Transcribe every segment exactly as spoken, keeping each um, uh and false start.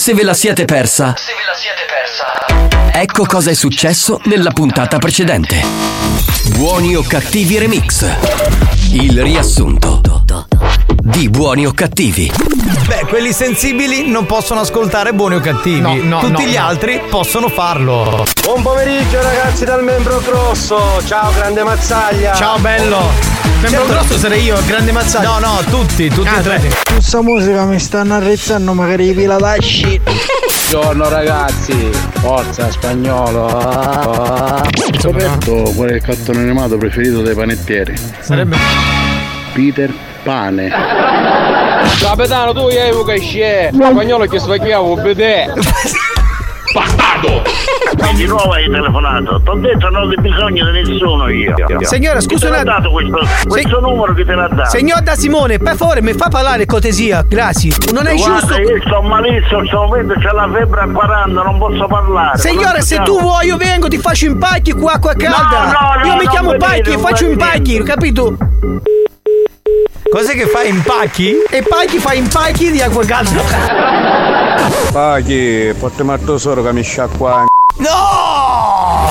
se ve la siete persa, Se ve la siete persa, ecco cosa è successo nella puntata precedente. Buoni o cattivi remix. Il riassunto di Buoni o cattivi. Beh, quelli sensibili non possono ascoltare Buoni o cattivi. No, no, Tutti no, gli no. altri possono farlo. Buon pomeriggio ragazzi dal Membro Grosso. Ciao grande Mazzaglia. Ciao bello. Membro Certo. grosso sarei io, grande Mazzaglia. No, no, tutti, tutti Ah, e tre. tutti. Questa musica mi stanno arrezzando, magari pila lasci. Buongiorno ragazzi. Forza spagnolo. Roberto, qual è il cartone animato preferito dei panettieri? Sarebbe. Peter Pane. Capitano, tu hai un casciere. Spagnolo che sbagliavo vedere. Bastardo! Quindi nuovo hai telefonato. T'ho detto non ho bisogno di nessuno io. Signora, scusa Chi te un l'ha dato questo, questo numero che te l'ha dato? Signor Da Simone, per favore, mi fa parlare cortesia, grazie. Non è Guarda, giusto. io sto malissimo, sto momento c'è la febbre a quaranta, non posso parlare. Signore, se tu vuoi io vengo, ti faccio impacchi con acqua calda. No, no, no, io mi non chiamo vedete, Pacchi e non faccio vedete. impacchi, capito? Cos'è che fai, impacchi? E Pacchi fa impacchi di acqua calda. Paghi, portami al tesoro che mi sciacqua. No!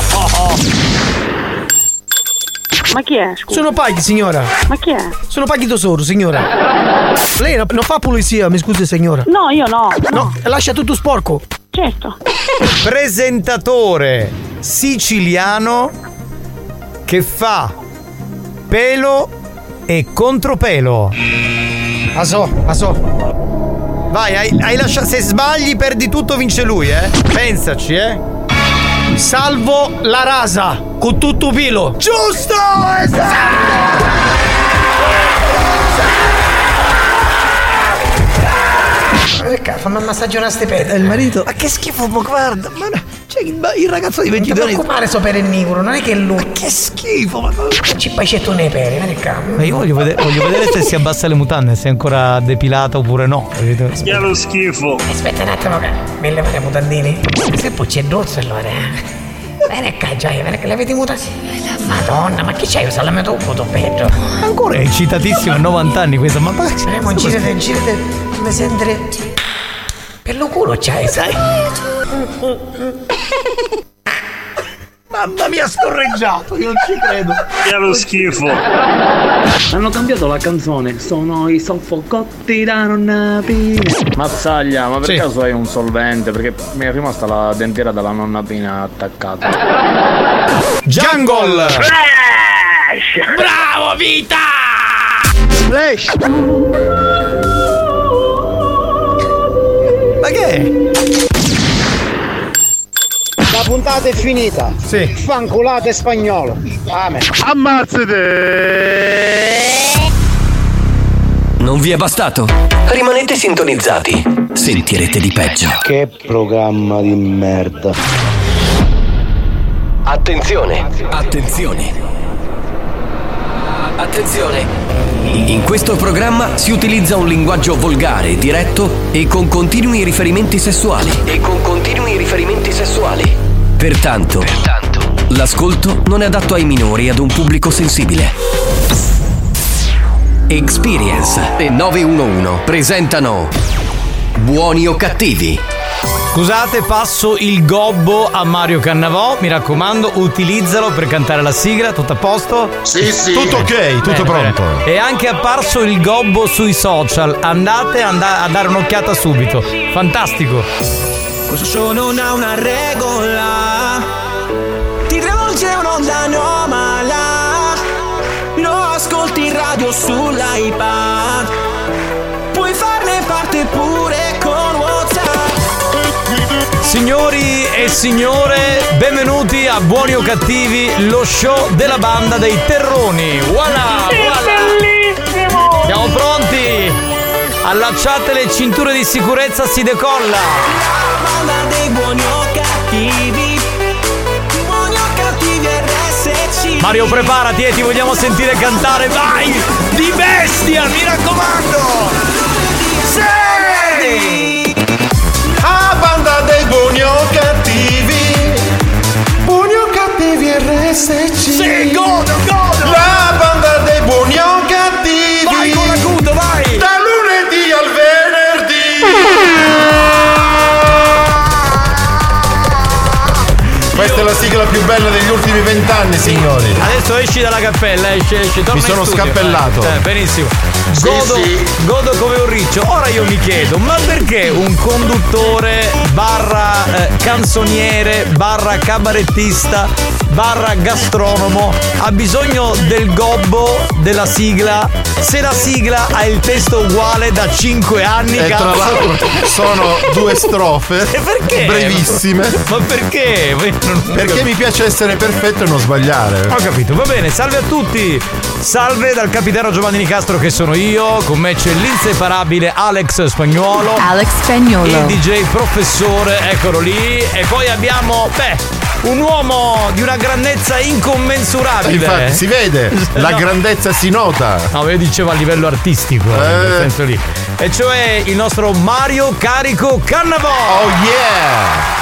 Ma chi è? Scusa. Sono Pacchi, signora. Ma chi è? Sono Pacchi tesoro, signora. Lei non non fa pulizia, mi scusi, signora. No, io no. No, lascia tutto sporco. Certo. Presentatore siciliano che fa pelo e contropelo. Ah so, ah so. Vai, hai, hai lasciato. Se sbagli perdi tutto, vince lui, eh? Pensaci, eh? Salvo la rasa con tutto pilo. Giusto! Perché fammi massaggiare una stepetta. Il marito. Ma che schifo, ma guarda, ma no, cioè il, il ragazzo di ventidue Non anni. ti preoccupare, so perennivoro, non è che è lui. Ma che schifo, ma Ci bacetto nei peri, vieni qua. Ma io voglio vedere, voglio vedere se si abbassa le mutande, se è ancora depilata oppure no. Che lo schifo. aspetta un attimo che mi levo le mutandini. Se poi c'è dolce allora. eh. Vieni qua, Gioia, vieni che le vedi mutandini. Madonna, ma che c'hai? Usa la mia tocco, tu peggio. Ancora è eccitatissimo, a novanta anni questa, ma ma- Andiamo, girate, girate. Come sentire. Per lo culo c'hai, sai? Mamma mia, scorreggiato, io non ci credo. Che lo schifo. Hanno cambiato la canzone, sono i soffocotti da nonna Pina. Mazzaglia, ma per Sì. caso hai un solvente? Perché mi è rimasta la dentiera della nonna Pina attaccata. Jungle! Bravo, vita! Flash! Ma che è? La puntata è finita. Sì. Fanculate spagnolo. Amen. Ammazzate! Non vi è bastato? Rimanete sintonizzati. Sentirete di peggio. Che programma di merda. Attenzione! Attenzione! Attenzione! In questo programma si utilizza un linguaggio volgare, diretto e con continui riferimenti sessuali. E con continui riferimenti sessuali. Pertanto, Pertanto, l'ascolto non è adatto ai minori e ad un pubblico sensibile. Experience e nove uno uno presentano Buoni o cattivi? Scusate, passo il gobbo a Mario Cannavò. Mi raccomando, utilizzalo per cantare la sigla. Tutto a posto? Sì, sì. Tutto ok, tutto Bene, pronto. bene. È anche apparso il gobbo sui social. Andate anda- a dare un'occhiata subito. Fantastico. questo show non ha una regola, ti travolge un'onda anomala, lo ascolti in radio sull'iPad, puoi farne parte pure con WhatsApp. Signori e signore, benvenuti a Buoni o Cattivi, lo show della banda dei terroni. Voilà, voilà. Bellissimo! Siamo pronti? Allacciate le cinture di sicurezza, si decolla. La banda dei buoni o cattivi, buoni o cattivi R S C. Mario, preparati e ti vogliamo sentire cantare. Vai! Di bestia, mi raccomando! Sì! Ah, banda dei buoni o cattivi, buoni o cattivi R S C. Sì, godo, godo! La banda dei buoni o cattivi. Vai con l'acuto, vai! Da lunedì al venerdì. la sigla più bella degli ultimi vent'anni, signori. Adesso esci dalla cappella, esci, esci, torna Mi sono in studio. scappellato. Eh, benissimo. Sì, Godo, sì. godo come un riccio. Ora io mi chiedo, ma perché un conduttore barra eh, canzoniere barra cabarettista barra gastronomo ha bisogno del gobbo della sigla se la sigla ha il testo uguale da cinque anni? E cazzo? tra l'altro sono due strofe E perché? brevissime. Ma perché? Perché mi piace essere perfetto e non sbagliare. Ho capito, va bene, salve a tutti. Salve dal capitano Giovanni Nicastro che sono io, con me c'è l'inseparabile Alex Spagnuolo. Alex Spagnuolo. Il D J professore, eccolo lì. E poi abbiamo, beh, un uomo di una grandezza incommensurabile. Infatti si vede, la No. grandezza si nota. No, io dicevo a livello artistico, Eh. in quel senso lì. E cioè il nostro Mario Carico Cannavò. Oh yeah!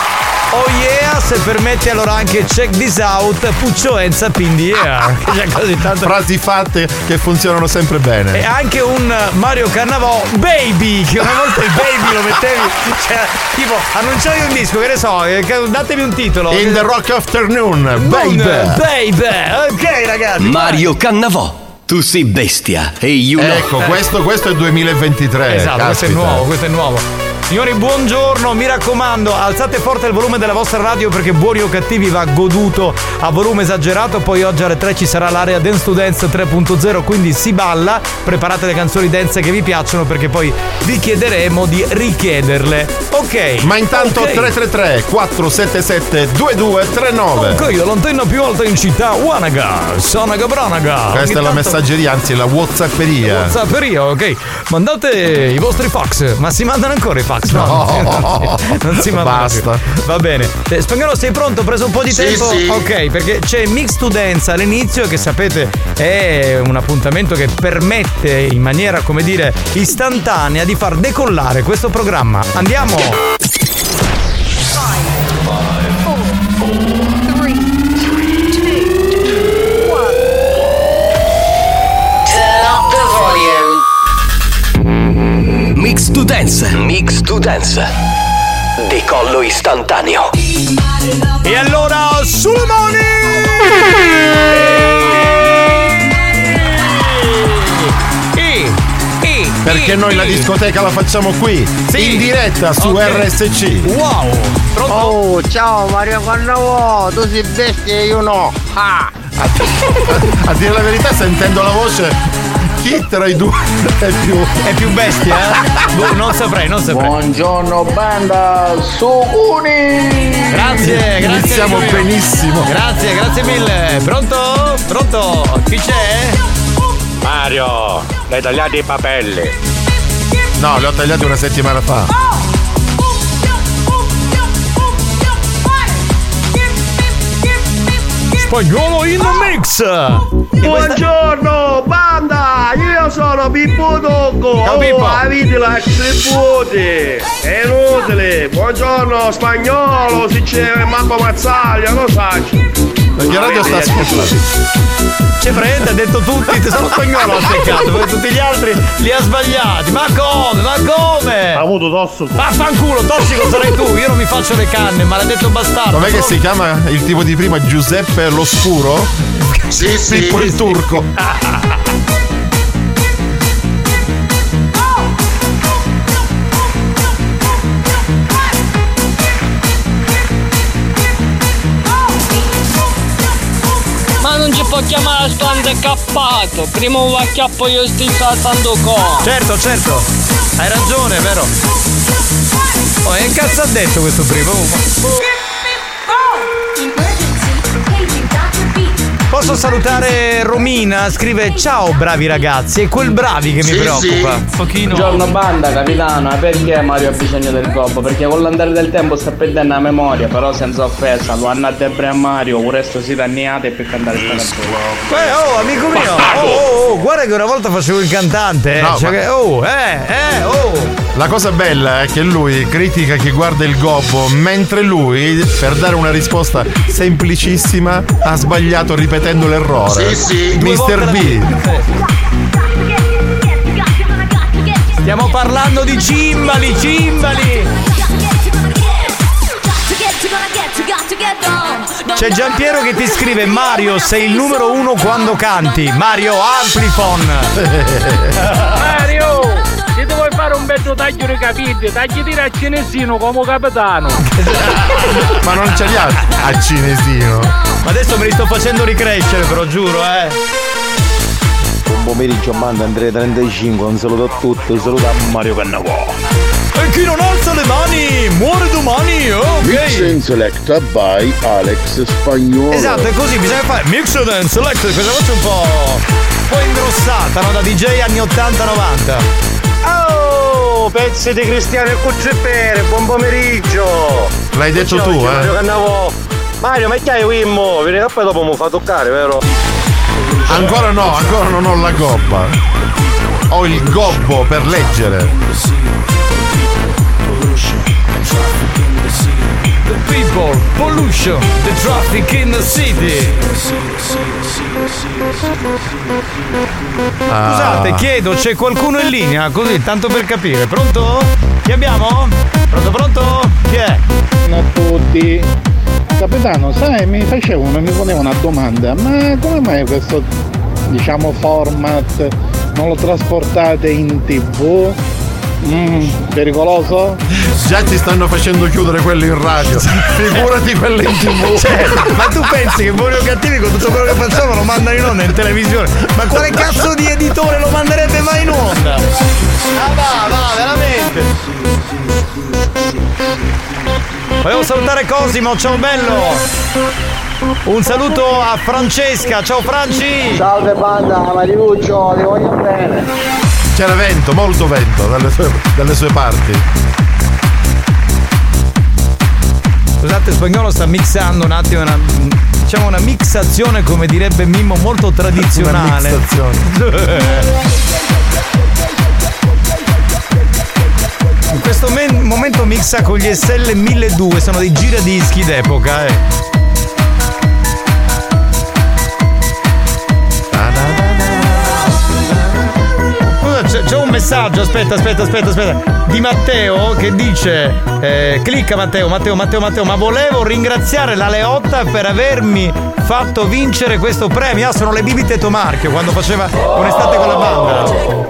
Oh yeah, se permette allora anche check this out, Puccio Enza Pindi yeah. Che c'è così tanto. Frasi fatte che funzionano sempre bene. E anche un Mario Cannavò Baby, che una volta il Baby lo mettevi, cioè, tipo, annunciavi un disco, che ne so, eh, datemi un titolo. In the Rock Afternoon, baby. Baby, ok ragazzi. Mario Cannavò, tu sei bestia e io no. Ecco, questo, questo è duemilaventitré. Esatto, questo è caspita. nuovo, questo è nuovo. Signori, buongiorno, mi raccomando, alzate forte il volume della vostra radio perché Buoni o Cattivi va goduto a volume esagerato. Poi oggi alle tre ci sarà l'area Dance to Dance tre punto zero, quindi si balla. Preparate le canzoni dance che vi piacciono perché poi vi chiederemo di richiederle. Ok. Ma intanto okay. tre tre tre quattro sette sette due due tre nove. Ok, l'antenna più alta in città, Wanaga, Sanaga Branaga. Questa Ogni è la tanto- messaggeria, anzi la Whatsapperia. Whatsapperia, ok. Mandate i vostri fax, ma si mandano ancora i fax? No. non si mandano Basta. più. Va bene. Eh, Spagnolo, sei pronto? Ho preso un po' di Sì, tempo? sì. Ok, perché c'è Mix to Dance all'inizio, che sapete è un appuntamento che permette in maniera, come dire, istantanea di far decollare questo programma. Andiamo! Mix to Dance, Mix to Dance. Decollo istantaneo. E allora, sulle mani! E, e, Perché e, noi la e. discoteca la facciamo qui, Sì. in diretta su Ok. R S C. Wow! Pronto? Oh, ciao Mario Cannavò, tu sei bestia e io no. Ah. A dire la verità, sentendo la voce, chi tra i due è più. È più bestia, eh? Boh, non saprei, non saprei. Buongiorno banda, Suguni. Grazie, grazie. Iniziamo amico mio. benissimo. Grazie, grazie mille. Pronto? Pronto? Chi c'è? Mario, l'hai tagliati i papelli. No, li ho tagliati una settimana fa. Spagnolo in the mix. Buongiorno banda, io sono Pippo Tocco. Ciao, Pippo. Oh, avete la tributi. È inutile. Buongiorno Spagnolo, si c'è Marco Mazzaglia, lo sai. Perché radio sta ascoltando? C'è Fred, ha detto tutti, te sono Spagnolo ha azzeccato, poi tutti gli altri li ha sbagliati. Ma come? Ma come? Ha avuto tossico. Vaffanculo, tossico sarai tu, io non mi faccio le canne, maledetto bastardo. Com'è che si chiama il tipo di prima? Giuseppe l'Oscuro? Sì, sì. Pippo il turco. Ma non ci può chiamare handicappato, prima un vacchiappo io sto saltando con. Certo, certo, hai ragione, è vero. Oh, e che cazzo ha detto questo primo? Posso salutare Romina? Scrive ciao bravi ragazzi, è quel bravi che mi Sì, preoccupa. sì. Un pochino. Buongiorno banda, capitano, perché Mario ha bisogno del gobbo? Perché con l'andare del tempo sta perdendo la memoria, però senza offesa, lo hanno a Debra e a Mario, il resto si danniate per cantare sta canzone. Eh, oh, amico mio, oh, oh, oh, guarda che una volta facevo il cantante, eh. No, cioè ma- che, oh, eh, eh, oh. La cosa bella è che lui critica chi guarda il gobbo, mentre lui, per dare una risposta semplicissima, ha sbagliato ripetendo l'errore. Sì, sì. Due volte mister la- B. Stiamo parlando di cimbali, cimbali. Got to get, you gonna get, you got to get down. C'è Giampiero che ti scrive: Mario, sei il numero uno quando canti. Mario, Amplifon. Mario, se tu vuoi fare un bello taglio di capelli, tagli tira a cinesino come capitano. Ma non ce li ha a cinesino. Ma adesso me li sto facendo ricrescere, però giuro, eh. Buon pomeriggio, banda Andrea trentacinque, un saluto a tutti, un saluto a Mario Cannavò. E chi non alza le mani muore domani, ok? Mix and Select by Alex Spagnolo. Esatto, è così, bisogna fare Mix and Select, questa voce un po', un po' ingrossata, no? Da D J anni ottanta novanta. Oh, pezzi di Cristiano e Cuccippere, buon pomeriggio. L'hai detto tu, eh? Mario Cannavò. Mario, ma che hai Wimmo? Vieni che poi dopo mi fa toccare, vero? Ancora no, ancora non ho la gobba. Ho il gobbo per leggere. The people, pollution, the traffic in the city. Ah. Scusate, chiedo, c'è qualcuno in linea? Così, tanto per capire. Pronto? Chi abbiamo? Pronto, pronto? Chi è? Buongiorno a tutti. Capitano, sai, mi facevano, mi poneva una domanda, ma come mai questo, diciamo, format non lo trasportate in tv? Mm, pericoloso? Già ti stanno facendo chiudere quelli in radio. Figurati quelle in tv. Cioè, ma tu pensi che Buoni o Cattivi con tutto quello che facciamo lo mandano in onda in televisione? Ma quale cazzo di editore lo manderebbe mai in onda? Ah va, va, veramente. Volevo salutare Cosimo, ciao bello. Un saluto a Francesca, ciao Franci. Salve banda, Mariuccio, ti voglio bene. C'era vento, molto vento dalle sue, dalle sue parti. Scusate, Spagnolo sta mixando un attimo una, diciamo una mixazione, come direbbe Mimmo, molto tradizionale. Una mixazione. In questo men- momento mixa con gli S L milleduecento, sono dei giradischi d'epoca, eh. C'è, c'è un messaggio, aspetta, aspetta, aspetta, aspetta, di Matteo che dice eh, clicca Matteo, Matteo, Matteo, Matteo, ma volevo ringraziare la Leotta per avermi fatto vincere questo premio. Ah, sono le bibite Tomarchio quando faceva un'estate con la banda.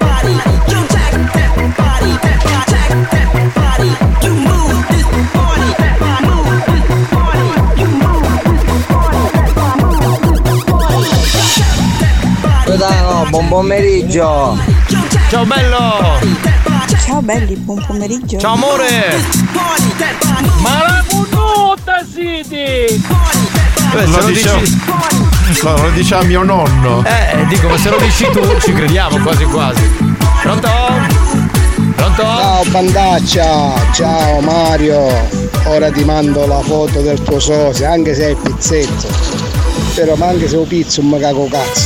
Capitano, buon pomeriggio. Ciao bello. Ciao belli, buon pomeriggio. Ciao amore. Ma la puttana City. Beh, lo, dicevo, lo, lo diceva mio nonno. Eh, dico, ma se lo dici tu ci crediamo quasi quasi. Pronto? Pronto? Ciao bandaccia, ciao Mario. Ora ti mando la foto del tuo sosia, anche se è pizzetto. Però ma anche se ho pizzo un cago cazzo.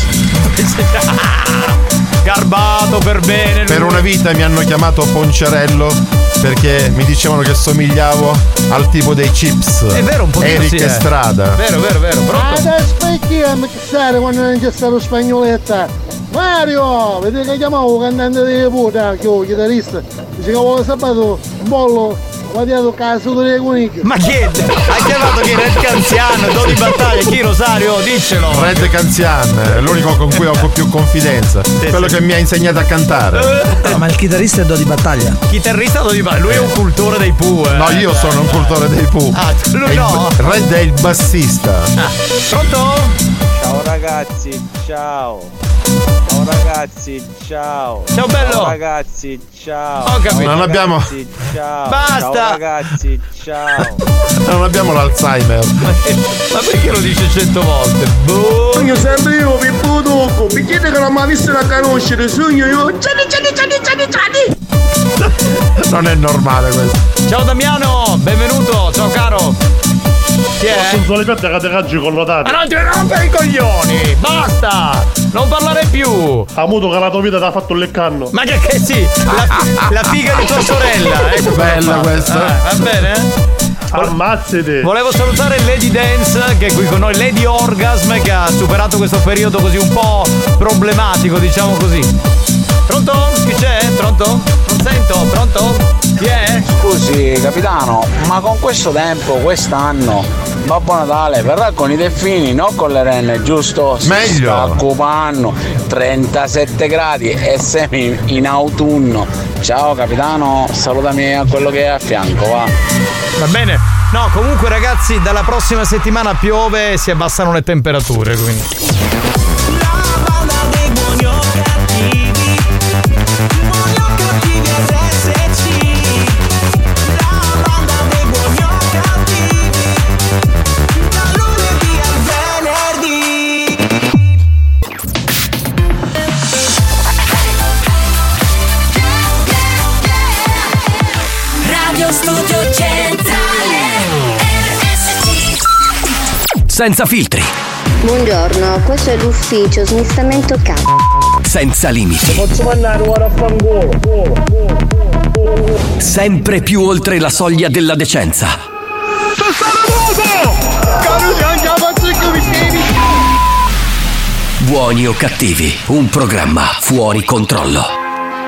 Garbato per bene. Per una vita mi hanno chiamato Poncerello perché mi dicevano che somigliavo al tipo dei Chips. È vero, un po' Eric sì, Estrada. Eh. Vero, vero, vero. Pronto? Adesso perché a mixare quando non c'è stato spagnoletta? Mario, vedete che chiamavo il cantante di puta, che ho chitarrista. Dice che avevo sabato un bollo. Guardato caso delle coniche. Ma chi è? Hai chiamato chi? Red Canzian, Do di battaglia, chi Rosario? Diccelo. Red Canzian, è l'unico con cui ho più confidenza. Sì, quello sì. Che mi ha insegnato a cantare. No, ma il chitarrista è Do di battaglia. Chitarrista Do di battaglia, lui è un cultore dei Pooh. Eh. No, io sono un cultore dei Pooh. Ah, lui no. Il, Red è il bassista. Ah. Pronto? Ciao ragazzi, ciao. Ciao ragazzi, ciao. Ciao bello. Ciao ragazzi, ciao. Ho capito. Non abbiamo. Ragazzi, ciao. Basta. Ciao ragazzi, ciao. Non abbiamo l'Alzheimer. Ma, che, ma perché lo dice cento volte? Boh. Io sempre io, Pippo Tocco. Mi chiede che non mi ha visto a conoscere, sogno io. Gianni, Gianni, Gianni, Gianni, Gianni. Non è normale questo. Ciao Damiano, benvenuto, ciao caro. Chi è? Sono solo le piante che ti raggi collodate. Ma non ti rompere i coglioni! Basta! Non parlare più! Ha avuto che la tua vita ti ha fatto il leccanno. Ma che che sì! La, la figa di tua sorella! Ecco, bella questa! Eh, va bene? Ammazzate! Volevo salutare Lady Dance che è qui con noi, Lady Orgasm, che ha superato questo periodo così un po' problematico, diciamo così. Pronto? Chi c'è? Pronto? Non sento, pronto? Chi è? Scusi, Scusi capitano, ma con questo tempo, quest'anno, Babbo Natale verrà con i delfini, non con le renne, giusto? Si Meglio. sta occupando, trentasette gradi e semi in autunno. Ciao capitano, salutami a quello che è a fianco, va. Va bene. No, comunque ragazzi, dalla prossima settimana piove e si abbassano le temperature, quindi. Studio Centrale R S C. Senza filtri, Buongiorno, questo è l'ufficio smistamento capo. senza limiti, Posso mandare ora a fangolo? sempre più oltre la soglia della decenza. Buoni o cattivi, un programma fuori controllo.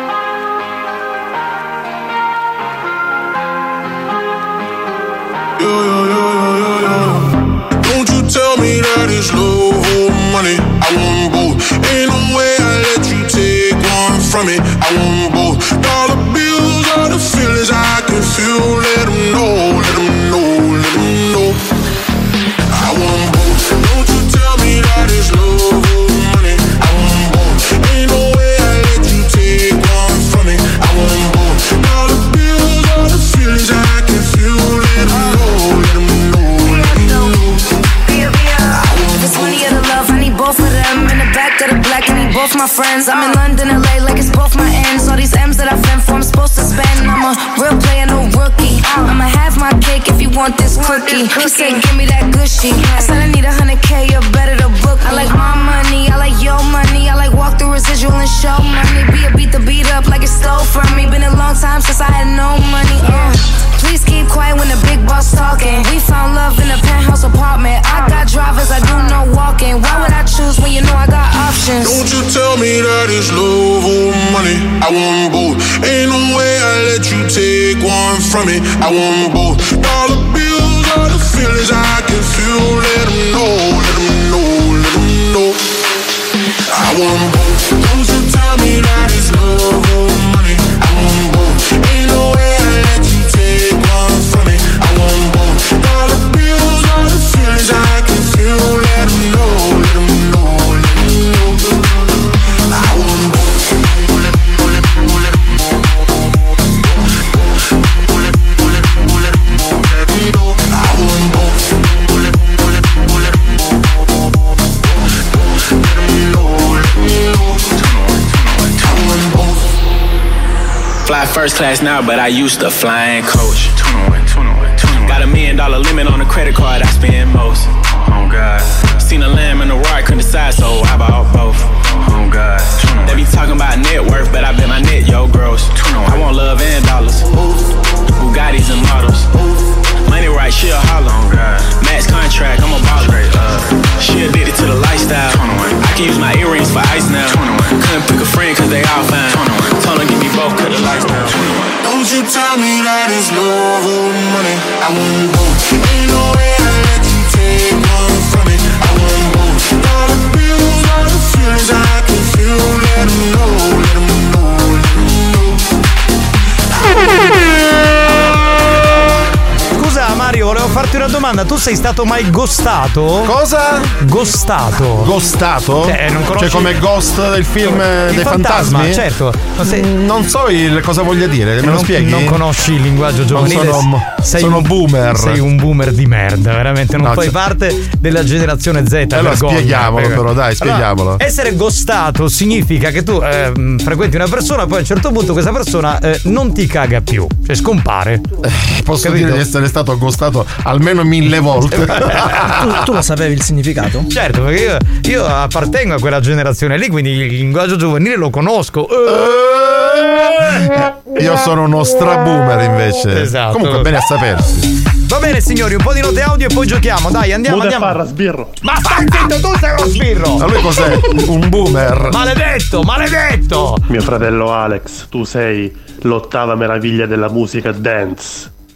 Don't you tell me that it's love or money. I want both. Ain't no way I let you take one from me. I want both. Dollar bills are the feelings I can feel. Let them know, let them know, let them know. I want both. Don't you tell me that it's love or money. I want both. Ain't no way I let you take one from me. I want both. Dollar bills are the feelings I can feel. Let them know, let them know. Both of them in the back of the black, I need both my friends. I'm in London, L A, like it's both my ends. All these M's that I've been for, I'm supposed to spend. I'm a real player, no rookie. I'ma have my cake if you want this cookie. He said, give me that gushy. I said, I need a hundred K, you better to book me. I like my money, I like your money. I like walk through residual and show money. Be a beat the beat up like it stole from me. Been a long time since I had no money. Uh. Please keep quiet when the big boss talking. We found love in a penthouse apartment. I got drivers, I do no walking. Why would I choose when you know I got options? Don't you tell me that it's love or money. I want both. Ain't no way I let you take one from me. I want both. Dollar bills are the feelings I can feel. Let them know, let them know, let them know. I want both. Don't you tell me that it's love or money. I want both. Ain't no way I let you take one from me. I want both. Dollar bills are the feelings I can feel. Let them know, let them know, let them know. I want both. Fly first class now, but I used to flying coach. Got a million dollar limit on the credit card, I spend most. Oh God. Seen a lamb and a roar, couldn't decide, so I bought both. Oh God. They be talking about net worth, but I bet my net, yo, gross. I want love and dollars. Bugattis and models. Money right, she a holler. Oh God. Max contract, I'm a baller. Uh, she addicted to the lifestyle. I can use my earrings for ice now. Couldn't pick a friend cause they all fine. Told her give me both, cut the lights down. Don't you tell me that it's love or money. I want both. Ain't no way I let you take one from me. I want both. Dollar bills are the feelings I can feel. Let them know, let them know, let them know. Scusa Mario, volevo farti una domanda. Tu sei stato mai ghostato? Cosa? Ghostato. Ghostato? Cioè, non conosci... Cioè come Ghost del film il dei fantasma, fantasmi? certo. Non, sei... non so il cosa voglia dire, me non, lo spieghi? Non conosci il linguaggio giovanile. Non sono, sei sono un, boomer. Sei un boomer di merda, veramente. Non no, fai cioè... parte della generazione Z. Allora vergogna, spieghiamolo perché... però, dai, spieghiamolo. Allora, essere ghostato significa che tu eh, frequenti una persona, poi a un certo punto questa persona eh, non ti caga più, cioè scompare. Eh, posso Capito? dire di essere stato ghostato almeno mille volte. tu, tu lo sapevi il significato? Certo, perché io, io appartengo a quella generazione lì, quindi il linguaggio giovanile lo conosco. Io sono uno straboomer invece. Esatto. Comunque bene a sapersi. Va bene signori, un po' di note audio e poi giochiamo. Dai, andiamo, Muta andiamo. Farra, sbirro. Ma stai zitto, tu sei uno sbirro. Ma lui cos'è? Un boomer. Maledetto, maledetto. Mio fratello Alex, tu sei l'ottava meraviglia della musica dance.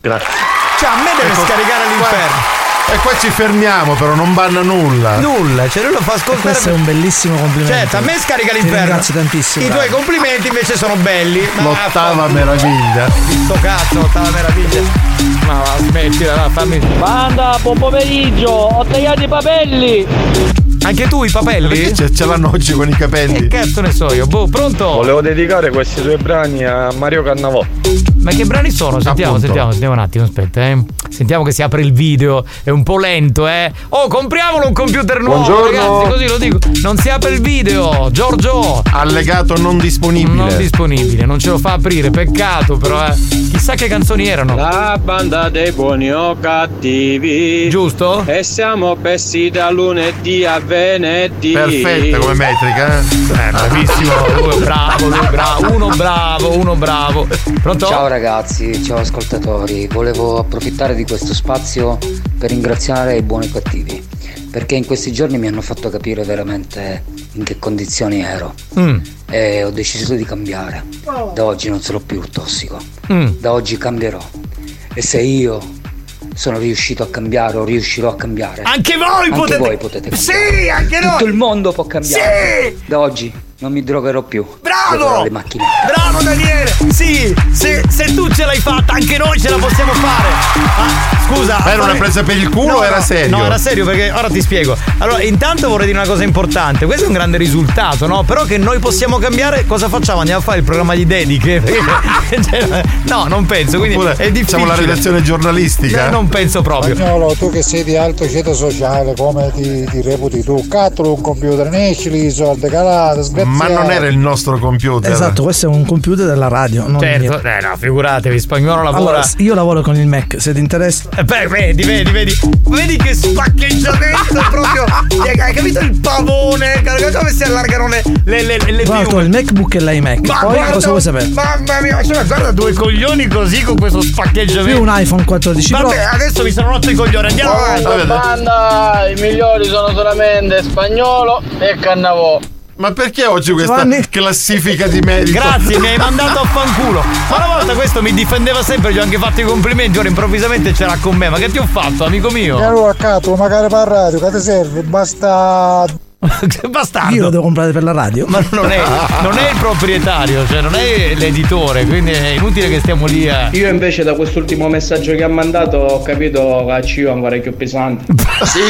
Grazie. Cioè, a me deve Ecco, scaricare all'inferno. E qua ci fermiamo, però non banna nulla. Nulla, cioè lui lo fa ascoltare. Questo è un bellissimo complimento. Certo, a me scarica l'inferno. Ti ringrazio tantissimo. I tuoi complimenti invece sono belli. Ma L'ottava meraviglia. Sto cazzo, l'ottava meraviglia. Ma va, smettila, va, fammi. Banda, buon pomeriggio, ho tagliato i papelli. Anche tu i papelli? Perché ce, ce l'hanno oggi con i capelli? Che cazzo ne so io? Boh, pronto? Volevo dedicare questi due brani a Mario Cannavò. Ma che brani sono? Sentiamo, Appunto. sentiamo, sentiamo un attimo, aspetta, eh. Sentiamo che si apre il video, è un po' lento, eh. Oh, compriamolo un computer nuovo, Buongiorno. ragazzi, così lo dico. Non si apre il video, Giorgio. Allegato non disponibile. Non disponibile, non ce lo fa aprire, peccato però, eh. Chissà che canzoni erano. La banda dei buoni o cattivi. Giusto? E siamo bessi da lunedì a venerdì. Perfetta come metrica, eh? Eh, bravissimo, lui, bravo, lui, bravo, uno bravo, uno bravo. Pronto? Ciao ragazzi, ciao ascoltatori, volevo approfittare di questo spazio per ringraziare i buoni o cattivi, perché in questi giorni mi hanno fatto capire veramente in che condizioni ero Mm. e ho deciso di cambiare. Da oggi non sarò più tossico, Mm. da oggi cambierò, e se io sono riuscito a cambiare o riuscirò a cambiare, Anche voi anche potete- voi potete cambiare. Sì, anche noi. Tutto il mondo può cambiare. Sì. Da oggi non mi drogherò più. Bravo! Giocherò alle macchine. Bravo Daniele! Sì, se, se tu ce l'hai fatta, anche noi ce la possiamo fare. Ah, scusa. Ma era una fammi- presa per il culo o era serio? No, era serio perché ora ti spiego. Allora, intanto vorrei dire una cosa importante. Questo è un grande risultato, no? Però che noi possiamo cambiare, cosa facciamo? Andiamo a fare il programma di dediche? Cioè, no, non penso, quindi Oppure è difficile. facciamo la redazione giornalistica? Eh, non penso proprio. Spagnolo, tu che sei di alto ceto sociale, come ti, ti reputi tu? Cattolo un computer, ne esci i soldi, calate, sgraziato. Ma non era il nostro computer. Esatto, questo è un computer della radio. Non Certo, mio. eh no, figuratevi, Spagnolo lavora. Allora, io lavoro con il Mac, se ti interessa. Eh, beh, vedi, vedi, vedi. Vedi che spaccheggiamento proprio. Hai capito il pavone? Come si allargano le, le, le, le Guarda, piume? il MacBook e l'iMac. Ma Poi guarda, cosa vuoi sapere? Mamma mia, cioè, guarda due coglioni così con questo spaccheggiamento. Più un iPhone quattordici Pro. Vabbè, adesso mi sono rotto i coglioni, andiamo avanti. Comunque, banda, i migliori sono solamente Spagnolo e Cannavò. Ma perché oggi questa Giovanni? classifica di merito? Grazie, mi hai mandato a fanculo. Ma una volta questo mi difendeva sempre, gli ho anche fatto i complimenti, ora improvvisamente ce l'ha con me. Ma che ti ho fatto, amico mio? E allora Cattolo, magari per radio, che ti serve? Basta. Bastardo. Io lo devo comprare per la radio. Ma non è, non è il proprietario, cioè non è l'editore, quindi è inutile che stiamo lì a. Io invece da quest'ultimo messaggio che ha mandato ho capito che a C I O è ancora più pesante. Sì,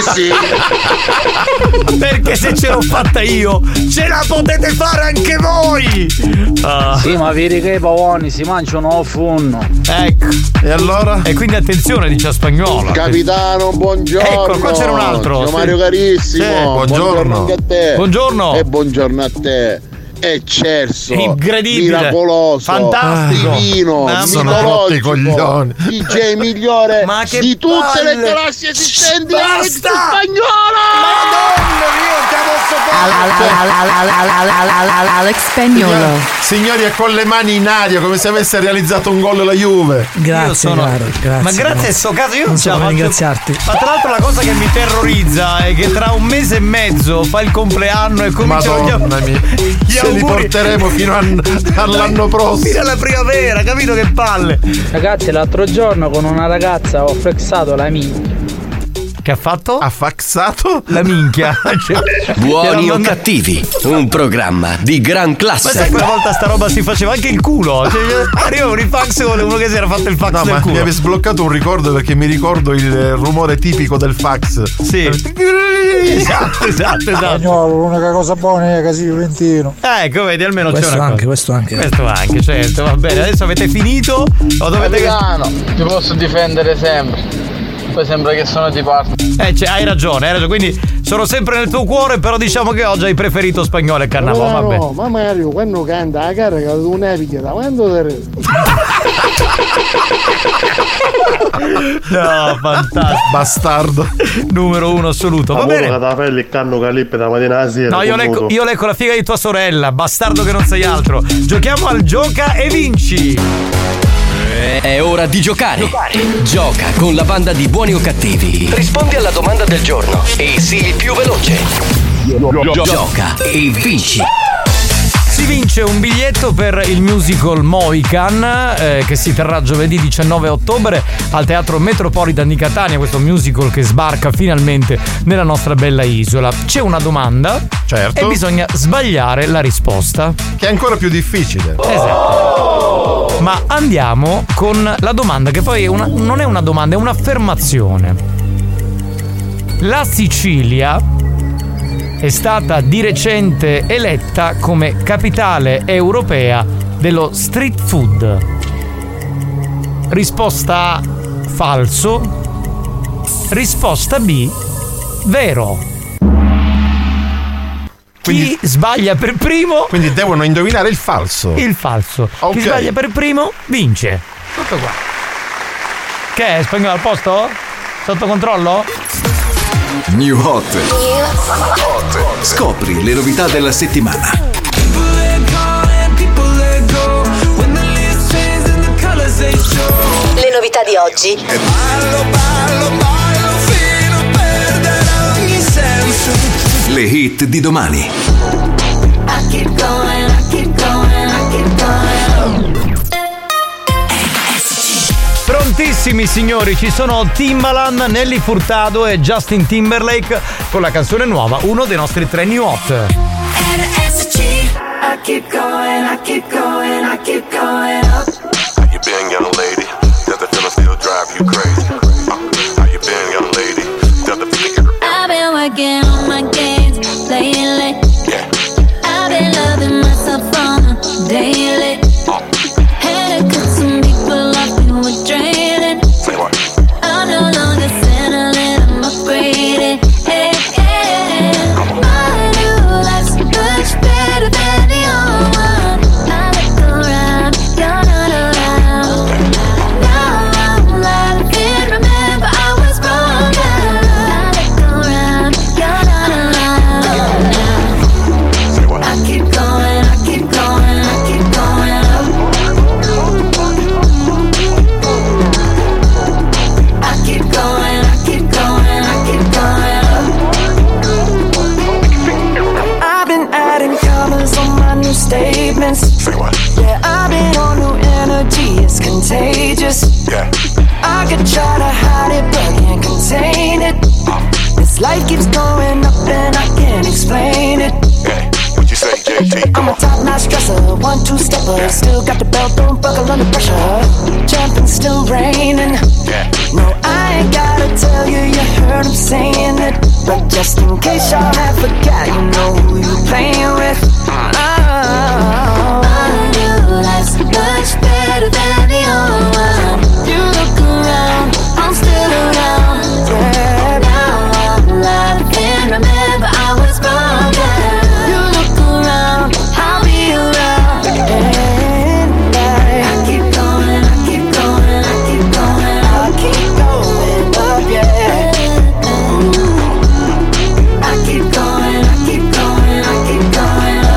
sì. Perché se ce l'ho fatta io, ce la potete fare anche voi! Ah. Sì, ma vedi che i pavoni si mangiano a funno. Ecco. E allora? E quindi attenzione, dice a Spagnolo. Capitano, buongiorno. Ecco, qua c'era un altro. Ciao Sì. Mario carissimo. Sì. Buongiorno. Anche a te. Buongiorno. E buongiorno a te. Eccelso, Incredibile. miracoloso, Fantastico. divino, Mamma Sono rotti i coglioni. D J migliore Ma che di tutte palle. le galassie esistenti. Basta. Alex Spagnolo. Madonna mia, che posso fare? Alex Spagnolo. Signori, è con le mani in aria come se avesse realizzato un gol la Juve. Grazie, Io sono- caro, grazie. Ma grazie a sto caso io non ce so la come faccio- ringraziarti. Ma tra l'altro la cosa che mi terrorizza è che tra un mese e mezzo fa il compleanno e cominciano gli, Madonna mia. gli Ce li auguri. porteremo fino a- all'anno prossimo. Fino alla primavera, capito che palle? Ragazzi, l'altro giorno con una ragazza ho flexato la mia. Che ha fatto? Ha faxato? La minchia. Cioè, Buoni era o una- cattivi, un programma di gran Ma sai classe. che una volta sta roba si faceva anche il culo? Cioè, arrivava un fax con uno che si era fatto il fax No, del ma culo. mi aveva sbloccato un ricordo perché mi ricordo il rumore tipico del fax. Sì. Esatto, esatto, esatto. Spagnolo, l'unica cosa buona è che sei Juventino. Ecco, vedi, almeno c'è Questo una anche, cosa. questo anche. Questo anche, certo, va bene. Adesso avete finito? O dovete. Capitano, ti posso difendere sempre. Poi sembra che sono di parte. Eh, cioè, hai ragione, hai ragione. Quindi sono sempre nel tuo cuore, però diciamo che oggi hai preferito Spagnolo e Cannavò, vabbè. No, ma Mario, quando canta la carica tu non è picchiata, quando te. No, fantastico. Bastardo. Numero uno assoluto. Va bene. la pelle e canno calippe da mattina alla sera. No, io leggo, io leggo la figa di tua sorella, bastardo che non sei altro. Giochiamo al gioca e vinci. È ora di giocare. Gioca con la banda di buoni o cattivi. Rispondi alla domanda del giorno e sii il più veloce. Gioca e vinci. Si vince un biglietto per il musical Mohican eh, che si terrà giovedì diciannove ottobre al Teatro Metropolitan di Catania, questo musical che sbarca finalmente nella nostra bella isola. C'è una domanda, certo, e bisogna sbagliare la risposta, che è ancora più difficile. Esatto. Ma andiamo con la domanda, che poi è una, non è una domanda, è un'affermazione. La Sicilia è stata di recente eletta come capitale europea dello street food. Risposta A, falso. Risposta B, vero. Quindi, chi sbaglia per primo? Quindi devono indovinare il falso. Il falso. Okay. Chi sbaglia per primo vince. Tutto qua. Che è? Spagnolo al posto? Sotto controllo? New Hot. Scopri le novità della settimana. Le novità di oggi. E ballo, ballo, ballo fino a perdere ogni senso. Le hit di domani. I keep going, I keep going, I keep going. Prontissimi signori, ci sono Timbaland, Nelly Furtado e Justin Timberlake con la canzone nuova, uno dei nostri tre New Hot. I keep going, I keep going, I keep going up. How you been, young lady? Does the feeling still drive you crazy? Uh, how you been, young lady? Does the feeling... I've been working on my games lately. Yeah. I've been loving myself on a daily. Had to cut some people off who were draining. Say what? I'm no longer settling, I'm upgraded. Hey, hey. My new life's much better than the old one. I look around, you're not around. Now I'm alive, I can't remember I was wrong. I look around, you're not around. Say what? I keep going, I keep going, I keep going up. I keep going, I keep going, I keep going up. I've been adding colors on my new statements. Say what? Yeah, I've been on new energy, it's contagious. Yeah. I could try to hide it, but can't contain it. This life keeps going up and I can't explain it. Yeah. What you say, J T? I'm a top-notch dresser, one-two-stepper. Still got the belt, don't buckle under pressure. Jumping, still raining. Yeah. No, I ain't gotta tell you, you heard him saying it. But just in case y'all have forgot, you know who you playing with. Oh, my new life's much better than the old one. You look around, I'm still around. Yeah, now I'm alive, I can't remember I was wrong. Yeah. You look around, I'll be around. And I, I keep going, I keep going, I keep going, I keep going up, yeah. I keep going, I keep going, I keep going up.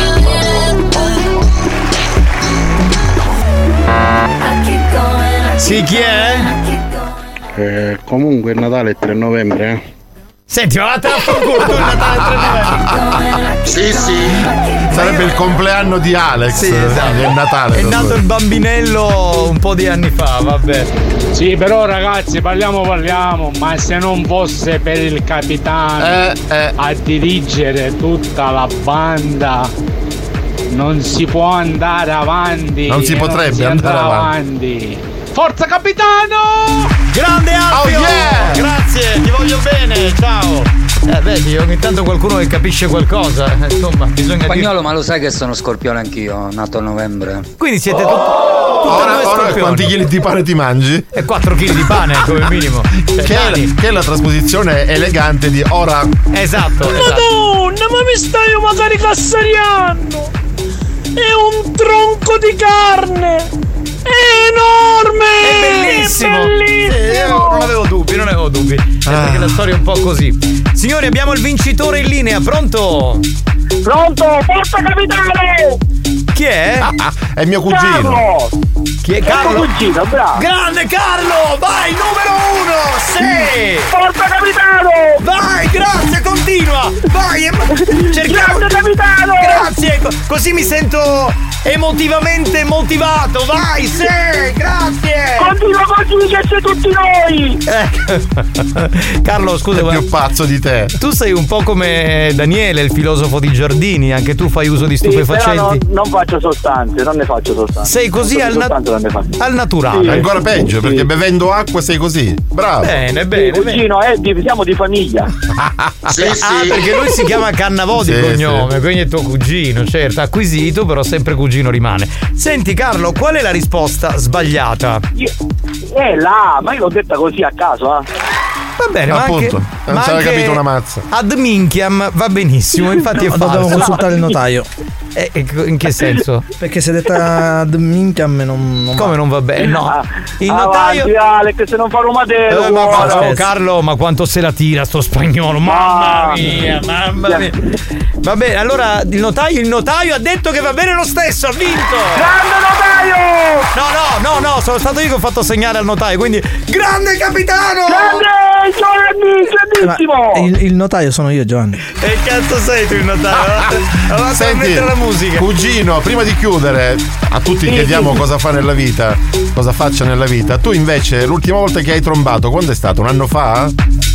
I keep going, I Sì, chi è? Eh, comunque il Natale è tre novembre, eh? Senti, ma vattene a fanculo, tu il Natale tre novembre. Sì, sì. Sarebbe il compleanno di Alex. Sì, esatto. È il Natale. È nato il bambinello un po' di anni fa, vabbè. Sì, però ragazzi, parliamo, parliamo, ma se non fosse per il capitano eh, eh. a dirigere tutta la banda, non si può andare avanti. Non si potrebbe non si andare avanti. Forza capitano! Grande Alfio! Oh yeah! Grazie, ti voglio bene, ciao! Eh, vedi, ogni tanto qualcuno che capisce qualcosa, insomma, bisogna Spagnolo, dire... ma lo sai che sono scorpione anch'io, nato a novembre. Quindi siete tutti... Ora, ora quanti chili di pane ti mangi? E quattro chili di pane come minimo. Cioè, che, è, che è la trasposizione elegante di ora. Esatto. Madonna, esatto. ma mi stai magari cassariando? È un tronco di carne! È enorme! È bellissimo! È bellissimo! Sì, io non avevo dubbi, non avevo dubbi. È Ah. perché la storia è un po' così. Signori, abbiamo il vincitore in linea, pronto? Pronto, forza capitale! Chi è? Ah, ah, è mio cugino. Carlo! Chi è Carlo? Ecco cugino, bravo. Grande Carlo, vai, numero uno, sì. Forza capitano! Vai, grazie, continua. Vai, em- cerchiamo. Grande capitano! Grazie, co- così mi sento emotivamente motivato. Vai, sì, grazie. Continua così che c'è tutti noi. Eh. Carlo, scusa, è più pazzo di te. Tu sei un po' come Daniele, il filosofo di Giardini, anche tu fai uso di stupefacenti. Sì, però no, non faccio sostanze, non ne faccio sostanze. Sei così al, na- al naturale. Sì, ancora peggio, sì, perché bevendo acqua sei così. Bravo. Bene, bene. Sì, cugino, eh, di, siamo di famiglia. Sì, sì. Ah, perché lui si chiama Cannavò di sì, cognome, sì. Quindi è tuo cugino, certo, acquisito, però sempre cugino rimane. Senti Carlo, qual è la risposta sbagliata? Io, eh là, ma io l'ho detta così a caso, eh. Va bene, appunto, ma anche, non si era capito una mazza. Ad minchiam va benissimo, infatti no, è falso. Dobbiamo consultare il notaio. Eh, in che senso? Perché se detta ad minchiam non, non come va. non va bene? No. Ah, il notaio avanti, Alex, se non fa Romadero. Eh, ma qua, oh, Carlo, ma quanto se la tira sto spagnolo? Mamma ah, mia, mamma mia. Va bene, allora il notaio, il notaio ha detto che va bene lo stesso, ha vinto! Grande notaio! No, no, no, no, sono stato io che ho fatto segnare al notaio, quindi grande capitano! Grande Giovanni, grandissimo! Il, il notaio sono io, Giovanni. E cazzo sei tu il notaio? Allora senti, mettere la musica. Cugino, prima di chiudere, a tutti sì, chiediamo sì. cosa fa nella vita, cosa faccia nella vita. Tu invece l'ultima volta che hai trombato, quando è stato? Un anno fa?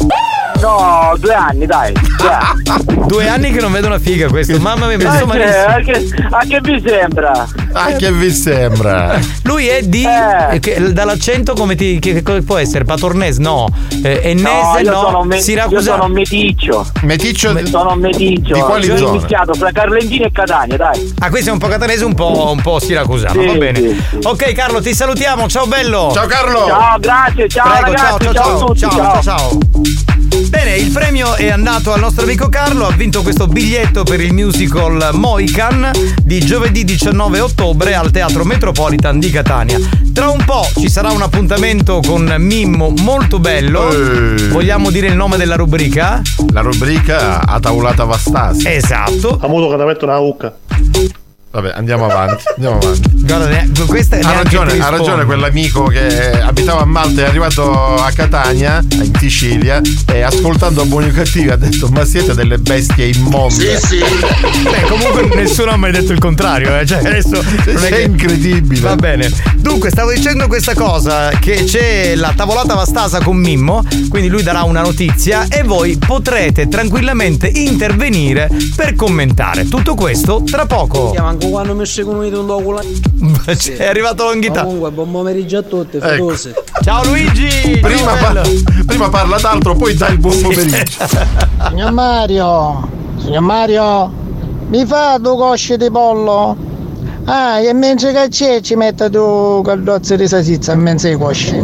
No, due anni, dai. Due anni, due anni che non vedo una figa questo. Mamma mia, mi sto malissimo. A che, a che vi sembra? A che vi sembra? Lui è di eh. che, dall'accento come ti che, che può essere? Patornese? No. Eh, ennese? No, io no. sono me, Siracusa? Io sono meticcio. Meticcio? Me, sono meticcio. Di quali io zone? Ho iniziato fra Carlentino e Catania, dai. Ah, qui sei un po' catanese, un po', un po' siracusano, sì, va bene. Sì. Ok Carlo, ti salutiamo, ciao bello. Ciao Carlo. Ciao, grazie, ciao. Prego, ragazzi, ciao, ciao, ciao, ciao, a tutti, ciao, ciao, ciao. Bene, il premio è andato al nostro amico Carlo, ha vinto questo biglietto per il musical Mohican di giovedì diciannove ottobre al Teatro Metropolitan di Catania. Tra un po' ci sarà un appuntamento con Mimmo molto bello. Ehi. Vogliamo dire il nome della rubrica? La rubrica A tavolata vastasi. Esatto. A modo che ti metto una ucca. Vabbè, andiamo avanti, andiamo avanti. Guarda, questa è ha ragione, ha ragione quell'amico che abitava a Malta, è arrivato a Catania, in Sicilia, e ascoltando Buoni o Cattivi ha detto: ma siete delle bestie immonde. Sì, sì. Beh, comunque nessuno ha mai detto il contrario, eh? Cioè adesso non è, è che... incredibile. Va bene. Dunque, stavo dicendo questa cosa, che c'è la tavolata vastasa con Mimmo, quindi lui darà una notizia e voi potrete tranquillamente intervenire per commentare. Tutto questo tra poco. Quando mi seguono un dopo sì. È arrivato Longhità. Comunque buon pomeriggio a tutti, ecco. Ciao Luigi. Prima, parla, prima parla d'altro, poi dai il buon pomeriggio. Signor Mario, signor Mario, mi fa due cosce di pollo? Ah, e mentre che c'è ci mette due caldozze di salsiccia in mezzo ai cosci.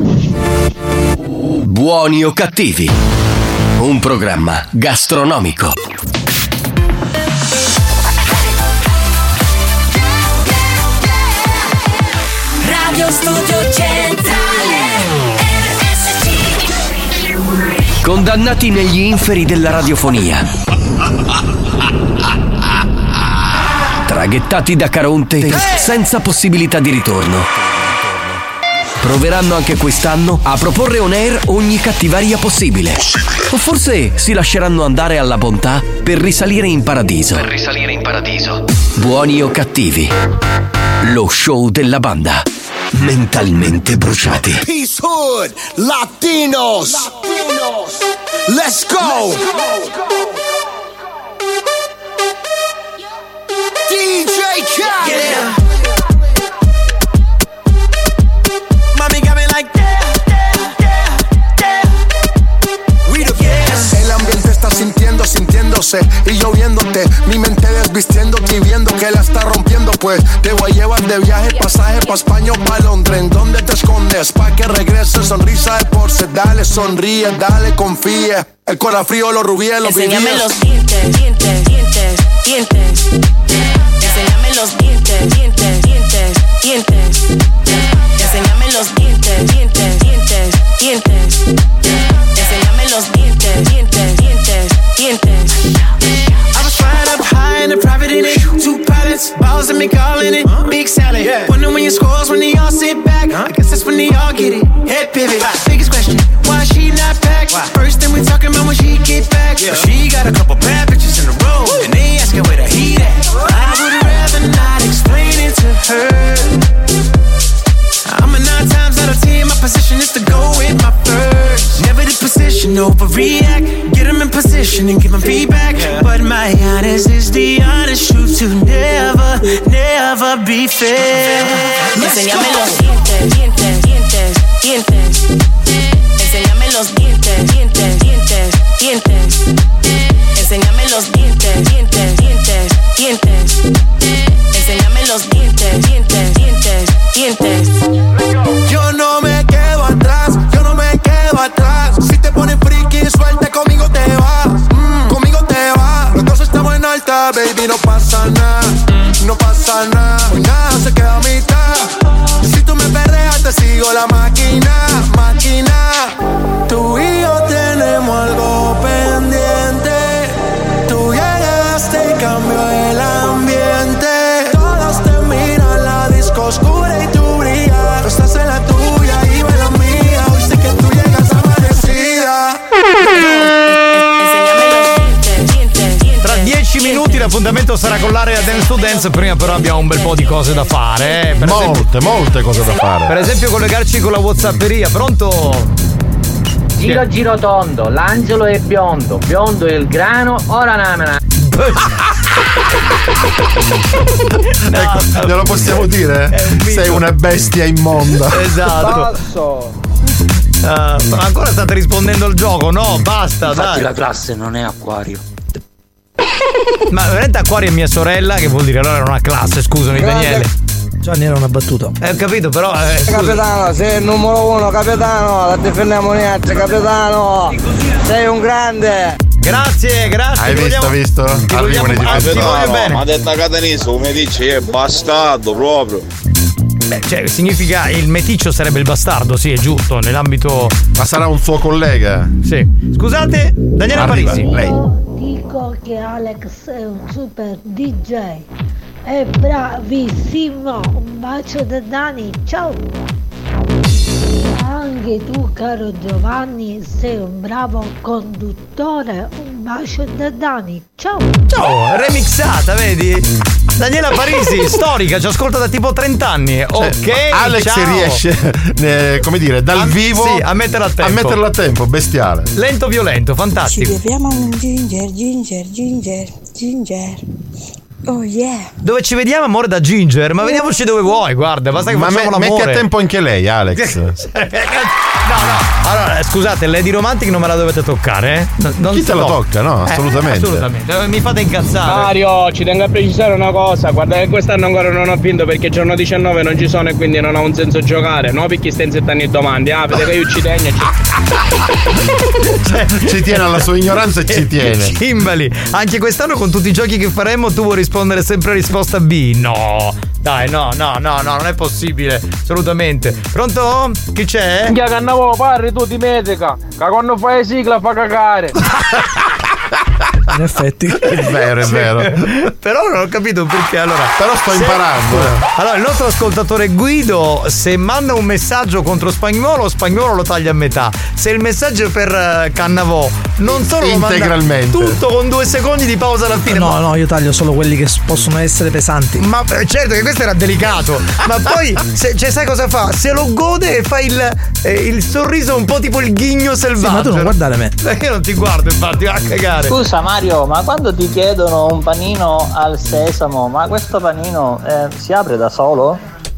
Buoni o cattivi, un programma gastronomico. Radio Studio Centrale R S C. Condannati negli inferi della radiofonia, traghettati da Caronte senza possibilità di ritorno, proveranno anche quest'anno a proporre on air ogni cattiveria possibile. O forse si lasceranno andare alla bontà per risalire in paradiso. Per risalire in paradiso. Buoni o cattivi, lo show della banda. Mentalmente bruciati. Peace Hood, Latinos, Latinos. Let's go. Let's go. D J Khaled. Yeah. Mommy got me like yeah, yeah, yeah. We the best. El ambiente está sintiendo, sintiéndose y yo viéndote, mi mente desvistiéndote y viendo que la está rompiendo, pues te voy a llevar de viaje, pasaje pa' España o pa' Londres. ¿En dónde te escondes? Pa' que regrese, sonrisa de porce. Dale, sonríe, dale, confía. El corazón frío, los rubíes, los vivíes. Enséñame los dientes, dientes, dientes, dientes. Enséñame los dientes, dientes, dientes, dientes. Enséñame los dientes, dientes, dientes, dientes. Enséñame los dientes, dientes, dientes, dientes. I was flying up high in the private in it. Two pilots, balls and me calling it Big Sally. Wonder when you scores when they all sit back. pivot. Biggest question, why she not back? First thing we talking about when she get back. But she got a couple bad bitches in a row, and they asking where the heat at. I would rather not explain it to her. I'm a nine times out of ten, my position is to go with my first. Never the position, overreact. Get them in position and give them feedback. But my honest is the honest truth to never, never be fair. Enséñame los dientes, dientes, dientes, dientes. Enséñame los dientes, dientes, dientes, dientes. Enséñame los dientes, dientes, dientes, dientes. Enséñame los dientes, dientes, dientes, dientes. Yo no me quedo atrás, yo no me quedo atrás. Si te pones friki, suelta, conmigo te vas, mm, conmigo te vas. Los dos estamos en alta, baby, no pasa nada, no pasa nada, nada se queda a mitad. Si tú me perreas, te sigo la máquina, máquina. Tú y yo tenemos algo pendiente. Tú llegaste y cambió el ambiente. Todos te miran, la disco oscura y tú brillas. Tú estás en la tuya y yo en la mía. Hoy sé que tú llegas amanecida. Tra dieci minuti l'appuntamento sarà con l'area Dance to Dance. Prima però abbiamo un bel po' di cose da fare, eh. Per molte, esempio, molte cose da fare. Per esempio collegarci con la WhatsApperia. Pronto? Giro giro tondo, l'angelo è biondo, biondo è il grano, ora namena. No, ecco, glielo possiamo dire? Un Sei una bestia immonda. Esatto. Uh, ancora state rispondendo al gioco? No, basta. Infatti dai. la classe non è acquario. Ma veramente acquario è mia sorella, che vuol dire allora non ha classe, scusami Grande. Daniele. Gianni era una battuta. Eh, ho capito, però. Eh, capitano, sei il numero uno, capitano, la difendiamo niente, capitano. Sei un grande. Grazie, grazie. Hai ti visto, vogliamo, visto? Ti Arrivano i vogliamo, ah, ti voglio bene. Ma detta Catanese, come dici, è bastardo proprio. Beh, cioè, significa il meticcio sarebbe il bastardo, sì, è giusto, nell'ambito. Ma sarà un suo collega? Sì. Scusate, Daniela Arriva, Parisi. lei. Dico che Alex è un super D J. È bravissimo. Un bacio da Dani, ciao. Anche tu, caro Giovanni, sei un bravo conduttore. Un bacio da Dani, ciao. Ciao, remixata, vedi? Daniela Parisi, storica, ci ascolta da tipo trenta anni. Cioè, ok, Alex ciao. riesce, eh, come dire, dal a, vivo sì, a metterla a tempo. A metterla a tempo, bestiale. Lento violento, fantastico. Ci beviamo un ginger, ginger, ginger, ginger. Oh yeah. Dove ci vediamo, amore, da Ginger? Ma vediamoci dove vuoi, guarda, basta che Ma facciamo me, l'amore. metti a tempo anche lei, Alex. No, no. Allora, scusate, Lady Romantic non me la dovete toccare, eh? No, non Chi te la no. tocca? No, assolutamente. Eh, assolutamente. Mi fate incazzare. Mario, ci tengo a precisare una cosa. Guarda che quest'anno ancora non ho vinto perché il giorno diciannove non ci sono e quindi non ha un senso giocare. No, perché stai in sette anni domandi. Ah, vedete che io ci tengo. Cioè, ci tiene alla sua ignoranza e ci tiene. Cimbali. Anche quest'anno con tutti i giochi che faremo tu vuoi rispondere sempre a risposta B. No. Dai, no, no, no, no, non è possibile. Assolutamente. Pronto? Chi c'è? Minchia cannavo, parli tu di medica. Che quando fai sigla fa cagare. In effetti è vero, è Sì. vero. Però non ho capito perché. Allora, però sto se- imparando. eh. Allora, il nostro ascoltatore Guido, se manda un messaggio contro Spagnuolo, Spagnuolo lo taglia a metà. Se il messaggio è per eh, Cannavò, non solo lo manda Integralmente. tutto con due secondi di pausa alla fine. No, ma, no, io taglio solo quelli che s- possono essere pesanti. ma eh, certo che questo era delicato. Ma poi, se, cioè, sai cosa fa? Se lo gode e fa il, eh, il sorriso un po' tipo il ghigno selvaggio. Sì, ma tu non guardare me. Eh, Io non ti guardo, infatti, va a cagare. Scusa Mario, ma quando ti chiedono un panino al sesamo, ma questo panino eh, si apre da solo?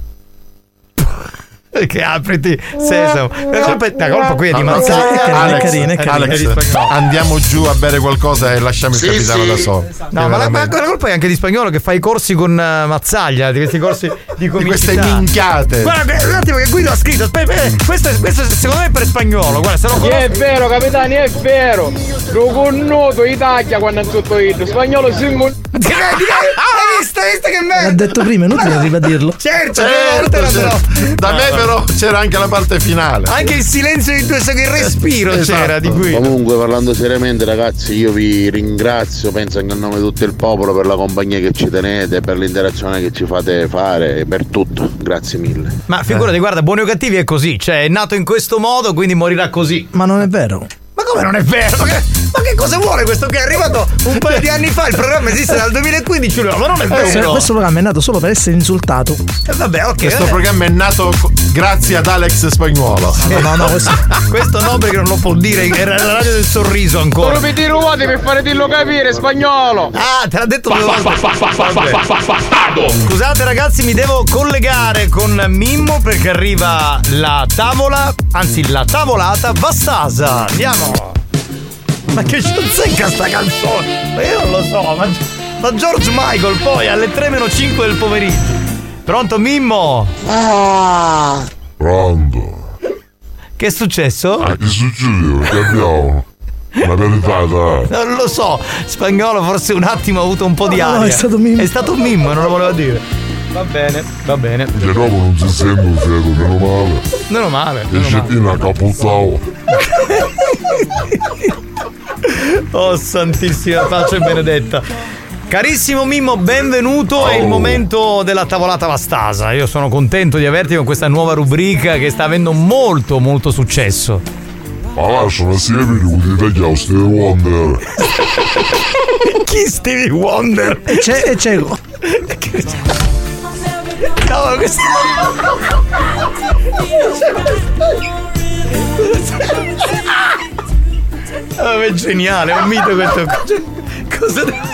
Che apriti sesamo. La colpa, la colpa qui è di No, no, Mazzaglia. Alex, È carina, è carina, Alex, è di Spagnolo. andiamo giù a bere qualcosa e lasciamo Sì, il capitano sì. da solo. No, Che ma la, ma veramente- la colpa è anche di Spagnolo che fa i corsi con uh, Mazzaglia, di questi corsi di comicità. queste minchiate. Guarda, un attimo che Guido ha scritto. Aspetta, aspetta, questo, è- questo è- secondo me è per Spagnolo. Guarda, se lo conosco. È vero, capitani, è vero. Lo connoto Italia quando è sotto il spagnolo siamo. Hai visto? visto che merda? L'ha detto prima, è inutile ribadirlo. Certo, Certo, certo, certo. Da me però c'era anche la parte finale. Anche il silenzio di due secondi, il respiro Esatto. c'era di qui. Comunque, parlando seriamente, ragazzi, io vi ringrazio, penso anche a nome di tutto il popolo, per la compagnia che ci tenete, per l'interazione che ci fate fare, per tutto. Grazie mille. Ma figurati, guarda, Buoni o Cattivi è così, cioè è nato in questo modo, quindi morirà così. Ma non è vero. Ma come non è vero? Ma che, ma che cosa vuole questo che è arrivato un paio di anni fa? Il programma esiste dal duemilaquindici, ma non è Questo, vero. questo programma è nato solo per essere insultato. Eh, vabbè, ok. Questo vabbè. programma è nato co- grazie ad Alex Spagnuolo. No, no, no, questo... questo no, perché non lo può dire, era la radio del sorriso ancora. Solo mi ti rubate per fare dillo capire, Spagnolo. Ah, te l'ha detto due volte. Scusate ragazzi, mi devo collegare con Mimmo perché arriva la tavola, anzi la tavolata Vastasa. Andiamo. Ma che c'è sta canzone? Ma io non lo so, ma, ma George Michael poi alle tre meno cinque del pomeriggio. Pronto Mimmo? Ah. Pronto. Che è successo? Ah, che succede? Che abbiamo? Una verità, dai. Non lo so, Spagnolo forse un attimo ha avuto un po' di No, aria. no, è stato Mimmo. È stato Mimmo, non lo voleva dire. Va bene, va bene. Che dopo non si sente un feto, meno male. Meno male. E Meno male. scettina capottavo. Oh santissima pace benedetta. Carissimo Mimmo, benvenuto. È il momento della tavolata Vastasa. Io sono contento di averti con questa nuova rubrica che sta avendo molto molto successo. Ma lasciano si capire che ti tagliamo Stevie Wonder. Chi Stevie Wonder? E c'è, e c'è. No, questo... Oh, è geniale, è un mito questo. Cosa devo...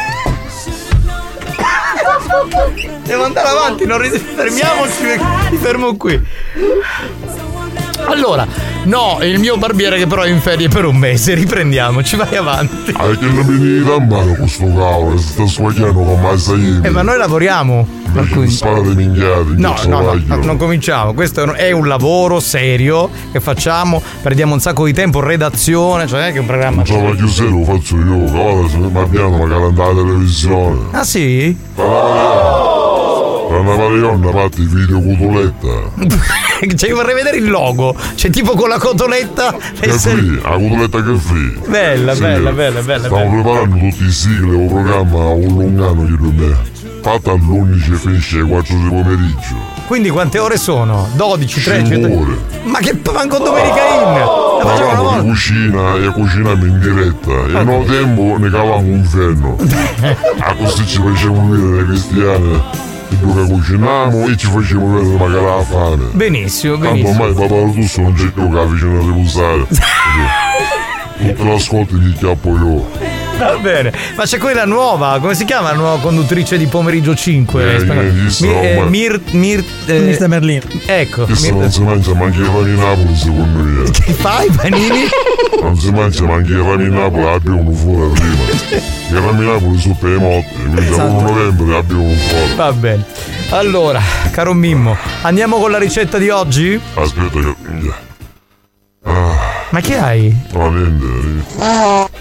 Devo andare avanti, non ris- fermiamoci, mi fermo qui. Allora, no, il mio barbiere che però è in ferie per un mese, riprendiamoci, vai avanti. Hai che non mi dà mano questo cavolo, si sta squagliando come mai sai. Eh, ma noi lavoriamo. Per cui... Spara dei minchiati. No, no, no, no, non cominciamo. Questo è un lavoro serio che facciamo, perdiamo un sacco di tempo, redazione, cioè non è che è un programma. Non so, chiuso lo faccio io, cavolo, se mi abbiamo magari andare alla televisione. Ah sì? Tra una varionna fatti video cotoletta. Cioè io vorrei vedere il logo. Cioè tipo con la cotoletta. Che free, la cotoletta che free. Bella, Sì, bella, bella, bella. Stiamo bella. preparando tutti i sigli, un programma un lungano io e me. Fatta all'undici e finisce alle quattro di pomeriggio. Quindi quante ore sono? dodici, tredici? cinque ore. Ma che manco domenica in! La facciamo una Parliamo volta. di cucina e cuciniamo in diretta. E nel nuovo tempo ne cavamo un ferno. A così ci facciamo vedere le cristiane. E dove cuciniamo e ci facciamo vedere magari la fame. Benissimo, Tanto benissimo. ormai papà Russo non c'è più che la vicina a riposare. Tutto l'ascolto gli chiappo io. Va bene, ma c'è quella nuova, come si chiama la nuova conduttrice di pomeriggio cinque? Eh, Spagnolo? eh, visto, Mi- eh, ma- Mir, Mir, eh, Mirta Merlino. Ecco. Questo Mir- non si mangia manche i rami Napoli secondo me. Che fai, panini? Non si mangia manche i rami Napoli, abbiamo fuori prima. I rami Napoli sono per le motte, quindi Esatto. a uno novembre abbiamo un fuori. Va bene. Allora, caro Mimmo, andiamo con la ricetta di oggi? Aspetta che... Ma che hai? No, niente.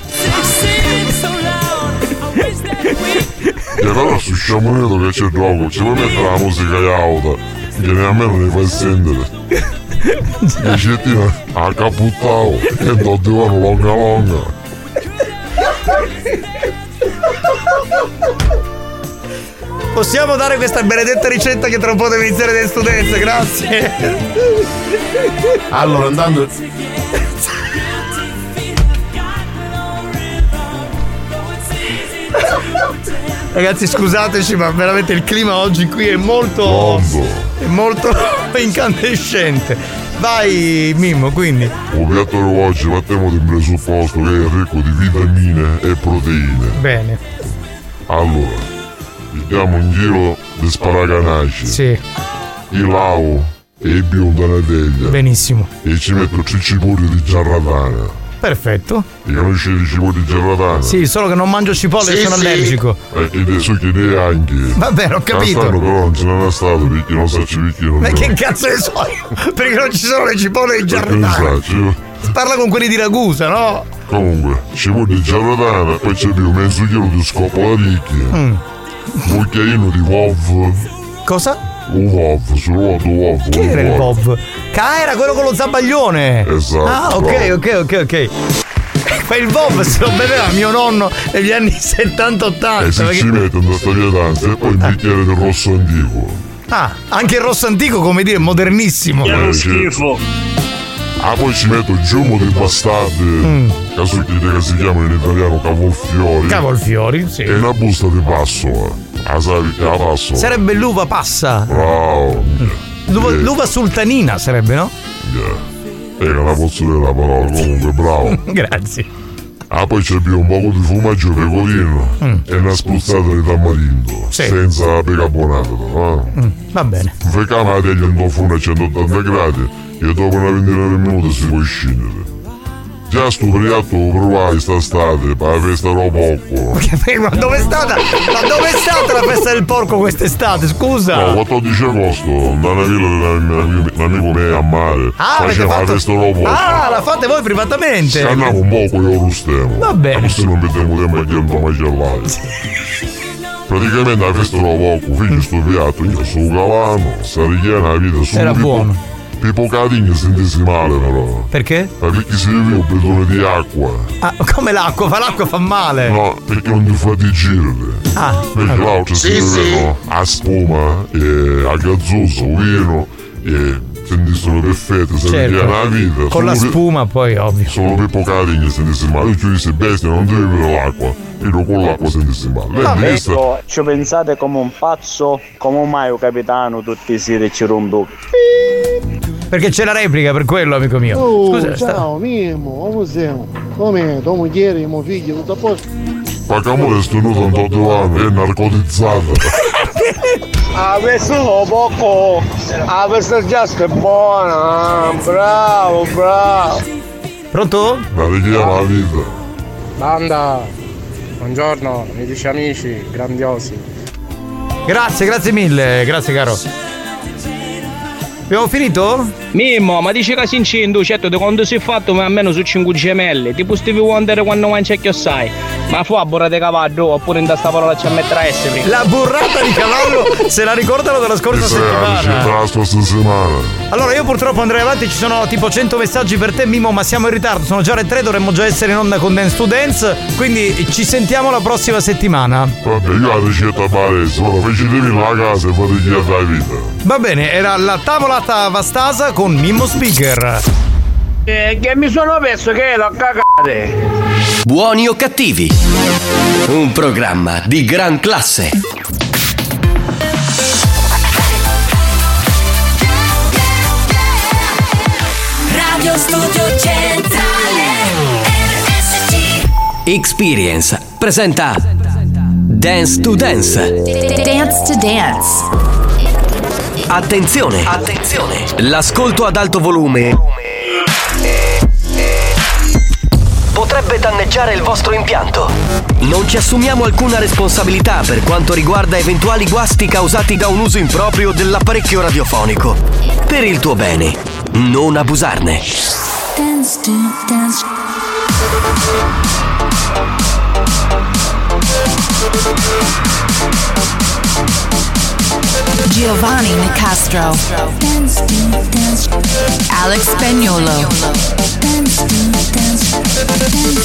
E però su sciamoneto che c'è gioco, ci puoi mettere la musica auto, che ne a me non ne fai sentire. E cettina a caputtao e do divano longa longa. Possiamo dare questa benedetta ricetta che tra un po' deve iniziare le studenze, grazie. Allora, andando. Ragazzi, scusateci, ma veramente il clima oggi qui è molto. Pronto. È molto incandescente. Vai, Mimmo, quindi. Un piatto di oggi partiamo di un presupposto che è ricco di vitamine e proteine. Bene. Allora, mettiamo un chilo di sparaganaci. Sì. Il lao e il biondo una teglia. Benissimo. E ci metto tre cipolle di giarratana. Perfetto. E conoscete i cipolle di giarratana? Sì, solo che non mangio cipolle, Sì, sono sì. allergico. E adesso chiede anche. Va bene, ho capito. Quest'anno però non ce n'è stato perché non so perché non Ma c'è. che cazzo ne so io? Perché non ci sono le cipolle di Perché non giarratana. sa, ci- Parla con quelli di Ragusa, no? Comunque, cipolle di giarratana, poi c'è più mezzo chilo di scopola ricchi. Mm. un cucchiaino di WoW. Cosa? Un WoW, solo un WoW. Che era il WoW? Ah, era quello con lo zabaglione. Esatto. Ah, ok, ok, ok, ok. Ma il WoW se lo beveva mio nonno negli anni settanta ottanta. E si perché... ci mette una stagliatanza e poi il bicchiere del rosso antico. Ah, anche il rosso antico, come dire, modernissimo. Che è schifo. Ah, poi ci metto il giumo di bastardi, mm. caso che si chiamano in italiano cavolfiori. Cavolfiori, sì. E una busta di passo. Ah, sai che la passo? Sarebbe l'uva passa. Bravo. L'uva, yeah. l'uva sultanina sarebbe, no? Yeah. E che la posso dire la parola, comunque, bravo. Grazie. Ah, poi c'è più un po' di formaggio pecorino mm. e una spruzzata di tamarindo, sì. senza bicarbonato, no? Mm. Va bene. Fecchiamo la teglia in forno a centottanta gradi e dopo una ventina di minuti si può scendere. Già sto piatto provai st'estate per la festa del porco. Ma dove è stata? Ma dove è stata la festa del porco quest'estate? Scusa. No, quattordici agosto, da una villa di un amico mio a mare. Ah, faceva fatto... la festa del porco. Ah, la fate voi privatamente? Ci andiamo un po' con io lo stiamo. Va bene. Ma se non mettiamo tempo a chiedere un macellaio. Praticamente la festa del porco, figlio sto piatto, io sono calano, sta richiena la vita su. Era buono. Tipo cadigno sentirsi male però. Perché? Perché si beve un bidone di acqua. Ah, come l'acqua? Fa l'acqua fa male. No, perché non ti fa digerire. Ah. Perché allora. l'altro si sì, bevono sì. a spuma, e a gazzoso, vino e sentiscono perfette, se certo. ne la vita. Con la spuma per, poi ovvio. Solo per pocadigno sentirsi male. Io ci dissi bestia, non devi bere l'acqua. Io con l'acqua sentirsi male. Vabbè, ecco, ci pensate come un pazzo, come mai un capitano tutti i siti ci rompo. Perché c'è la replica per quello, amico mio. Oh, scusa, ciao, sta... Mimmo, come siamo? Come? Tua moglie, mio figlio, tutto a posto? Ma Camore è tenuto ottantotto anni, è narcotizzata. Ah, questo lo poco. Ah, questa già è buona. Bravo, bravo. Pronto? La richiama la vita. Banda, buongiorno, amici amici, grandiosi. Grazie, grazie mille, grazie caro. Abbiamo finito? Mimmo, ma dici che si incinto, certo di quando si è fatto ma almeno su cinque gemelli. Tipo Stevie Wonder quando mangia che sai. Ma fu a burra di cavallo oppure in sta parola c'è a mettere S prima. La burrata di cavallo se la ricordano della scorsa sì, settimana. La scorsa settimana. Allora io purtroppo andrei avanti, ci sono tipo cento messaggi per te Mimmo, ma siamo in ritardo, sono già le tre, dovremmo già essere in onda con Dance to Dance, quindi ci sentiamo la prossima settimana. Vabbè, io la ricetta palese, ora facetevi la casa e fate via la vita. Va bene, era la tavolata vastasa con Mimmo Speaker. Eh, che mi sono perso che l'ho cagate. Buoni o cattivi? Un programma di gran classe. Radio Studio Centrale R S C. Experience presenta Dance to Dance. Dance to Dance. Attenzione, attenzione. L'ascolto ad alto volume potrebbe danneggiare il vostro impianto. Non ci assumiamo alcuna responsabilità per quanto riguarda eventuali guasti causati da un uso improprio dell'apparecchio radiofonico. Per il tuo bene, non abusarne. Dance to dance. Giovanni Nicastro. Dance to dance. Alex Spagnolo. Dance to dance. Dance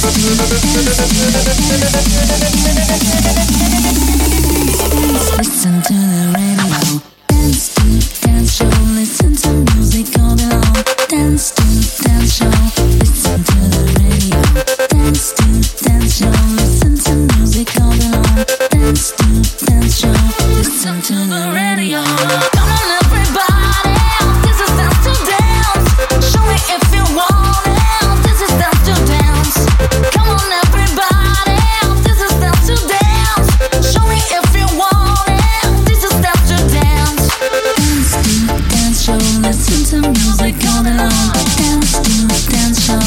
to listen to the radio. Dance to dance show. Listen to music all day long. Dance to dance show. Listen to the radio. Dance to dance show. Listen to music all day long. Dance to dance show. Listen to the radio. Come on everybody, this is dance to dance. Show me if you want it. This is dance to dance. Come on everybody, this is dance to dance. Show me if you want it. This is dance to dance. Dance to dance show. Listen to music all day long. Dance to dance show.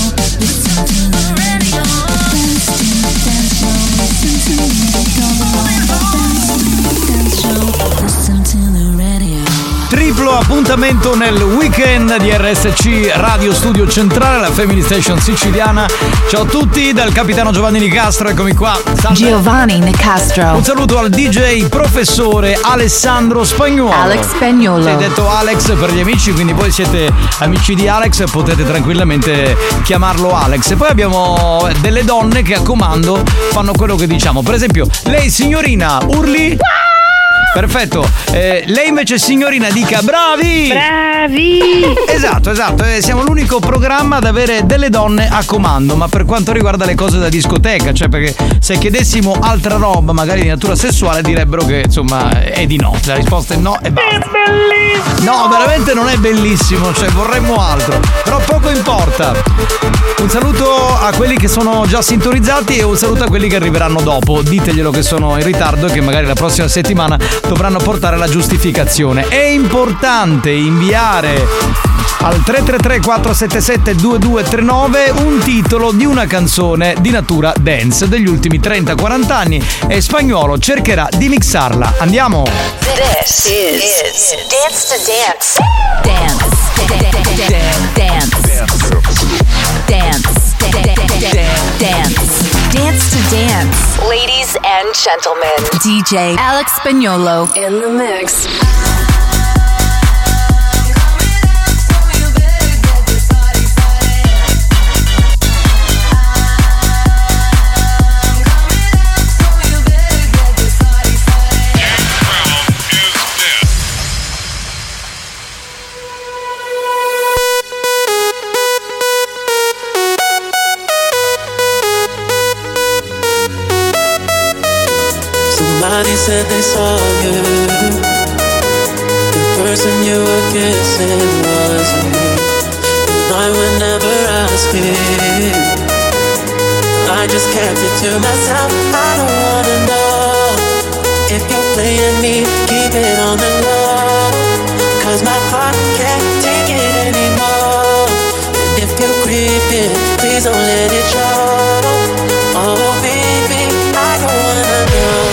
appuntamento nel weekend di R S C Radio Studio Centrale, la Family Station siciliana. Ciao a tutti dal capitano Giovanni Nicastro, eccomi qua. Salve. Giovanni Nicastro. Un saluto al D J professore Alessandro Spagnuolo. Alex Spagnuolo. Si è detto Alex per gli amici, quindi voi siete amici di Alex, potete tranquillamente chiamarlo Alex. E poi abbiamo delle donne che a comando fanno quello che diciamo. Per esempio, lei signorina urli. Perfetto, eh, lei invece signorina dica bravi! Bravi! Esatto, esatto, eh, siamo l'unico programma ad avere delle donne a comando, ma per quanto riguarda le cose da discoteca, cioè perché se chiedessimo altra roba, magari di natura sessuale, direbbero che insomma è di no, la risposta è no e basta. È bellissimo! No, veramente non è bellissimo, cioè vorremmo altro, però poco importa. Un saluto a quelli che sono già sintonizzati e un saluto a quelli che arriveranno dopo, diteglielo che sono in ritardo e che magari la prossima settimana dovranno portare la giustificazione. È importante inviare al tre tre tre quattro sette sette due due tre nove un titolo di una canzone di natura dance degli ultimi trenta quaranta anni e Spagnuolo cercherà di mixarla. Andiamo! This is Dance to Dance. Dance. Dance. Dance. Dance. Dance to Dance. Ladies and gentlemen, D J Alex Spagnuolo in the mix. Somebody said they saw you. The person you were kissing wasn't me. And I would never ask you. I just kept it to myself. I don't wanna know if you're playing me. Keep it on the low, 'cause my heart can't take it anymore. And if you're creeping, please don't let it show. Oh baby, I don't wanna know.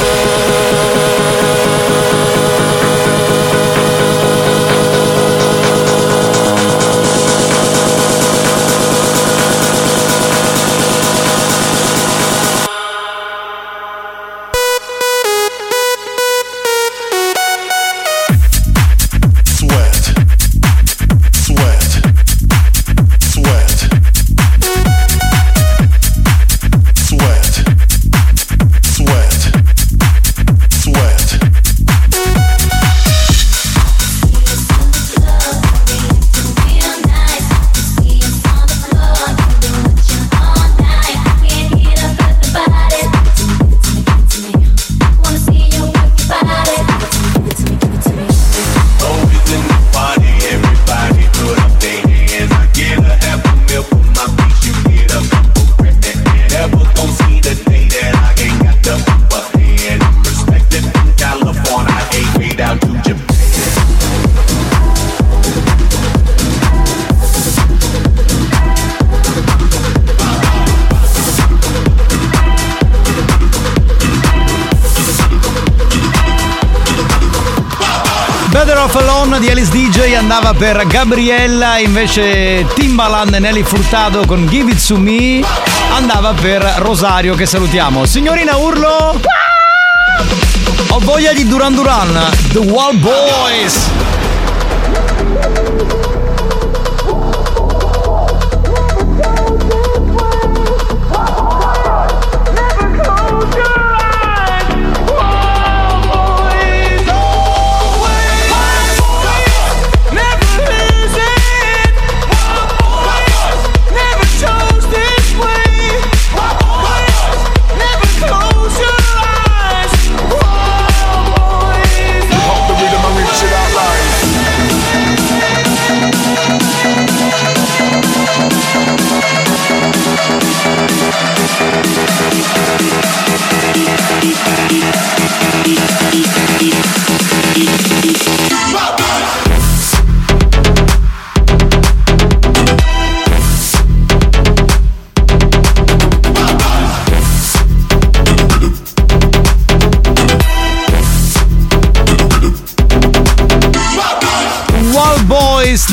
Di Alice D J andava per Gabriella, invece Timbaland e Nelly Furtado con Give It To Me andava per Rosario, che salutiamo. Signorina urlo! Ho voglia di Duran Duran, The Wild Boys.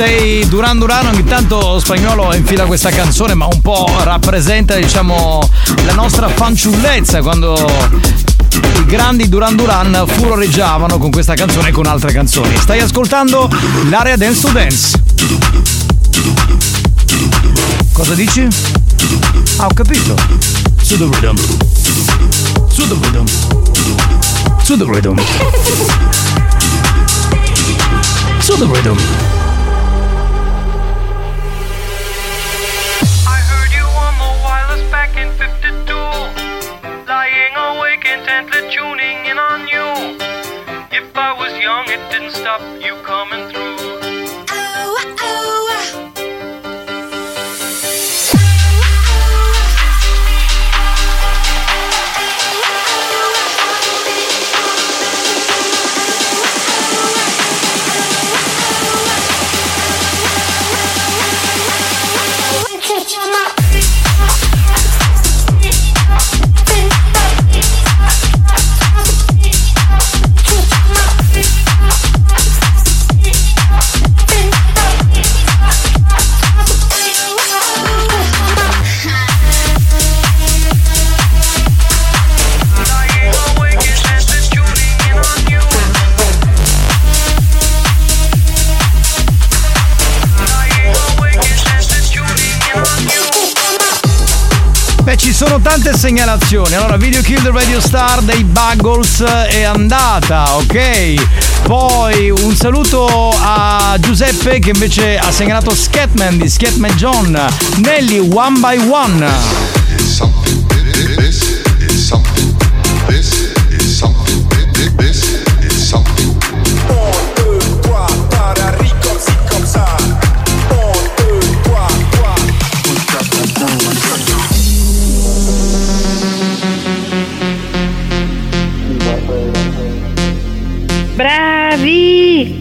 sei Duran Duran, ogni tanto Spagnuolo infila questa canzone, ma un po' rappresenta, diciamo, la nostra fanciullezza, quando i grandi Duran Duran furoreggiavano con questa canzone e con altre canzoni. Stai ascoltando l'area Dance to Dance. Cosa dici? Ah, ho capito. To the rhythm. To the rhythm. To the rhythm. To the rhythm. I heard you on the wireless back in fifty-two, lying awake intently tuning in on you. If I was young, it didn't stop you coming through. Oh, oh. Ci sono tante segnalazioni. Allora, Video Kill the Radio Star dei Buggles è andata, ok? Poi un saluto a Giuseppe che invece ha segnalato Scatman di Scatman John. Nelly One by One. Bravi!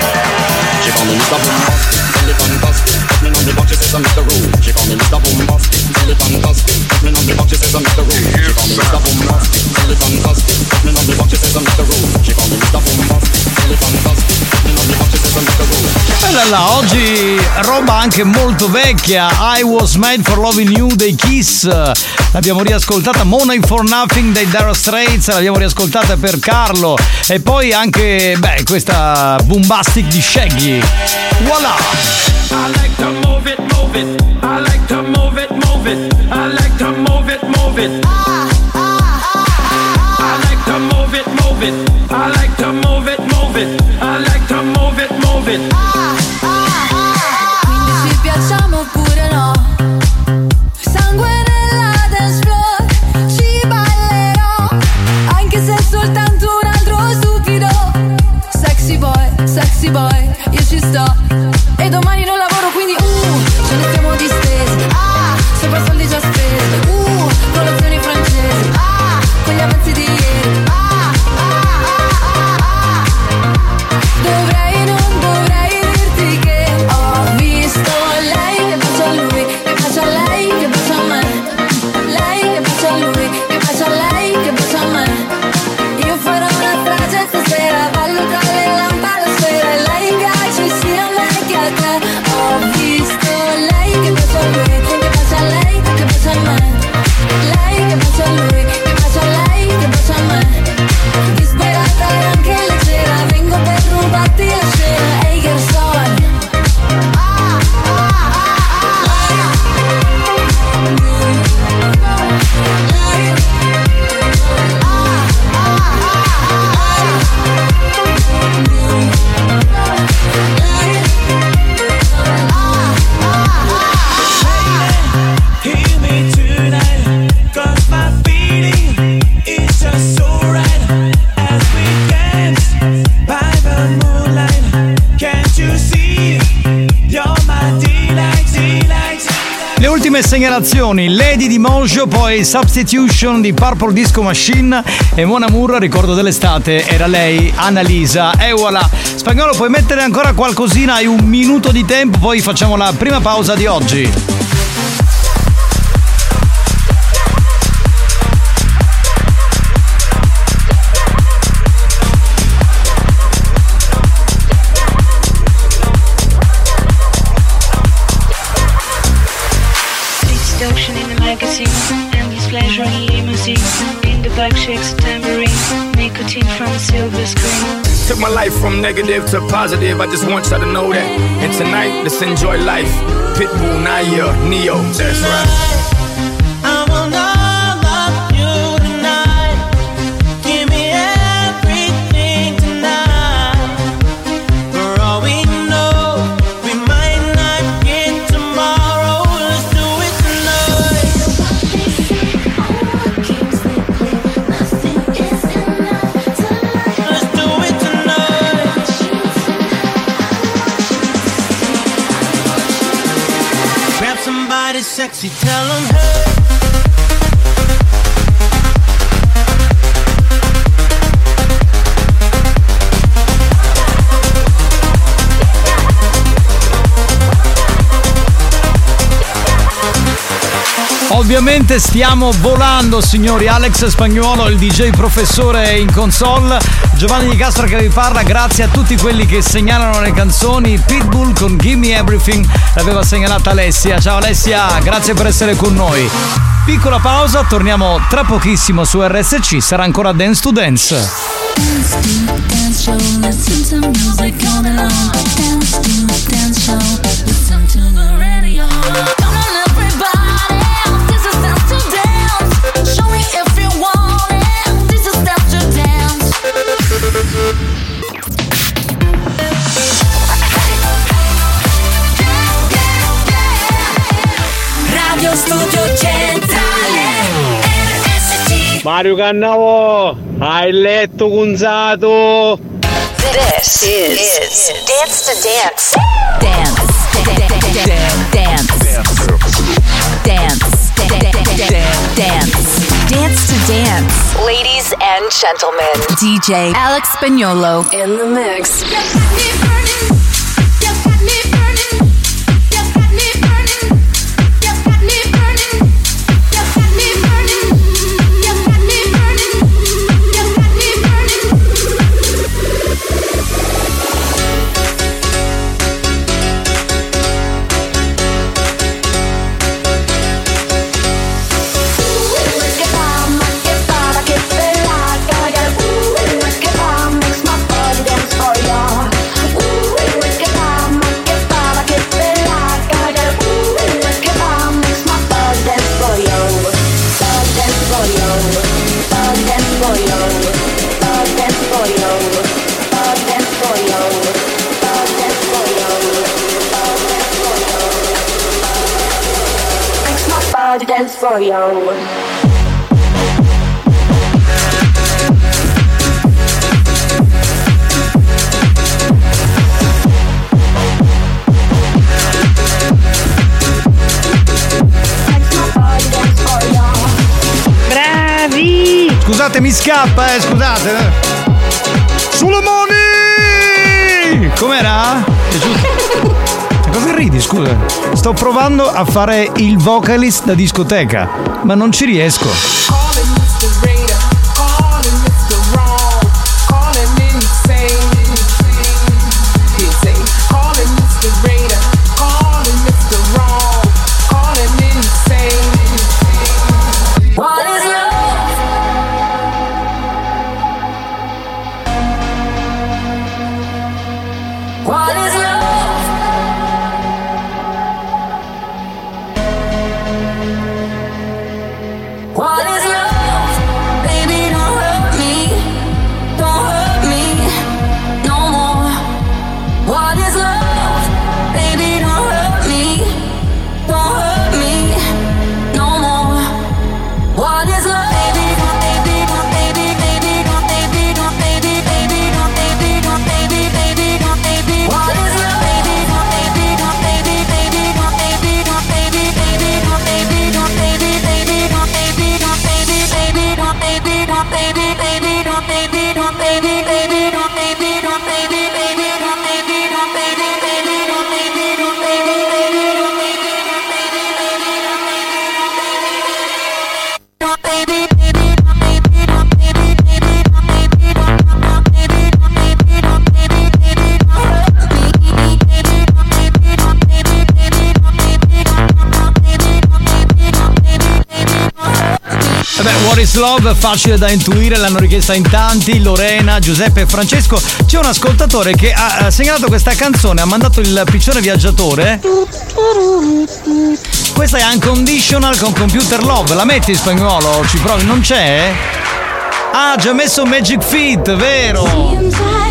She call me Mister Bombastic, Tell it fantastic. Me on the back, she says I'm Mister Rowe. She call me Mister Bombastic. Tell it fantastic. Me on the back, she says I'm Mister Rowe. She call me Mister Bombastic. Tell it fantastic. Me on the back, she says I'm Mister Rowe. Bella là, oggi roba anche molto vecchia. I Was Made for Loving You dei Kiss. L'abbiamo riascoltata. Money for Nothing dei Dire Straits. L'abbiamo riascoltata per Carlo. E poi anche, beh, questa Bombastic di Shaggy. Voilà. I like to move it, move it. I like to move it, move it. I like to move it, move it. I like to move it, move it. I like to move it, move it. I like to move it, move it. Quindi ci piacciamo oppure no? Sangue nella dance floor, ci ballerò, anche se è soltanto un altro stupido. Sexy boy, sexy boy, io ci sto. E domani non lavoro quindi uh, ce ne stiamo distesi. Ah, sopra soldi già spesi. Uh, colazioni francesi. Ah, con gli avanzi di ieri. Ah, ah, ah, ah, ah. Dovrei, non dovrei dirti che ho visto lei che bacia a lui, che bacia a lei, che bacia a me. Lei che bacia a lui, che bacia a lei, che bacia a me. Io farò una strage stasera, ballo tra le lampadosfere. Lei piace sia a me che a te. Ho visto lei che bacia a lui, che bacia a lei, che bacia a me. Lei che bacia a lui, che bacia a lei, che bacia a me. Disperata e anche leggera, vengo per rubarti la scena. Ehi Gerson, ah, ah, ah, ah. Hear me tonight, 'cause my feeling is just so right. As we dance by the moonlight, can't you see? You're my delight, delight. Le ultime segnalazioni: Lady di Mojo, poi Substitution di Purple Disco Machine e Mon Amour, ricordo dell'estate, era lei, Annalisa. E voilà. Spagnolo, puoi mettere ancora qualcosina? Hai un minuto di tempo, poi facciamo la prima pausa di oggi. Seduction in the magazine, endless pleasure in limousine. In the black shakes a tambourine, nicotine from a silver screen. Took my life from negative to positive, I just want y'all to know that. And tonight, let's enjoy life. Pitbull, Naya, Neo, that's right. I will not love you tonight. Give me everything tonight. For all we know, we might not get tomorrow. Let's do it tonight. Let's do it tonight. Grab somebody sexy, tell them hey. Ovviamente stiamo volando, signori. Alex Spagnuolo, il D J professore in console, Giovanni Di Castro che vi parla. Grazie a tutti quelli che segnalano le canzoni. Pitbull con Gimme Everything l'aveva segnalata Alessia. Ciao Alessia, grazie per essere con noi. Piccola pausa, torniamo tra pochissimo su R S C, sarà ancora Dance to Dance. Dance to dance show, listen to music all day long. Dance to dance show, listen to the radio. Come on everybody, this is dance to dance. Show me if you want it, this is dance to dance. Radio Studio Centrale R S C. Mario Cannavo, hai letto Gonzato? This is Dance to Dance. Dance. Dance. Dance. Dance. Dance to Dance. Ladies and gentlemen, D J Alex Spagnuolo in the mix. scoriamo. Bravi! Scusate, mi scappa, eh, scusate. Sulle mani! Com'era? Cosa ridi, scusa? Sto provando a fare il vocalist da discoteca, ma non ci riesco. What is Love, facile da intuire, l'hanno richiesta in tanti, Lorena, Giuseppe e Francesco. C'è un ascoltatore che ha segnalato questa canzone, ha mandato il piccione viaggiatore. Questa è Unconditional con Computer Love, la metti in spagnolo? Ci provi? Non c'è? Ah, già messo Magic Feet, vero?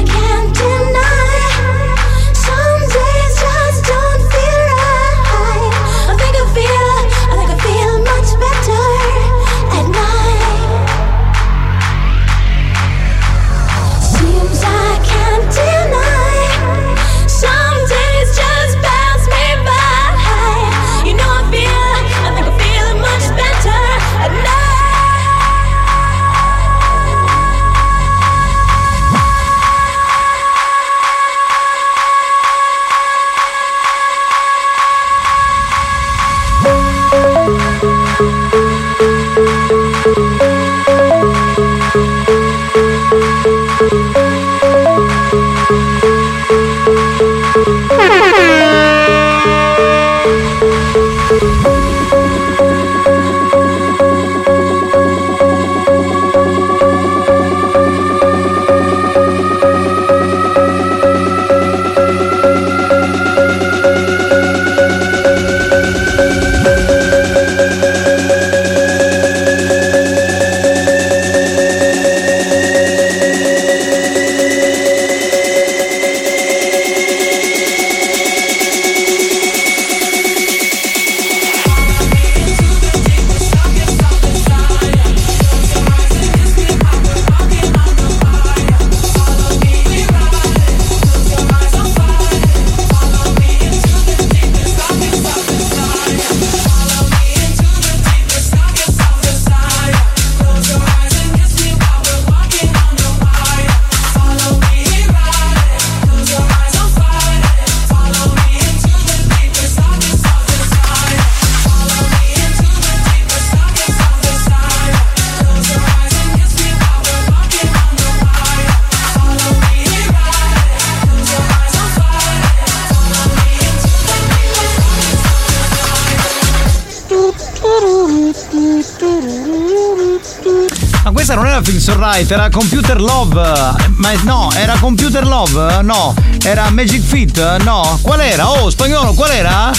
Ma questa non era Feels Alright, era Computer Love. Ma no, era Computer Love? No. Era Magic Feet? No. Qual era? Oh, spagnolo, qual era?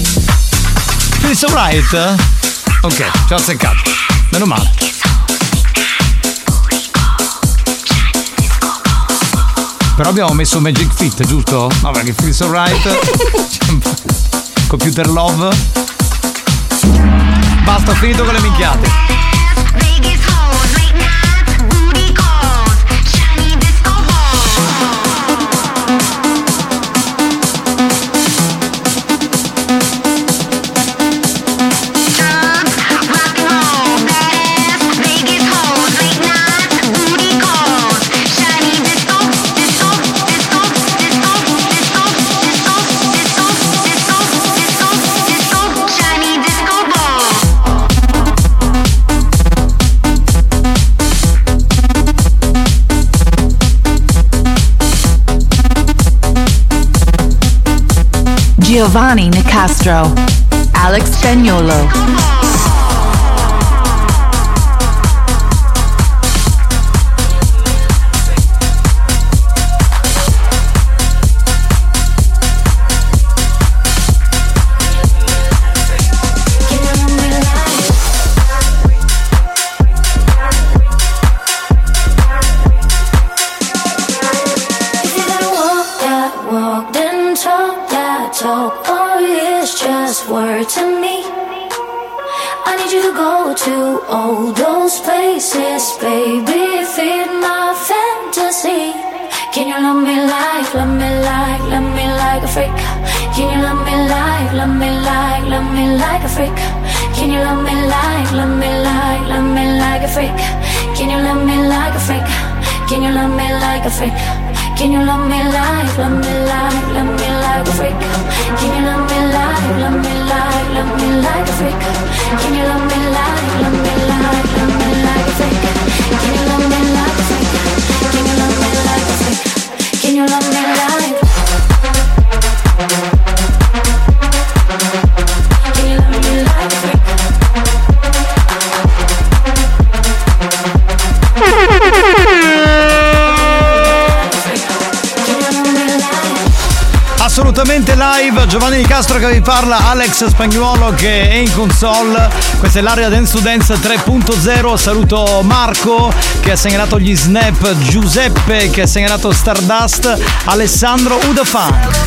Feels Alright? Ok, ci ho azzeccato. Meno male. Però abbiamo messo Magic Feet, giusto? No, perché Feels Alright. Computer Love. basta, ho finito con le minchiate. Giovanni Nicastro, Alex Spagnuolo. To me, I need you to go to all those places, baby, feed my fantasy. Can you love me like, love me like, love me like a freak? Can you love me like, love me like, love me like a freak? Can you love me like, love me like, love me like a freak? Can you love me like a freak? Can you love me like a freak? Can you love me like, love me like, love me like a freak? Can you love me like, love me like, love me like a freak? Can you love me like, love me like, love me like a freak? Can you love me like a freak? Can you love me like a freak? Can you love me like? Can you love me like a freak? Assolutamente live, Giovanni Nicastro che vi parla, Alex Spagnuolo che è in console. Questa è l'area Dance to Dance tre punto zero. Saluto Marco che ha segnalato gli snap, Giuseppe che ha segnalato Stardust, Alessandro Udafan.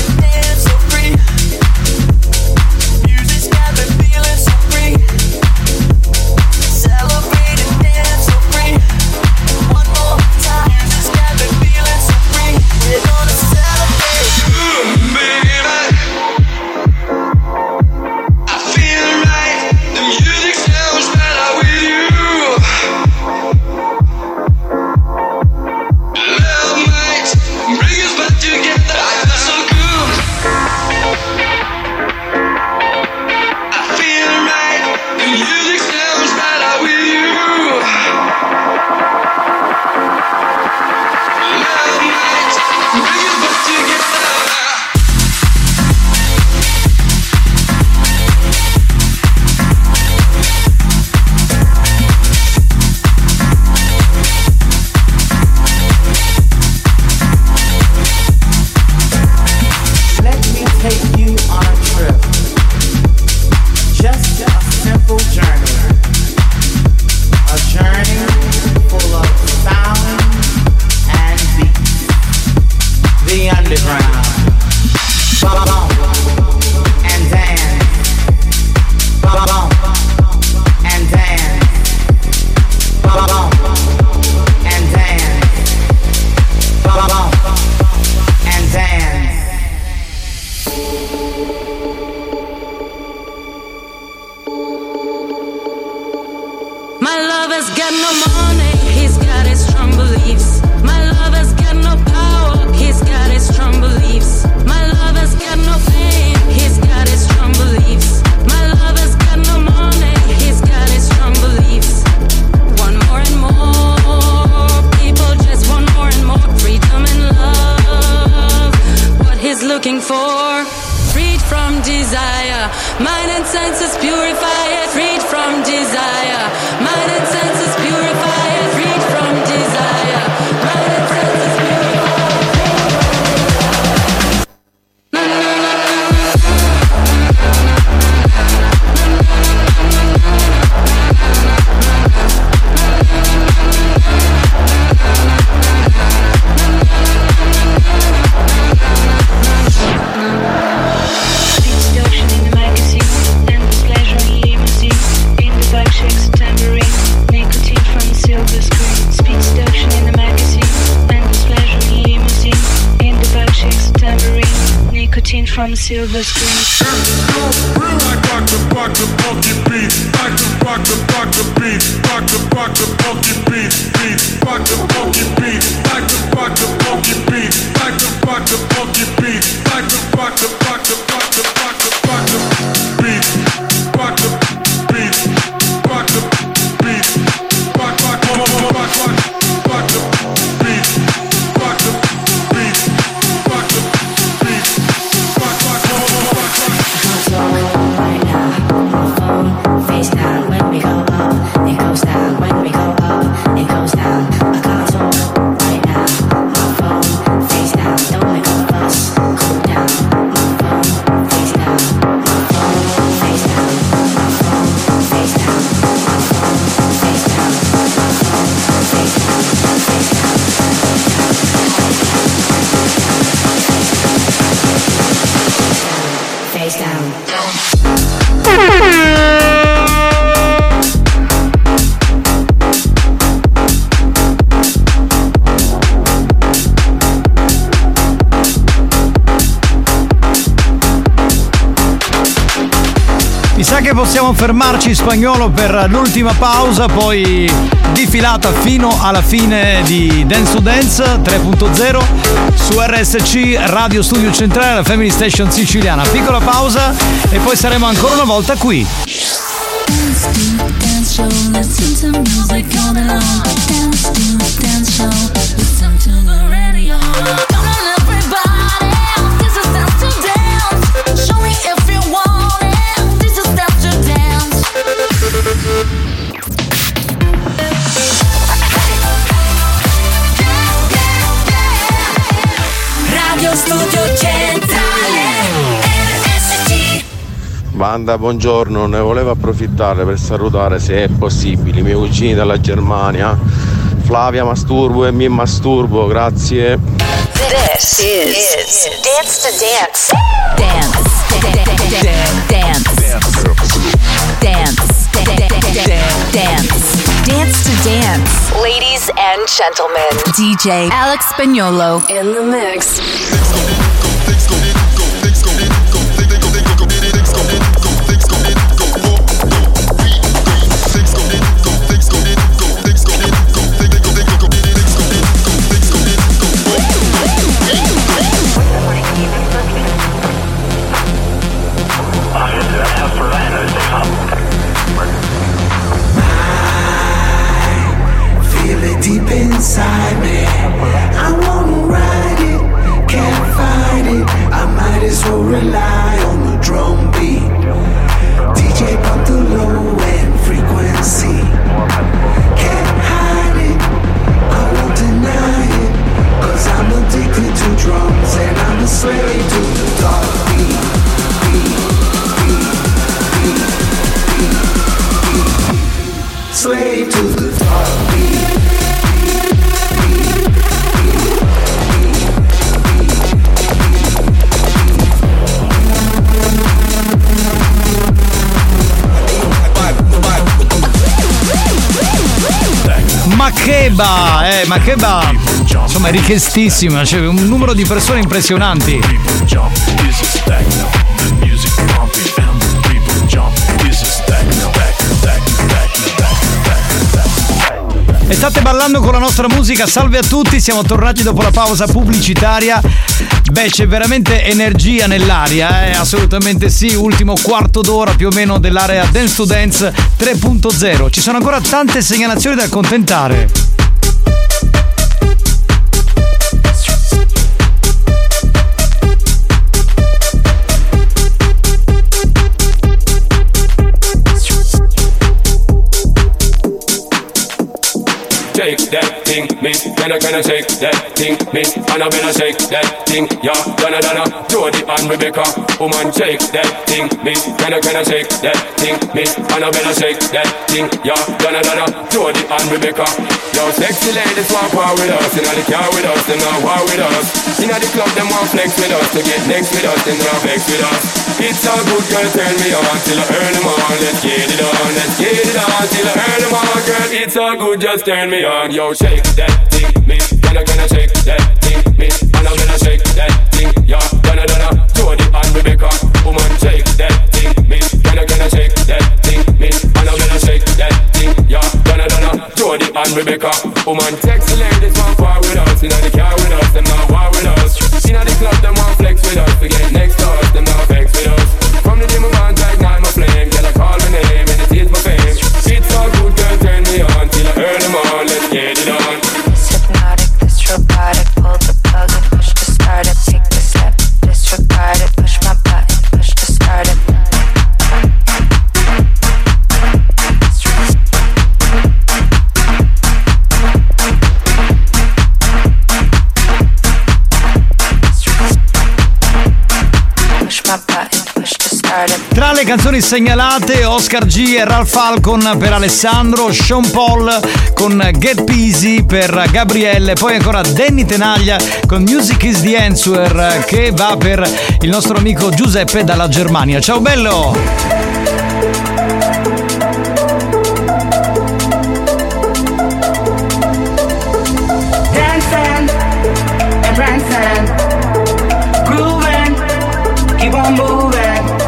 Looking for freed from desire, mind and senses purify it. Freed from desire, mind and senses purify it. Freed from desire, mind and senses Seduction in the magazine, endless pleasure in limousine. from silver screen. Rock the rock the funky beat, rock the rock the rock the beat, rock the rock the funky beat, beat, rock the funky beat, rock the rock the funky beat, rock the rock the funky beat, rock the rock the rock the rock the rock the rock the beat, rock the beat, rock the beat, rock rock rock rock rock rock the beat, rock the beat, rock the beat, rock rock rock rock rock. Right now, my phone face down when we go up, it goes down when we go up, it goes down. I can't talk right now, my phone face down, don't make a fuss, cool down. My phone face down, my phone face down, my phone face down, my phone face down, my phone face down, face down, face down. Mi sa che possiamo fermarci in Spagnolo per l'ultima pausa, poi difilata fino alla fine di Dance to Dance tre punto zero su R S C Radio Studio Centrale, la Family Station siciliana. Piccola pausa e poi saremo ancora una volta qui. Radio Studio Centrale R S C. Banda, buongiorno, ne volevo approfittare per salutare, se è possibile, i miei cugini dalla Germania, Flavia Masturbo e mi Masturbo, grazie. This is Dance to Dance. Dance. Dance. Dance. Dance. Dance to Dance. Ladies and gentlemen, D J Alex Spagnolo in the mix. Deep inside me, I wanna ride it, can't fight it. I might as well rely on the drum beat. D J pump the low end frequency, can't hide it, I won't deny it. Cause I'm addicted to drums and I'm a slave to the dark beat. Beat, beat, beat, beat, beat. Slave to the dark beat. Makeba, eh, Makeba, insomma è richiestissima, c'è un numero di persone impressionanti. E state ballando con la nostra musica, salve a tutti, siamo tornati dopo la pausa pubblicitaria. Beh, c'è veramente energia nell'aria, eh? Assolutamente sì, ultimo quarto d'ora più o meno dell'area Dance to Dance tre punto zero. Ci sono ancora tante segnalazioni da accontentare. Shake that thing, me, gonna gonna shake that thing, me, and I better shake that thing, yeah, gonna gonna, Jody and Rebecca, woman shake that thing, me, gonna gonna shake that thing, me, and I better shake that thing, yeah, gonna gonna, Jody and Rebecca. Yo, sexy ladies want war with us, inna the car with us, they not war with us. Inna the club them want flex with us, to get next with us, they not vex with us. It's all good, girl, turn me on till I earn them on. Let's get it on, let's get it on till I earn them on, girl. It's all good, just turn me on. Yo, shake that thing, me, gonna gonna shake that thing, me, and I'm gonna shake that thing, yeah, gonna gonna, Jody and Rebecca. Woman, shake that thing, me. Can I, can I shake that thing, me? Annabella, shake that thing, yeah. Donna, Donna, Jody and Rebecca. Woman, sexy ladies want war with us. Inna the car with us, them not war with us. Inna the club, them want flex with us. To get next to us, them not vex with us. From the gym, I ignite my flame. Girl, I call my name and it is my fame. It's all good, girl, turn me on till I earn them on. Let's get it on. Hypnotic, this robotic, pull the plug and push to start it. Take the step, disregard it. Push my button, push to start it. Tra le canzoni segnalate, Oscar G e Ralph Falcon per Alessandro, Sean Paul con Get Busy per Gabrielle, poi ancora Danny Tenaglia con Music is the Answer che va per il nostro amico Giuseppe dalla Germania. Ciao bello! Dancing and prancing, grooving, keep on moving.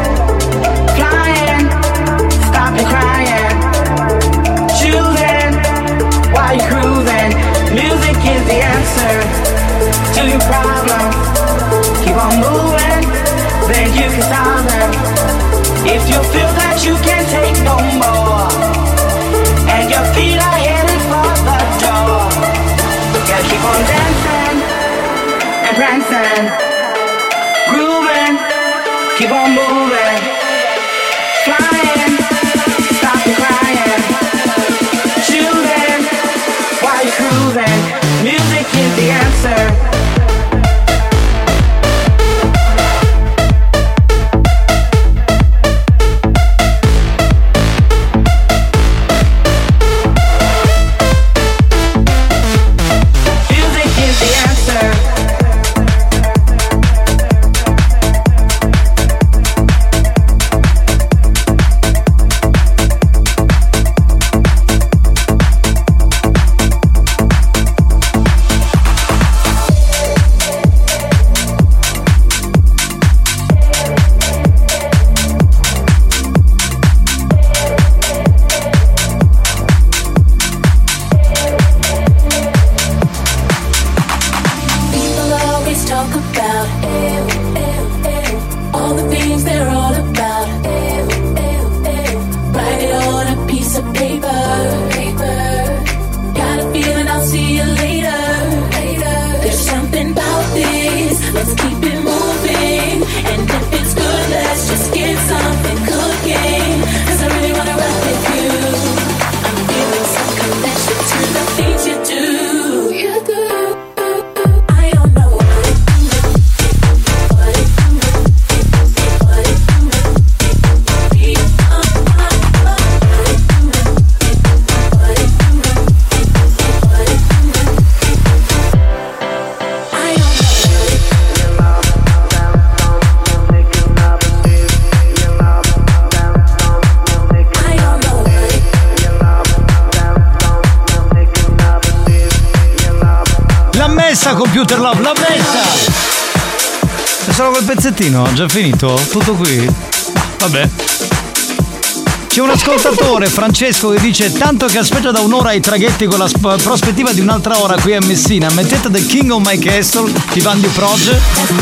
To your problem, keep on moving, then you can solve them. If you feel that you can't take no more, and your feet are headed for the door, gotta keep on dancing and prancing, grooving, keep on moving, flying, stop the crying, shooting while you're cruising. Music is the answer. Computer Love, l'ho messa! È solo quel pezzettino, già finito? Tutto qui? Vabbè. C'è un ascoltatore, Francesco, che dice: tanto che aspetto da un'ora i traghetti con la sp- prospettiva di un'altra ora qui a Messina. Mettete The King of My Castle di Vandy Project.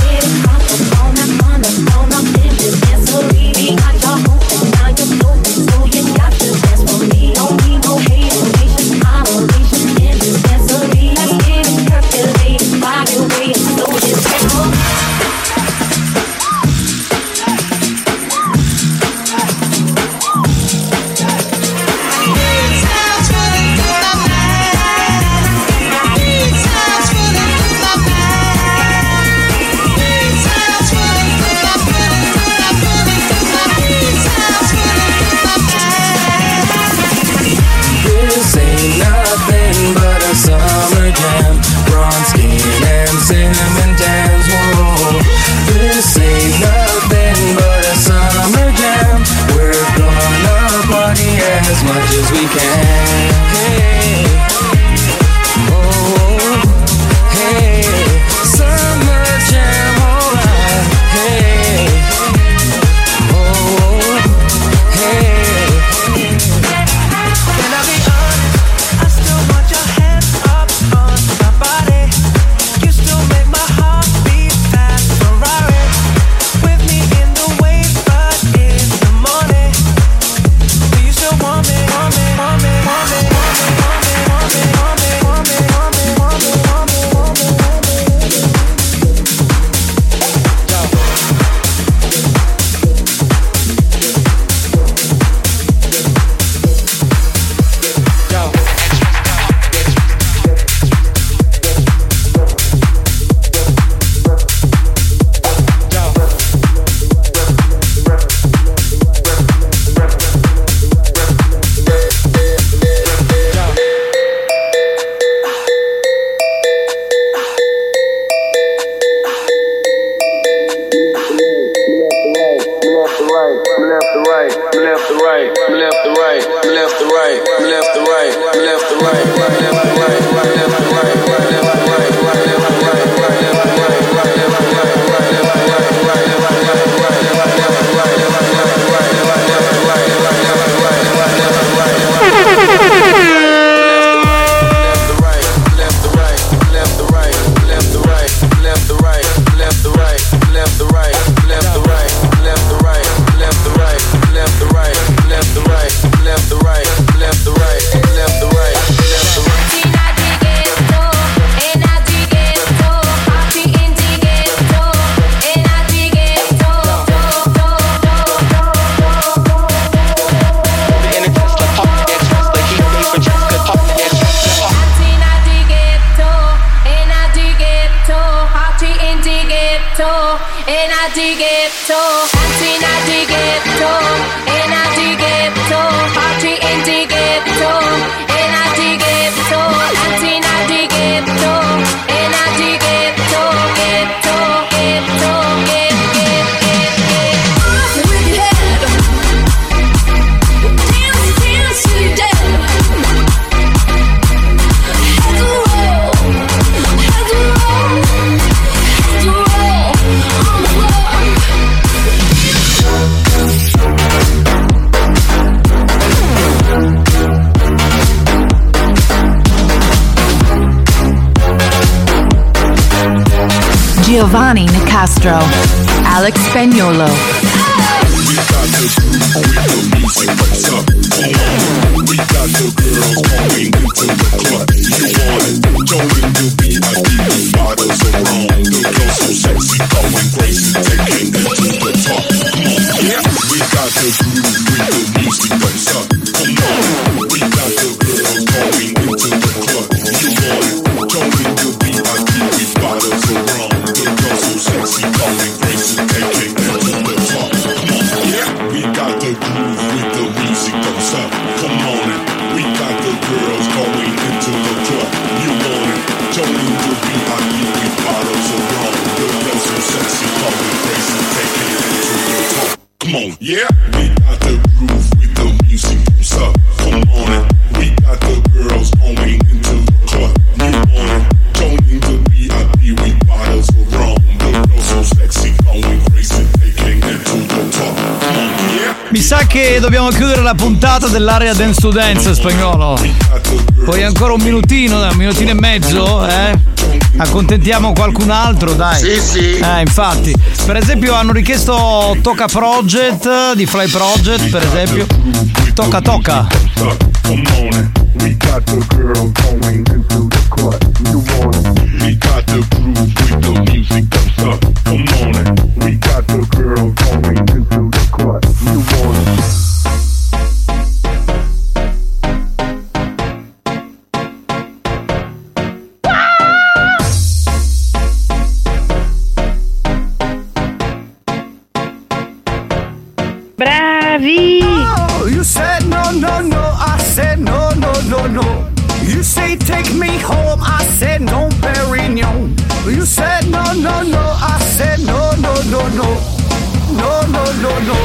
cinnamon jams, whoa. This ain't nothing but a summer jam. We're gonna party as much as we can. Hey, oh, hey, summer jam, alright. Hey, ghetto, in a the ghetto, dancing at the ghetto, in a the ghetto, party in the ghetto, in a the ghetto, dancing at the ghetto, in a the ghetto, ghetto, ghetto, ghetto, ghetto. Off with your head, dance, dance to the dead. Head to roll, head to roll, head to roll on the floor. Giovanni Nicastro, Alex Spagnolo. We got the groove with the music, what's up? Come on. We got the girls going into the club. You want it? Join the V I P, bottles of rum. The girls so sexy, going crazy, taking it to the top. Come on, yeah. We got the groove with the music, what's up? Come on. We got the girls going into the club. You want it? Join the V I P, with bottles of rum. The girls so sexy, going crazy, taking it to the top. Come on, yeah. We got the groove with the music, what's up? Come on it. We got the girls going into the club. You want it? Join the V I P with bottles of rum. The girls so sexy, going crazy, taking it to the top. Come on, yeah. We got the groove with the music, what's up? Come on it. We got the girls going into the club. You want it? Join the V I P with bottles of rum. The girls so sexy, going crazy, taking it to the top. Come on, yeah. Mi sa che dobbiamo chiudere la puntata dell'area Dance to Dance, Spagnolo. Poi ancora un minutino, un minutino e mezzo, eh? Accontentiamo qualcun altro, dai. Sì, sì. Eh, infatti. Per esempio hanno richiesto Toca Project di Fly Project, per esempio. Toca Toca. Come on, we got the girls going into the club. You want it? We got the groove with the music that's up. Come on, we got the girls going into the club. You want it? Bravi! Oh, you said no, no, no. I said no, no, no, no. You say take me home. I said no, Perignon. You said no, no, no. I said no, no, no, no. No, no, no, no.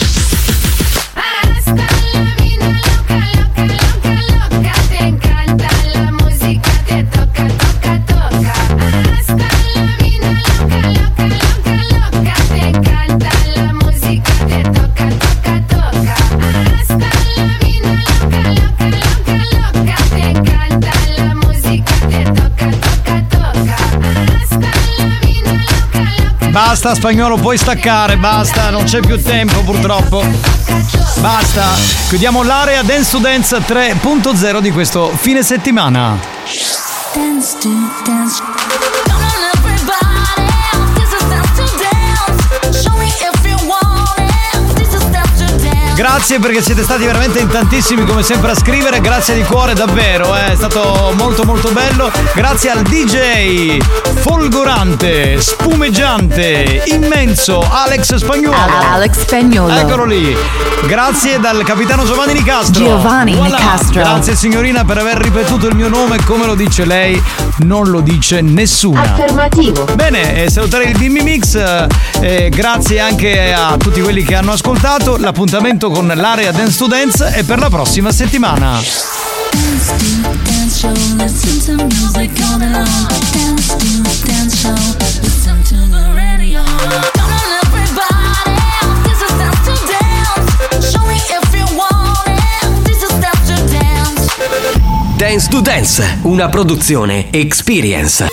Hasta la vida loca, loca, loca, loca. Te encanta la música, te toca, toca, toca. Hasta la vida loca, loca, loca, loca. Te encanta la música, te toca, toca, toca. Hasta la vida loca, loca, loca, loca. Te encanta la música, te toca, toca, toca. Hasta la vida loca, loca. Basta Spagnolo, puoi staccare, basta, non c'è più tempo purtroppo. Basta, chiudiamo l'area Dance to Dance tre punto zero di questo fine settimana. Dance to dance. Come on everybody, this is dance to dance. Show me if you want it. This is dance to dance. Grazie perché siete stati veramente in tantissimi come sempre a scrivere, grazie di cuore davvero, eh. È stato molto molto bello. Grazie al D J folgorante, spumeggiante, immenso Alex Spagnolo. Alex Spagnolo. Eccolo lì. Grazie dal capitano Giovanni Nicastro. Giovanni Voilà. Nicastro. Grazie signorina per aver ripetuto il mio nome come lo dice lei, non lo dice nessuno. Affermativo. Bene, eh, salutare il Bimbi Mix, eh, grazie anche a tutti quelli che hanno ascoltato. L'appuntamento con l'area Dance to Dance è per la prossima settimana. Dance to dance show, listen to music all day long. Dance to dance show, listen to the radio. Come on everybody, this is dance to dance. Show me if you want it, this is dance to dance. Dance to Dance, una produzione Experience.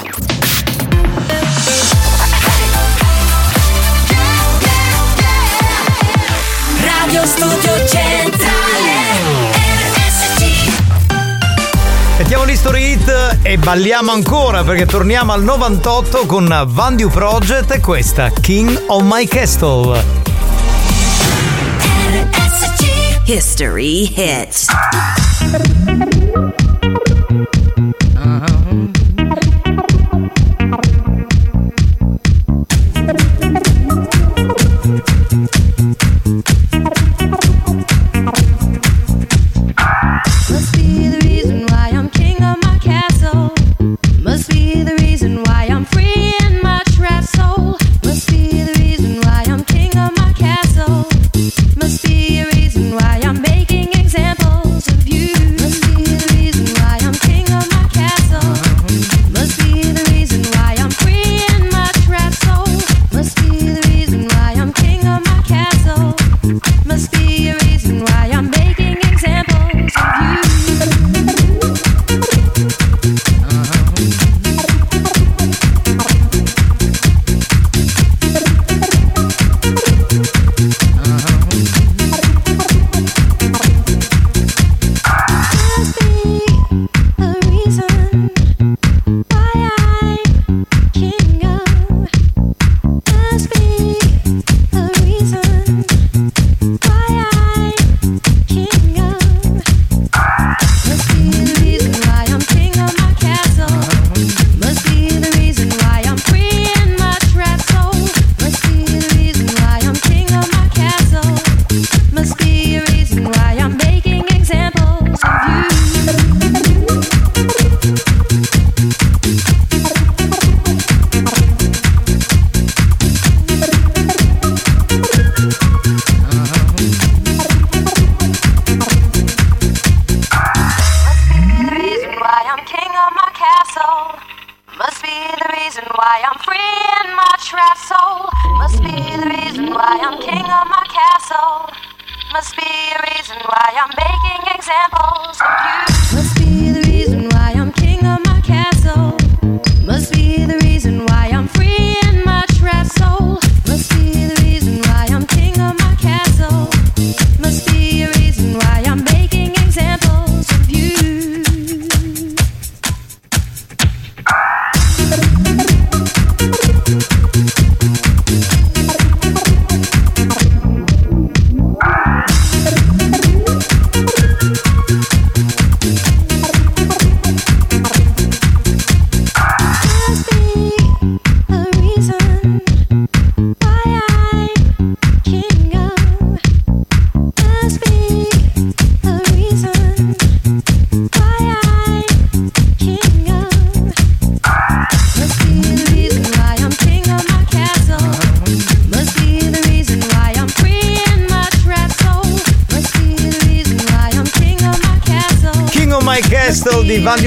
Radio Studio Centrale R S C. Mettiamo l'History Hit e balliamo ancora perché torniamo al novantotto con Van Dew Project e questa King of My Castle. R S C. History Hit.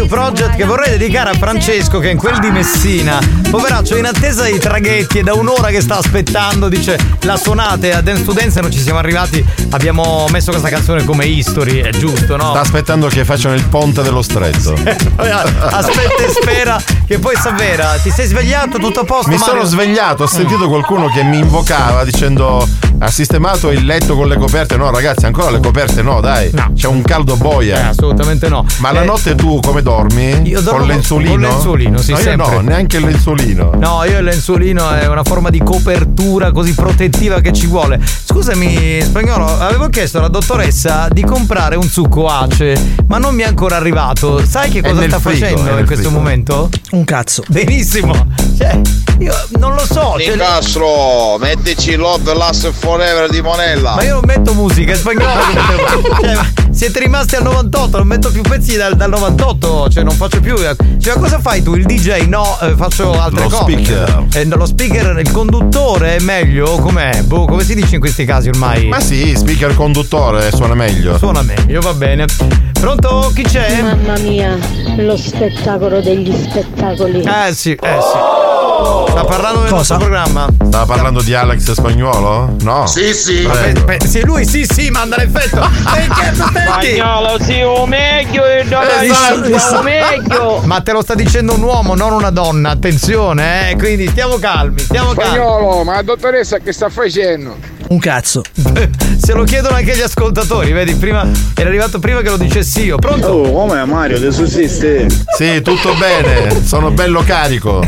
You Project che vorrei dedicare a Francesco, che è in quel di Messina. Poveraccio, in attesa dei traghetti, è da un'ora che sta aspettando, dice la suonate a Dance to Dance e non ci siamo arrivati. Abbiamo messo questa canzone come history, è giusto, no? Sta aspettando che facciano il ponte dello stretto. Aspetta e spera che poi s'avvera. Ti sei svegliato, tutto a posto? Mi Mario? sono svegliato, ho sentito qualcuno che mi invocava dicendo ha sistemato il letto con le coperte. No ragazzi, ancora le coperte no, dai, no. C'è un caldo boia. Eh, assolutamente no. Ma la eh, notte tu come dormi? Io dormo con lenzuolino? Con lenzuolino, sì, no, io sempre. No, neanche il lenzuolino. No, io il lenzuolino è una forma di copertura così protettiva che ci vuole. Scusami Spagnolo, avevo chiesto alla dottoressa di comprare un succo Ace, ma non mi è ancora arrivato. Sai che cosa sta frigo, facendo in questo frigo. momento? Un cazzo. Benissimo. Cioè, io non lo so. Di Cioè, Castro, mettici Love Last Forever di Monella. ma io non metto musica, è spagnolo. Cioè, ma siete rimasti al novantotto, non metto più pezzi dal, dal novantotto, cioè non faccio più. Cioè, ma cosa fai tu? Il D J? No, eh, faccio altre Lo cose. speaker. Eh, no, lo speaker, il conduttore è meglio? Com'è? Boh, come si dice in questi casi ormai? Ma sì, speaker conduttore suona meglio. Suona meglio, va bene. Pronto? Chi c'è? Mamma mia, lo spettacolo degli spettacoli. Eh sì, eh sì. Sta parlando del Cosa? nostro programma. Stava parlando di Alex Spagnuolo? No. Sì, sì. Prego. Beh, sì, lui sì, sì, manda l'effetto. E cazzo attenti? Spagnolo, sì, o meglio e Esatto. o meglio. Ma te lo sta dicendo un uomo, non una donna, attenzione, eh. Quindi stiamo calmi, stiamo calmi. Spagnolo, ma la dottoressa che sta facendo? Un cazzo. Se lo chiedono anche gli ascoltatori, vedi, prima era arrivato prima che lo dicessi io. Pronto? Oh, come Mario, te sussiste? Sì, tutto bene, sono bello carico.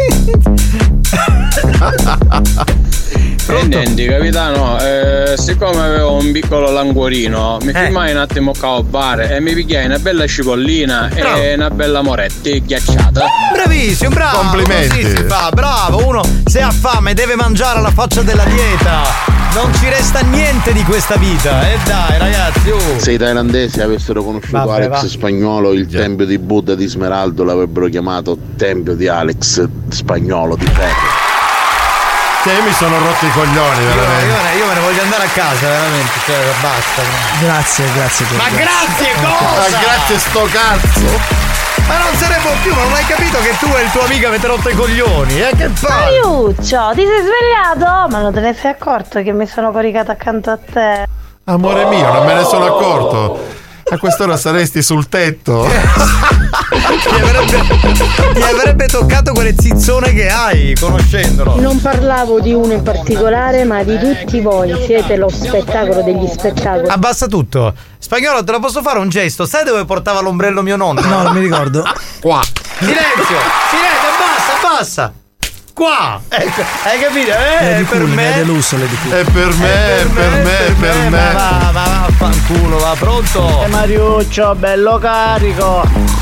E niente, capitano, eh, siccome avevo un piccolo languorino, mi Eh. filmai un attimo qua al bar e mi pigliai una bella cipollina Bravo. e una bella moretti ghiacciata. Bravissimo, bravo. Complimenti. Così si fa, bravo. Uno se ha fame deve mangiare alla faccia della dieta. Non ci resta niente di questa vita. E eh dai, ragazzi. Oh. Se i thailandesi avessero conosciuto Vabbè, Alex va. Spagnolo, il tempio di Buddha di Smeraldo l'avrebbero chiamato tempio di Alex Spagnolo di Ferro. Che mi sono rotti i coglioni, Io, veramente. io me ne- io me ne voglio andare a casa, veramente. Cioè, basta. Grazie, grazie. Ma grazie, Ma cosa? grazie sto cazzo. Ma non se ne può più, ma non hai capito che tu e il tuo amico avete rotto i coglioni, eh? Che fai? Aiuccio, ti sei svegliato? Ma non te ne sei accorto che mi sono coricata accanto a te? Amore mio, non me ne sono accorto. A quest'ora saresti sul tetto. Ti avrebbe, ti avrebbe toccato quelle zizzone che hai, conoscendolo. Non parlavo di uno in particolare, ma di tutti voi. Siete lo spettacolo degli spettacoli. Abbassa tutto. Spagnolo, te lo posso fare un gesto? Sai dove portava l'ombrello mio nonno? No, non mi ricordo. Qua. Silenzio! Silenzio, abbassa, abbassa! Qua! Ecco, hai capito? Eh, Eh, di per cui mi me. ha deluso le di cui. È per me, per me, per Ma me. va, ma va, fanculo, va, pronto? Mariuccio, bello carico.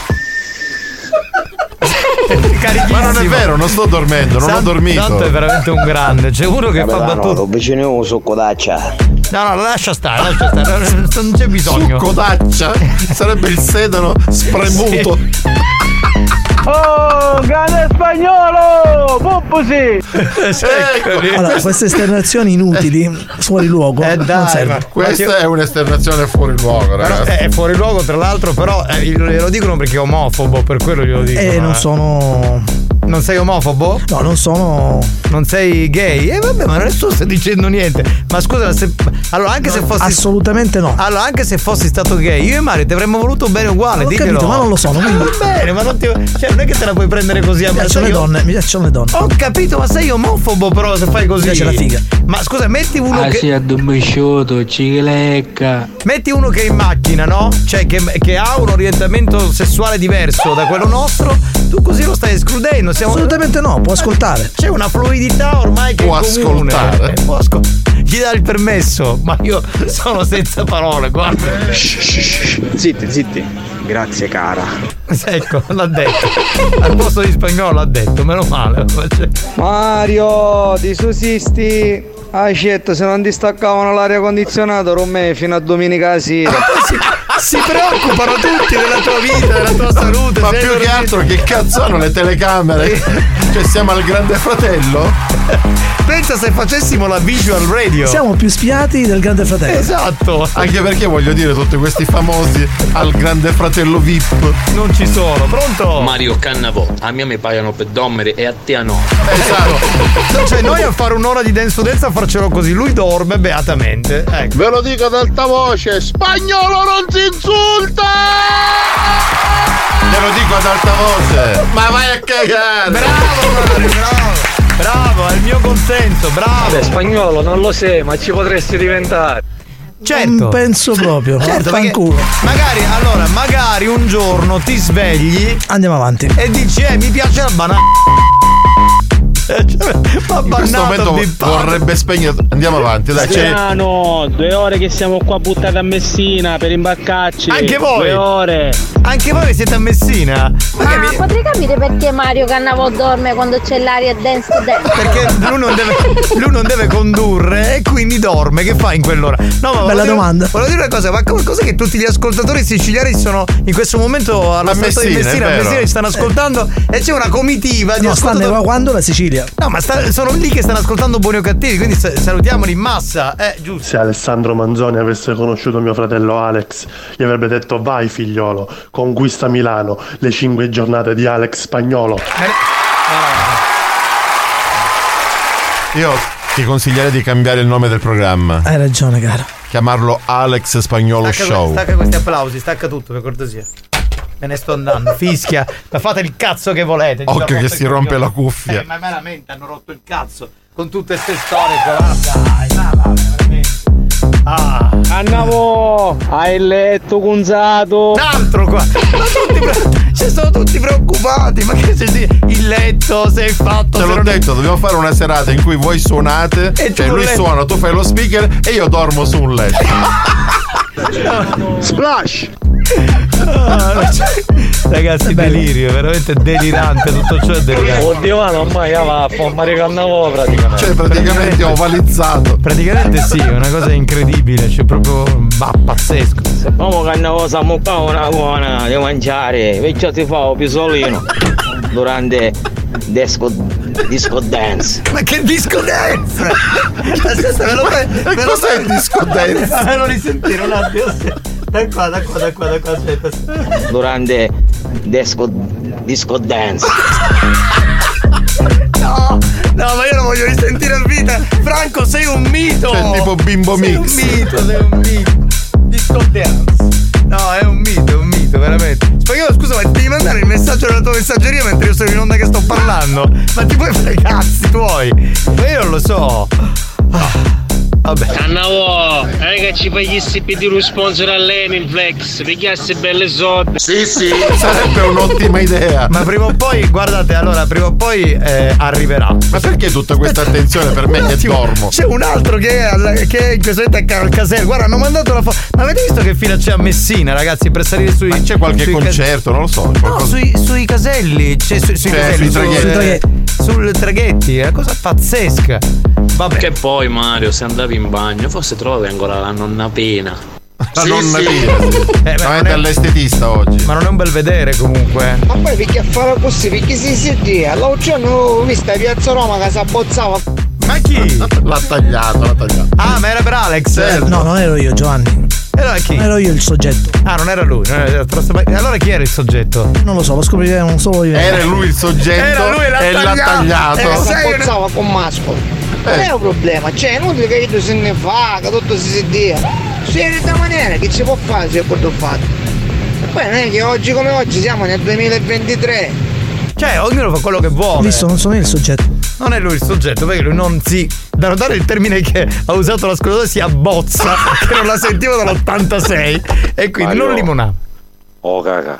Carichissimo. Ma non è vero, non sto dormendo, non ho Sant- dormito. Santo è veramente un grande. C'è uno che fa battute. vicino un succo d'accia. No, no, lascia stare, lascia stare. Non, non c'è bisogno. Succo d'accia. Sarebbe il sedano spremuto. Oh, grande spagnolo! Puppusi! Eccoli. Allora, queste esternazioni inutili, fuori luogo, Eh, dai, non serve. ma- Questa è un'esternazione fuori luogo, Però ragazzi. è fuori luogo, tra l'altro, però eh, glielo dicono perché è omofobo, per quello glielo dicono. E non eh. sono. Non sei omofobo? No, non sono. Non sei gay? E eh, vabbè, ma nessuno sta dicendo niente. Ma scusa, se. Allora, anche se fossi. Assolutamente no. Allora, anche se fossi stato gay, io e Mario ti avremmo voluto bene uguale, Ho diglielo. capito, ma non lo sono, quindi- Va bene, ma non ti. Cioè, non è che te la puoi prendere così a Mi me. piacciono le io- donne, mi piacciono le donne. Ho capito, ma sei omofobo però se fai così. Mi piace la figa. Ma scusa, metti uno Ah che. sì, addormisciuto, cilecca. Metti uno che è in macchina, no? Cioè che, che ha un orientamento sessuale diverso da quello nostro, tu così lo stai escludendo. Siamo... Assolutamente no, può ascoltare. C'è una fluidità ormai che Può è comune. ascoltare. Eh, può ascol- Gli dà il permesso, ma io sono senza parole, guarda. Zitti, zitti. Grazie cara. Ecco, l'ha detto. Al posto di spagnolo l'ha detto, meno male. Mario, ti sussisti? Ah, certo, se non ti staccavano l'aria condizionata con me fino a domenica sera. Si, si preoccupano tutti della tua vita, della tua salute. Ma sei più che dormito. altro che cazzo hanno le telecamere? Cioè siamo al Grande Fratello? Pensa se facessimo la visual radio. Siamo più spiati del Grande Fratello. Esatto. Anche perché voglio dire, tutti questi famosi al Grande Fratello V I P non ci sono. Pronto? Mario Cannavò, a me mi pagano per dormire e a te a no. Esatto. Cioè noi a fare un'ora di dance to dance a farcelo così, lui dorme beatamente. Ecco. Ve lo dico ad alta voce, spagnolo non si insulta! Te lo dico ad alta voce. Ma vai a cagare. Bravo Mario, bravo. Bravo, è il mio consenso, bravo. Beh, spagnolo non lo sei, ma ci potresti diventare. Certo. Non penso proprio. Certo, perché Fanculo. magari, allora, magari un giorno ti svegli. Andiamo avanti. E dici, eh, mi piace la banana. Cioè, ma in questo momento vorrebbe spegnere. Andiamo avanti, dai. C'è... no, due ore che siamo qua buttati a Messina per imbarcarci. Anche voi? Due ore. Anche voi siete a Messina? Ma ah, mi... potrei capire perché Mario Cannavò dorme quando c'è l'aria dance to dance? Perché lui non deve, lui non deve condurre e quindi dorme. Che fa in quell'ora? No, ma bella dire, domanda. Volevo dire una cosa, ma cos'è che tutti gli ascoltatori siciliani sono in questo momento allo stato di Messina? A Messina ci stanno ascoltando eh. e c'è una comitiva di no, ascoltatori. Stanno evacuando la Sicilia. No, ma sta, sono lì che stanno ascoltando Buoni o Cattivi, quindi salutiamoli in massa, eh, giusto. Se Alessandro Manzoni avesse conosciuto mio fratello Alex, gli avrebbe detto: vai figliolo, conquista Milano, le cinque giornate di Alex Spagnolo. Io ti consiglierei di cambiare il nome del programma. Hai ragione, cara. Chiamarlo Alex Spagnolo stacca, Show. Stacca questi applausi, stacca tutto per cortesia. Me ne sto andando, fischia, ma fate il cazzo che volete. Occhio che si rompe la cuffia. Eh, ma veramente hanno rotto il cazzo con tutte ste storie. Dai, va, va, veramente. Ah. Annavo, hai il letto cunzato. Un altro qua. Ma tutti pre- cioè, sono tutti preoccupati. Ma che sei il letto sei fatto? Te l'ho non... detto, dobbiamo fare una serata in cui voi suonate. E cioè lui letto. suona, tu fai lo speaker e io dormo su un letto. Splash. Ah, cioè, ragazzi, delirio, veramente delirante, tutto ciò è delirante. Oddio, ma non mai va a Mario Cannavò praticamente. Cioè, praticamente, praticamente ovalizzato. Praticamente sì, è una cosa incredibile, cioè proprio bah, pazzesco. Se proprio Cannavò siamo qua una buona di mangiare, invece ti fa un pisolino durante disco, disco dance. Ma che disco dance? Aspetta, me lo fai. Me lo fai il disco dance? Me lo risentire un attimo. Da qua, da qua, da qua, da qua, aspetta. Durante disco, disco dance. No, no, ma io lo voglio risentire a vita. Franco, sei un mito. Cioè, tipo Bimbo sei Mix. Sei un mito, sei un mito. Disco dance. No, è un mito, è un mito, veramente. Spagnolo, scusa, ma devi mandare il messaggio della tua messaggeria mentre io sono in onda che sto parlando. Ma ti puoi fare i cazzi tuoi? Ma io non lo so. Ah. Vabbè. Cannavò, non è che ci facessi più di uno sponsor a Lenin Flex, pigliassi belle soldi. Sì, sì, sarebbe un'ottima idea. Ma prima o poi, guardate, allora, prima o poi eh, arriverà. Ma perché tutta questa attenzione per me che dormo? C'è un altro che è, al, che è in questo momento al casello. Guarda, hanno mandato la foto. Ma avete visto che fila c'è a Messina, ragazzi, per salire sui. Ma c'è qualche concerto, cas- non lo so. No, sui, sui caselli. C'è su, sui cioè, caselli. Sui traghetti. Sui traghetti. Sul traghetti, è una cosa pazzesca. Vabbè. Che poi, Mario, se andavi in bagno, forse trovavi ancora la nonna Pena. La sì, nonna sì. Pena. Eh, ma è all'estetista oggi. Ma non è un bel vedere comunque. Ma poi perché a fare così? Perché si sentiva? L'altro giorno ho visto a Piazza Roma che si abbozzava. Ma chi? L'ha tagliato, l'ha tagliato. Ah, ma era per Alex? Certo. No, non ero io, Giovanni. Allora chi? Non ero io il soggetto. Ah, non era lui. Non era... Allora chi era il soggetto? Non lo so, lo scopriremo, non so io. Era lui il soggetto era lui, l'ha e tagliato. l'ha tagliato. E si abbozzava con mascolo. Non è un problema, cioè è inutile che io se ne fa, che tutto si sentia. Si è di maniera che ci può fare se è quello fatto. E poi non è che oggi come oggi siamo nel duemilaventitré. Cioè, ognuno fa quello che vuole. Visto, non sono io il soggetto. Non è lui il soggetto, perché lui non si. Da notare il termine che ha usato l'ascoltatore, si abbozza, che non la sentivo dall'ottantasei. E quindi Mario. Non limonava. Oh caga.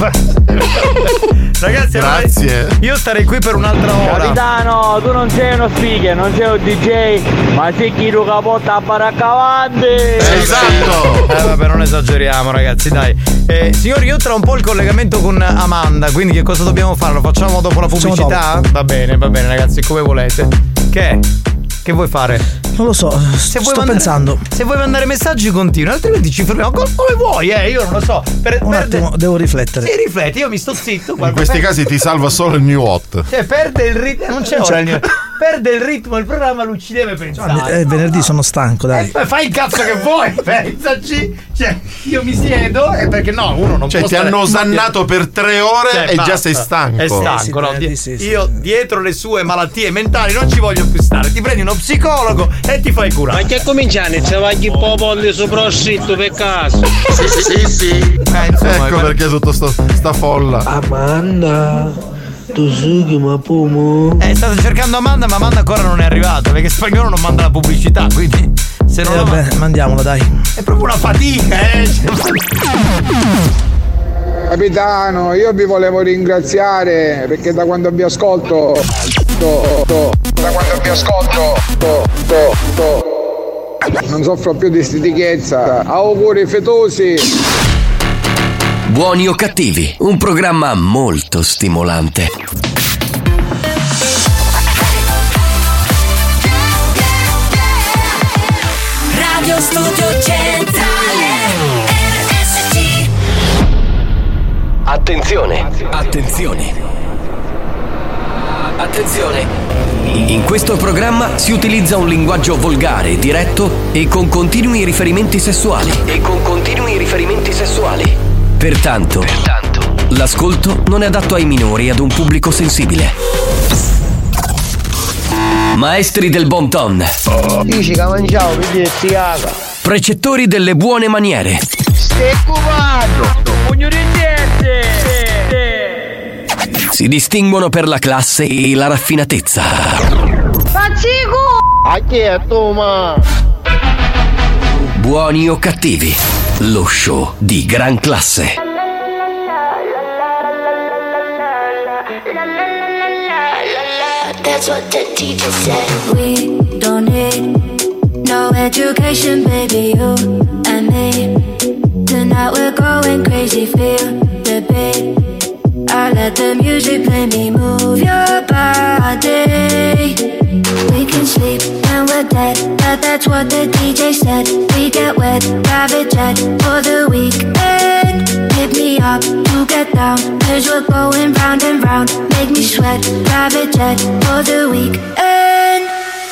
Ragazzi, grazie. Allora, io starei qui per un'altra ora. Capitano, tu non sei uno speaker, non sei un D J, ma sei chi lo capotta a baraccavante. Esatto. Eh vabbè, non esageriamo, ragazzi, dai. Eh, signori, io tra un po' il collegamento con Amanda, quindi che cosa dobbiamo fare? Lo facciamo dopo la pubblicità? Va bene, va bene, ragazzi, come volete. Che è? Che vuoi fare? Non lo so, se vuoi sto mandare, pensando. Se vuoi mandare messaggi continua, altrimenti ci fermiamo come vuoi, eh, io non lo so. Per, Un perde... attimo, devo riflettere. Sì, rifletti, io mi sto zitto. In questi per... casi ti salva solo il New Hot. Cioè, perde il ritmo, non c'è ora il mio... Perde il ritmo il programma, lui ci deve pensare. È venerdì, sono stanco, dai. Eh, fai il cazzo che vuoi, pensaci. Cioè, io mi siedo e perché no, uno non cioè, può ti stare... hanno osannato per tre ore cioè, e basta. già sei stanco. È stanco, no? Sì, sì, sì, io dietro le sue malattie mentali non ci voglio più stare. Ti prendi uno psicologo e ti fai curare. Ma che cominciani? C'è vai un po' di soprascritto per caso. Sì, sì, sì, sì. Eh, insomma, ecco perché tutto sto, sta folla. Amanda, tu sughi ma pomo. Eh, state cercando Amanda, ma Amanda ancora non è arrivata perché Spagnolo non manda la pubblicità, quindi se non eh, lo vabbè, manda... mandiamola, dai. È proprio una fatica, eh. Capitano, io vi volevo ringraziare perché da quando vi ascolto to, to, da quando vi ascolto to, to, to, non soffro più di stitichezza. Auguri fetosi. Buoni o cattivi, un programma molto stimolante. Radio Studio Centrale R S C. Attenzione, attenzione. Attenzione. In questo programma si utilizza un linguaggio volgare, diretto e con continui riferimenti sessuali. E con continui riferimenti sessuali. Pertanto, Pertanto, l'ascolto non è adatto ai minori e ad un pubblico sensibile. Maestri del bon ton. Dici che mangiavo, vedi che ti caga. Precettori delle buone maniere. Stai cubando. Pugno di niente. Si distinguono per la classe e la raffinatezza. Pazzico! A chi è tu, ma? Buoni o cattivi, lo show di gran classe. That's what the D J said. We don't need no education, baby, you and me. Tonight we're going crazy, feel the beat. I let the music play me, move your body. We can sleep when we're dead, but that's what the D J said. We get wet, private jet for the weekend. Hit me up to get down, cause we're going round and round. Make me sweat, private jet for the weekend.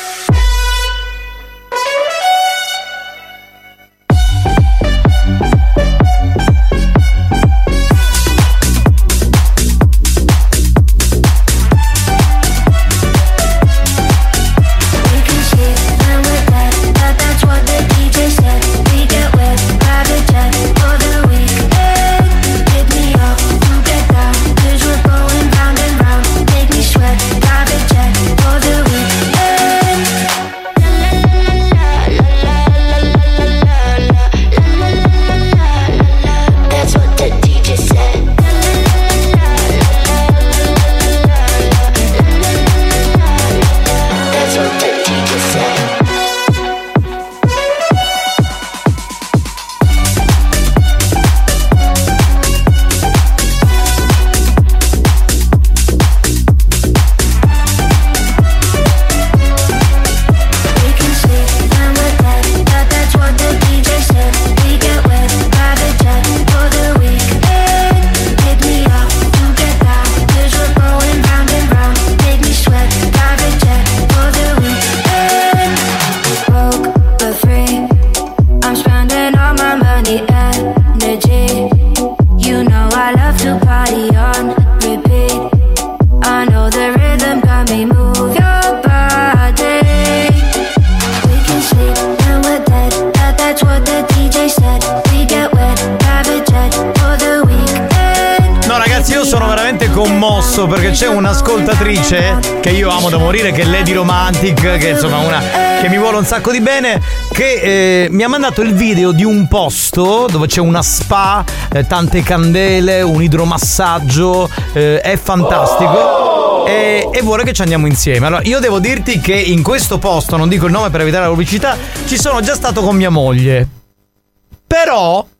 commosso perché c'è un'ascoltatrice che io amo da morire, che è Lady Romantic, che è insomma una che mi vuole un sacco di bene, che eh, mi ha mandato il video di un posto dove c'è una spa, eh, tante candele, un idromassaggio, eh, è fantastico. E, e vuole che ci andiamo insieme. Allora io devo dirti che in questo posto, non dico il nome per evitare la pubblicità, ci sono già stato con mia moglie. Però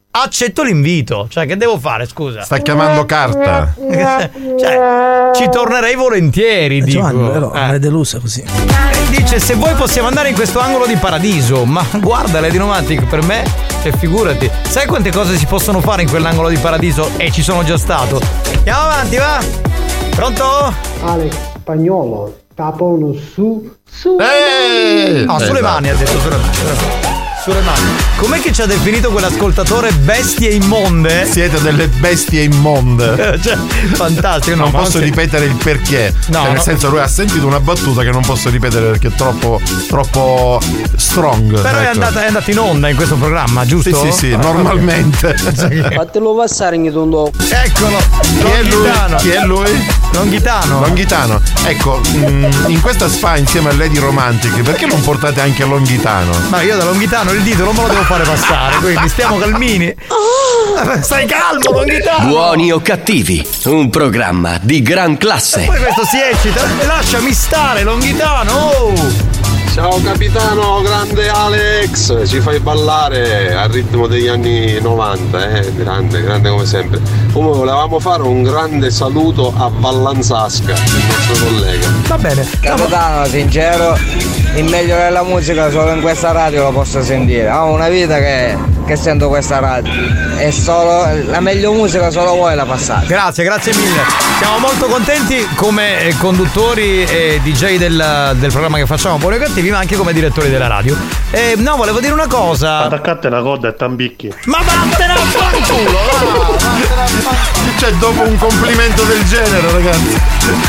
accetto l'invito. Cioè, che devo fare, scusa? Sta chiamando carta. Cioè, ci tornerei volentieri, eh, dico. Giovanni, però, eh. è delusa così. E dice, se vuoi possiamo andare in questo angolo di paradiso. Ma guarda, Lady Romantic, per me, cioè, figurati. Sai quante cose si possono fare in quell'angolo di paradiso? E ci sono già stato. Andiamo avanti, va? Pronto? Alex Spagnuolo, tapono su, su. Eh, no, sulle esatto. mani ha detto, sulle mani. Sulle mani. Com'è che ci ha definito quell'ascoltatore bestie immonde? Siete delle bestie immonde. Cioè, fantastico. Non no, posso non ripetere il perché. No, cioè, nel no. senso, lui ha sentito una battuta che non posso ripetere perché è troppo troppo strong. Però ecco. è, andata, è andata in onda in questo programma, giusto? Sì, sì, sì, Ah, normalmente. Fatelo passare in tondo. Eccolo. Chi è lui? Longhitano. Chi è lui? Longhitano. Longhitano. Ecco, mh, in questa sfa insieme a Lady Romantic, perché non portate anche Longhitano? Ma io da Longhitano il dito non me lo devo fare passare, quindi stiamo calmini. Stai calmo, Longhitano. Buoni o cattivi, un programma di gran classe. Poi questo si eccita. Lasciami stare, Longhitano. Oh. Ciao capitano, grande Alex, ci fai ballare al ritmo degli anni novanta, eh? grande, grande come sempre. Come volevamo fare un grande saluto a Vallanzasca, il nostro collega. Va bene. Capitano, sincero, il meglio della musica solo in questa radio lo posso sentire. Ho una vita che, che sento questa radio. E solo la meglio musica solo voi la passate. Grazie, grazie mille. Siamo molto contenti come eh, conduttori e D J del, del programma che facciamo Buoni o Cattivi, ma anche come direttori della radio. E no, volevo dire una cosa. Attaccate una coda e tambicchi. Ma vattene a fanculo, va! Cioè, dopo un complimento del genere, ragazzi.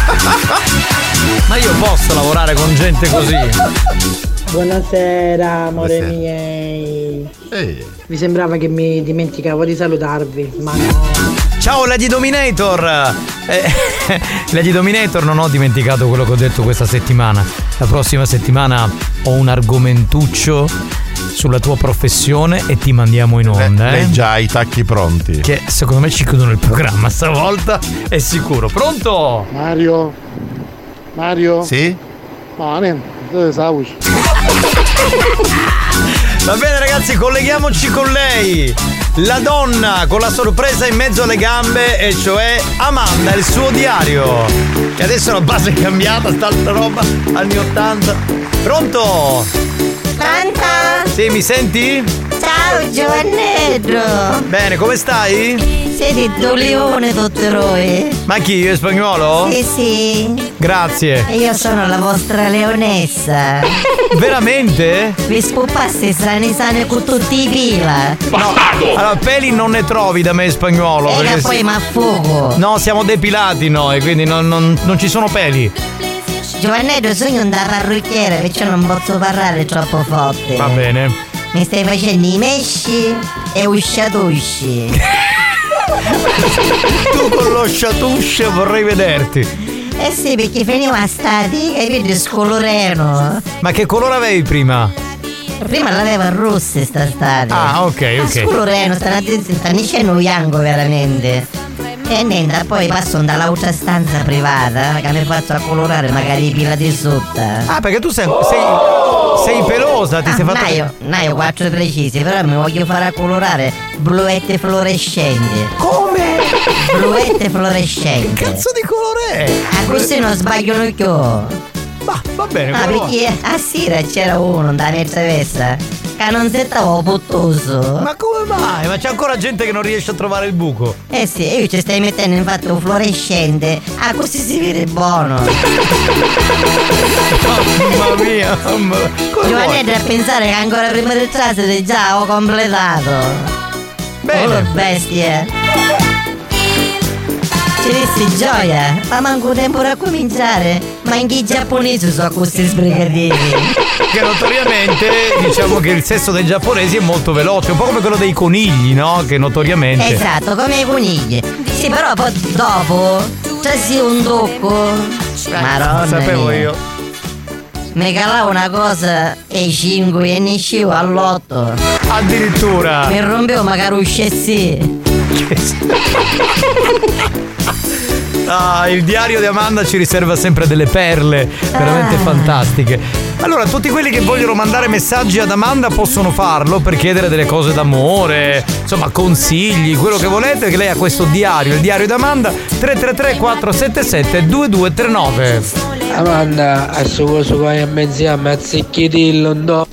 Ma io posso lavorare con gente così? Buonasera, amore Buonasera. miei. Ehi. Mi sembrava che mi dimenticavo di salutarvi, ma no. Ciao Lady Dominator. eh, Lady Dominator, non ho dimenticato quello che ho detto questa settimana. La prossima settimana ho un argomentuccio sulla tua professione e ti mandiamo in onda. Lei eh? già ha i tacchi pronti. Che secondo me ci chiudono il programma stavolta, è sicuro. Pronto? Mario? Mario? Sì? No, niente, dove sai? Va bene ragazzi, colleghiamoci con lei. La donna con la sorpresa in mezzo alle gambe, e cioè Amanda, il suo diario. Che adesso la base è cambiata, sta altra roba, anni ottanta. Pronto? Pronto? Sì, mi senti? Ciao Giovannetto. Bene, come stai? Siete due leone tutti voi. Ma chi, io in spagnolo? Sì, sì. Grazie. E io sono la vostra leonessa. Veramente? Vi spupaste sani sani con tutti i pila. No, allora peli non ne trovi da me in spagnolo. E perché poi si- ma fuoco. No, siamo depilati noi, quindi non, non- non ci sono peli. Giovannetto, sono da parrucchiere, perciò non posso parlare troppo forte. Va bene. Mi stai facendo i mesci e usciatusci. Tu con lo sciatusce vorrei vederti. Eh sì, perché finiva stati, capito, scoloreno. Ma che colore avevi prima? Prima l'aveva rossa sta stati. Ah, ok, ok. Scoloreno, sta dicendo bianco veramente. E niente, poi passo dall'altra stanza privata che mi faccio a colorare magari i pila di sotto. Ah, perché tu sei, sei, sei pelosa, ti Ah, sei fatta. Naio, Naio quattro precisi, però mi voglio fare a colorare bluette fluorescenti. Come? Bluette fluorescenti. Che cazzo di colore è? Ah, così non sbagliano più. Ma va bene, Ah, però- perché a sera c'era uno da mezza vesta che non si stava puttoso. Ma come mai? Ma c'è ancora gente che non riesce a trovare il buco. Eh sì, io ci stai mettendo infatti un fluorescente. Ah, così si vede buono. Mamma mia, mamma. Come Giovanni, vuoi? a pensare che ancora prima del trasito già ho completato. Bene. Oh, bestie. Ci dissi gioia, ma manco tempo a cominciare. Ma anche i giapponesi sono questi sbrigativi. Che notoriamente diciamo che il sesso dei giapponesi è molto veloce, un po' come quello dei conigli, no? Che notoriamente. Esatto, come i conigli. Sì, però poi dopo c'è sì un tocco. Maronna Sapevo mia. io. Mi calavo una cosa e i cinque e ne uscivo all'otto. Addirittura. Mi rompevo magari uscessi. Ah, il diario di Amanda ci riserva sempre delle perle veramente Ah. fantastiche. Allora, tutti quelli che vogliono mandare messaggi ad Amanda possono farlo per chiedere delle cose d'amore, insomma, consigli, quello che volete, che lei ha questo diario, il diario di Amanda, tre tre tre quattro sette sette due due tre nove. Amanda, a suo coso che hai a insieme a zicchitillo, no?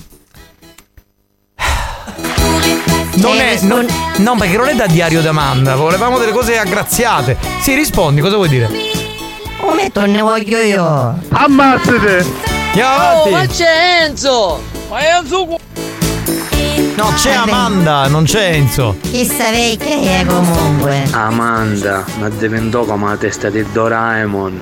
Non è, non, no, perché non è da diario d'Amanda, volevamo delle cose aggraziate. Sì, rispondi, cosa vuoi dire? Come te ne voglio io? Ammazzate! Andiamo avanti! Oh, ma c'è Enzo! Ma è Enzo! No, c'è Amanda, non c'è Enzo. Chissà vecchia è comunque. Amanda, ma diventò come la testa di Doraemon.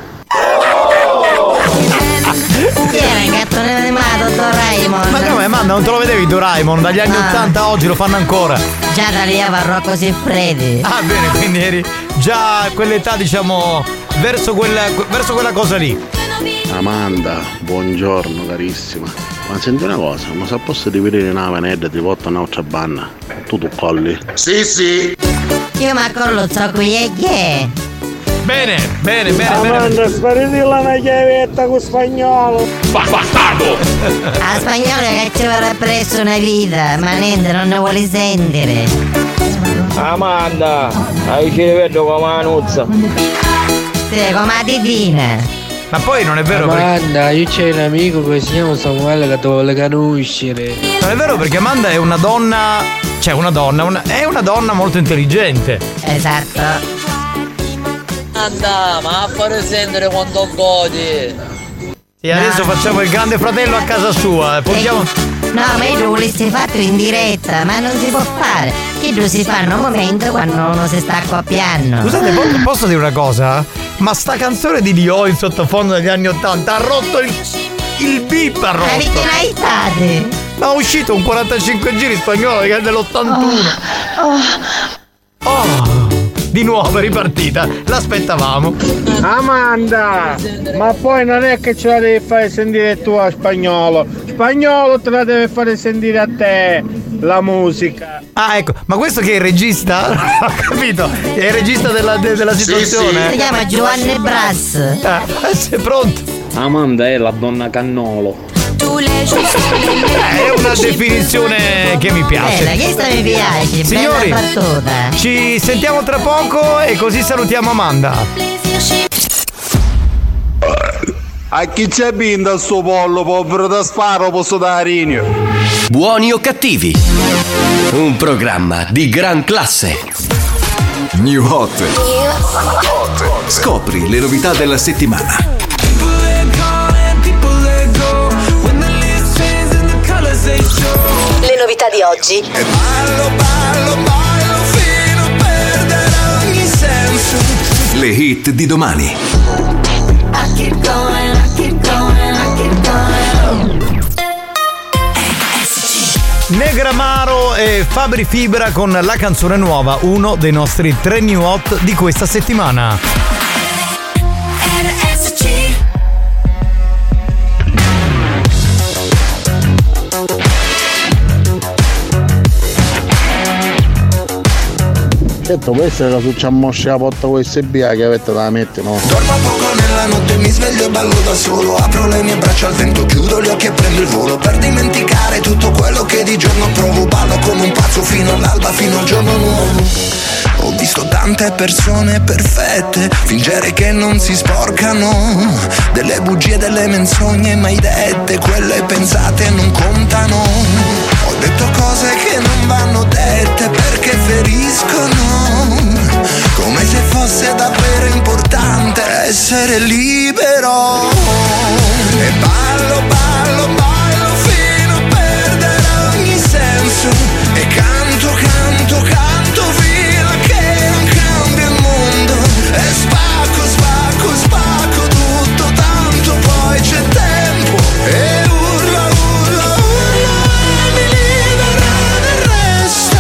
Chi era il gattone animato Doraemon? Ma come Amanda, non te lo vedevi Doraemon? Dagli anni No. ottanta a oggi lo fanno ancora. Già da lì a Rocco Siffredi. Ah, bene, quindi eri già a quell'età, diciamo, verso quella, verso quella cosa lì. Amanda, buongiorno carissima. Ma senti una cosa, ma se posso dividere una venetta ti porto un'altra banna? Tu tu colli? Sì, sì. Io mi accollo so qui e che? Bene, bene, bene, Amanda, sparitela una chiavetta con spagnolo. Bastardo! A spagnolo che ci vorrà presso una vita, ma niente, non ne vuole sentire. Amanda, hai ci vedo come la nuzza. Sì, come la titina. Ma poi non è vero Amanda, io c'ho un amico che si chiama Samuele che te vuole conoscere. Non è vero perché Amanda è una donna, cioè una donna, una, è una donna molto intelligente. Esatto. Amanda, ma a fare sentire quanto godi. Sì, adesso facciamo il grande fratello a casa sua. eh, Portiamo. No, ma io lo volessi fatto in diretta, ma non si può fare. Che lo si fanno un momento quando uno si sta accoppiando. Scusate, po- posso dire una cosa? Ma sta canzone di Dio in sottofondo degli anni ottanta ha rotto il. Il bip ha rotto. Avete mai state? Ma è uscito un quarantacinque giri spagnolo che è dell'ottantuno. Oh. Oh. Di nuovo è ripartita, l'aspettavamo. Amanda, ma poi non è che ce la devi fare sentire tu a spagnolo. Spagnolo te la deve fare sentire a te la musica. Ah, ecco, ma questo che è il regista? Ho capito, è il regista della, de- della situazione. Si chiama Giovanni Brass. Eh, sei pronto? Amanda è la donna cannolo. È una definizione che mi piace. Bella, questa mi piace, Signori, bella battuta. ci sentiamo tra poco e così salutiamo Amanda. A chi c'è binda sto pollo, povero da sparo, posso dare Rinio. Buoni o cattivi? Un programma di gran classe. New Hot. Scopri le novità della settimana. Le novità di oggi. E ballo, ballo, ballo fino a perdere ogni senso. Le hit di domani. I keep going, I keep going, I keep going. Negramaro e Fabri Fibra con la canzone nuova, uno dei nostri tre new hot di questa settimana. Certo, può essere che succede moscia la porta U S B che avete da mettere, no? Dormo poco nella notte, mi sveglio e ballo da solo. Apro le mie braccia al vento, chiudo gli occhi e prendo il volo. Per dimenticare tutto quello che di giorno provo. Ballo come un pazzo fino all'alba, fino al giorno nuovo. Ho visto tante persone perfette fingere che non si sporcano. Delle bugie, delle menzogne mai dette, quelle pensate non contano. Ho detto cose che non vanno dette perché feriscono. Come se fosse davvero importante essere libero. E ballo, ballo, ballo fino a perdere ogni senso. E canto, canto, canto fino a che non cambia il mondo. E spacco, spacco, spacco tutto, tanto poi c'è tempo. E urla, urla, urla, e mi libera del resto.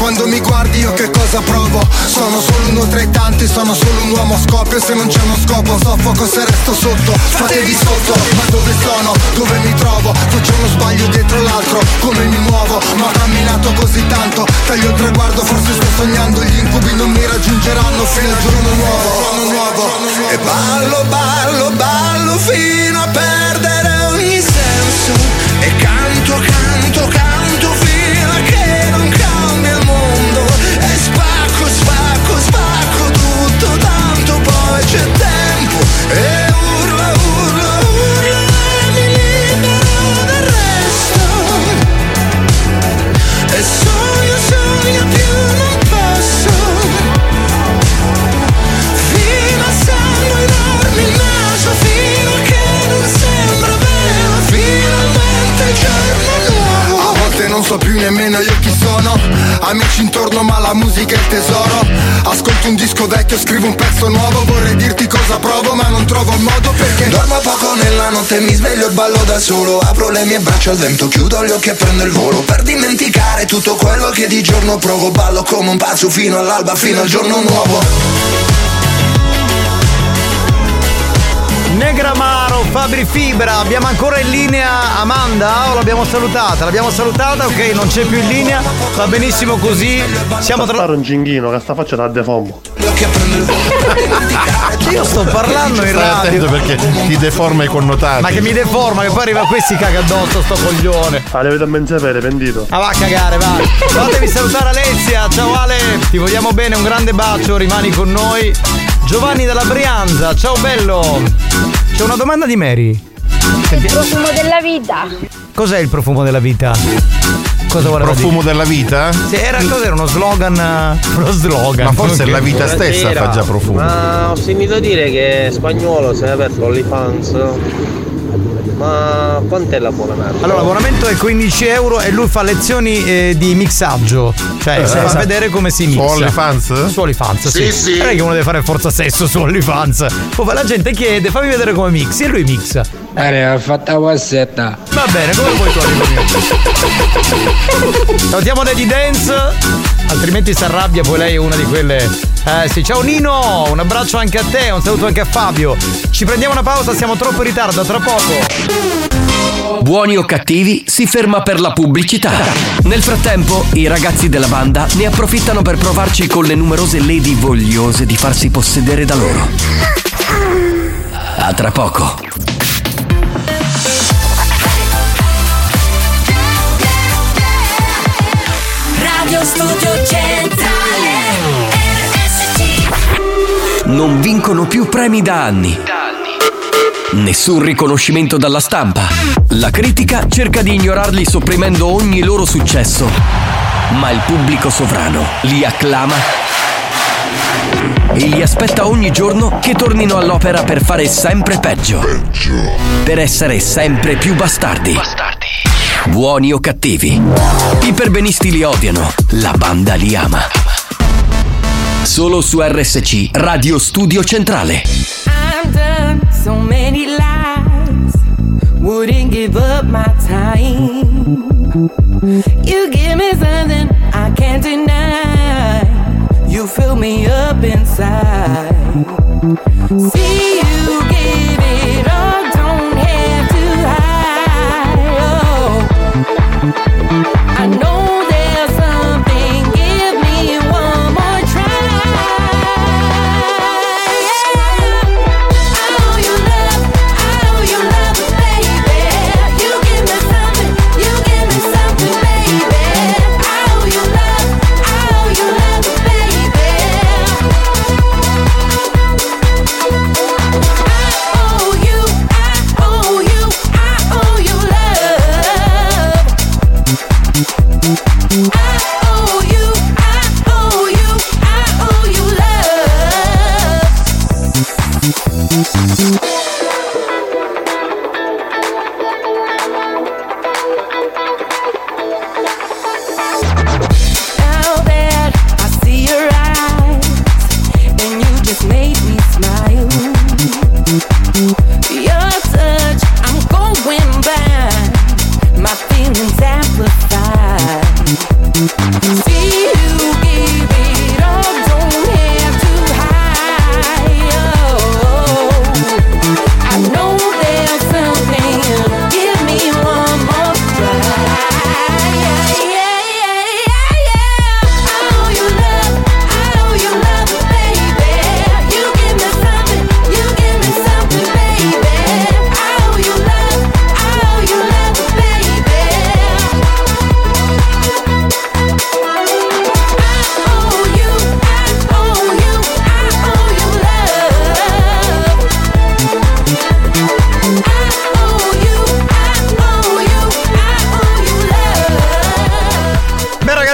quando mi guardi io che cosa provo? Sono solo uno tra i tanti, sono solo un uomo a scoppio. Se non c'è uno scopo soffoco se resto sotto. Fatevi sotto, ma dove sono? Dove mi trovo? Faccio uno sbaglio dietro l'altro, come mi muovo? Ma ho camminato così tanto, taglio il traguardo, forse sto sognando. Gli incubi non mi raggiungeranno fino al giorno nuovo, giorno nuovo. E ballo, ballo, ballo fino a perdere ogni senso. E canto, canto, canto fino a che non cambia il mondo. E spacco, spacco, spacco tutto, tanto poi c'è tempo. E urlo, urlo, urlo e mi libero del resto. E sogno, sogno più non posso. Fino a sangue enorme il naso, fino a che non sembra vero. Finalmente il giorno nuovo. A volte non so più nemmeno io chi sono. Amici intorno ma la musica è il tesoro. Ascolto un disco vecchio, scrivo un pezzo nuovo. Vorrei dirti cosa provo ma non trovo il modo perché dormo poco nella notte, mi sveglio e ballo da solo. Apro le mie braccia al vento, chiudo gli occhi e prendo il volo. Per dimenticare tutto quello che di giorno provo. Ballo come un pazzo fino all'alba, fino al giorno nuovo. Negramaro, Fabri Fibra, abbiamo ancora in linea Amanda o l'abbiamo salutata? L'abbiamo salutata, ok, non c'è più in linea, va benissimo così. Siamo tra un cinghino che sta faccia da deformo. Io sto parlando in Stai radio attento perché ti deforma i connotati. Ma che mi deforma, che poi arriva qui e si caga addosso sto coglione. Ah, le vedo ben sapere, pentito. Ah, va a cagare, va. Fatevi salutare Alessia, ciao Ale, ti vogliamo bene, un grande bacio, rimani con noi. Giovanni dalla Brianza, ciao bello. C'è una domanda di Mary. Il profumo della vita. Cos'è il profumo della vita? Cosa voleva profumo dire? della vita? Sì, era, cos'era uno slogan? Uno slogan. Ma forse è la vita stessa fa già profumo. Ma ho sentito dire che Spagnolo si è aperto OnlyFans. Ma quant'è l'abbonamento? Allora, l'abbonamento è quindici euro e lui fa lezioni eh, di mixaggio. Cioè, Eh, fa esatto. vedere come si mixa. Su OnlyFans? Su OnlyFans, sì. Sì, sì. Non è che uno deve fare forza sesso su OnlyFans. Poi la gente chiede, fammi vedere come mixi e lui mixa. Eh, ha fatto la passetta. Va bene, come vuoi tu, amico mio. Salutiamo Lady Dance, altrimenti si arrabbia, poi lei è una di quelle. Eh sì, ciao Nino, un abbraccio anche a te, un saluto anche a Fabio. Ci prendiamo una pausa, siamo troppo in ritardo, tra poco. Buoni o cattivi si ferma per la pubblicità. Nel frattempo, i ragazzi della banda ne approfittano per provarci con le numerose lady vogliose di farsi possedere da loro. A tra poco. Radio Studio Centrale R S C. Non vincono più premi da anni. Nessun riconoscimento dalla stampa. La critica cerca di ignorarli sopprimendo ogni loro successo. Ma il pubblico sovrano li acclama e li aspetta ogni giorno che tornino all'opera per fare sempre peggio. Per essere sempre più bastardi. Buoni o cattivi. I perbenisti li odiano, la banda li ama. Solo su R S C Radio Studio Centrale. I've done so many lies, wouldn't give up my time. You give me something I can't deny. You fill me up inside. See you give it all, don't have to hide. Oh, I know there's something, give me one more try. You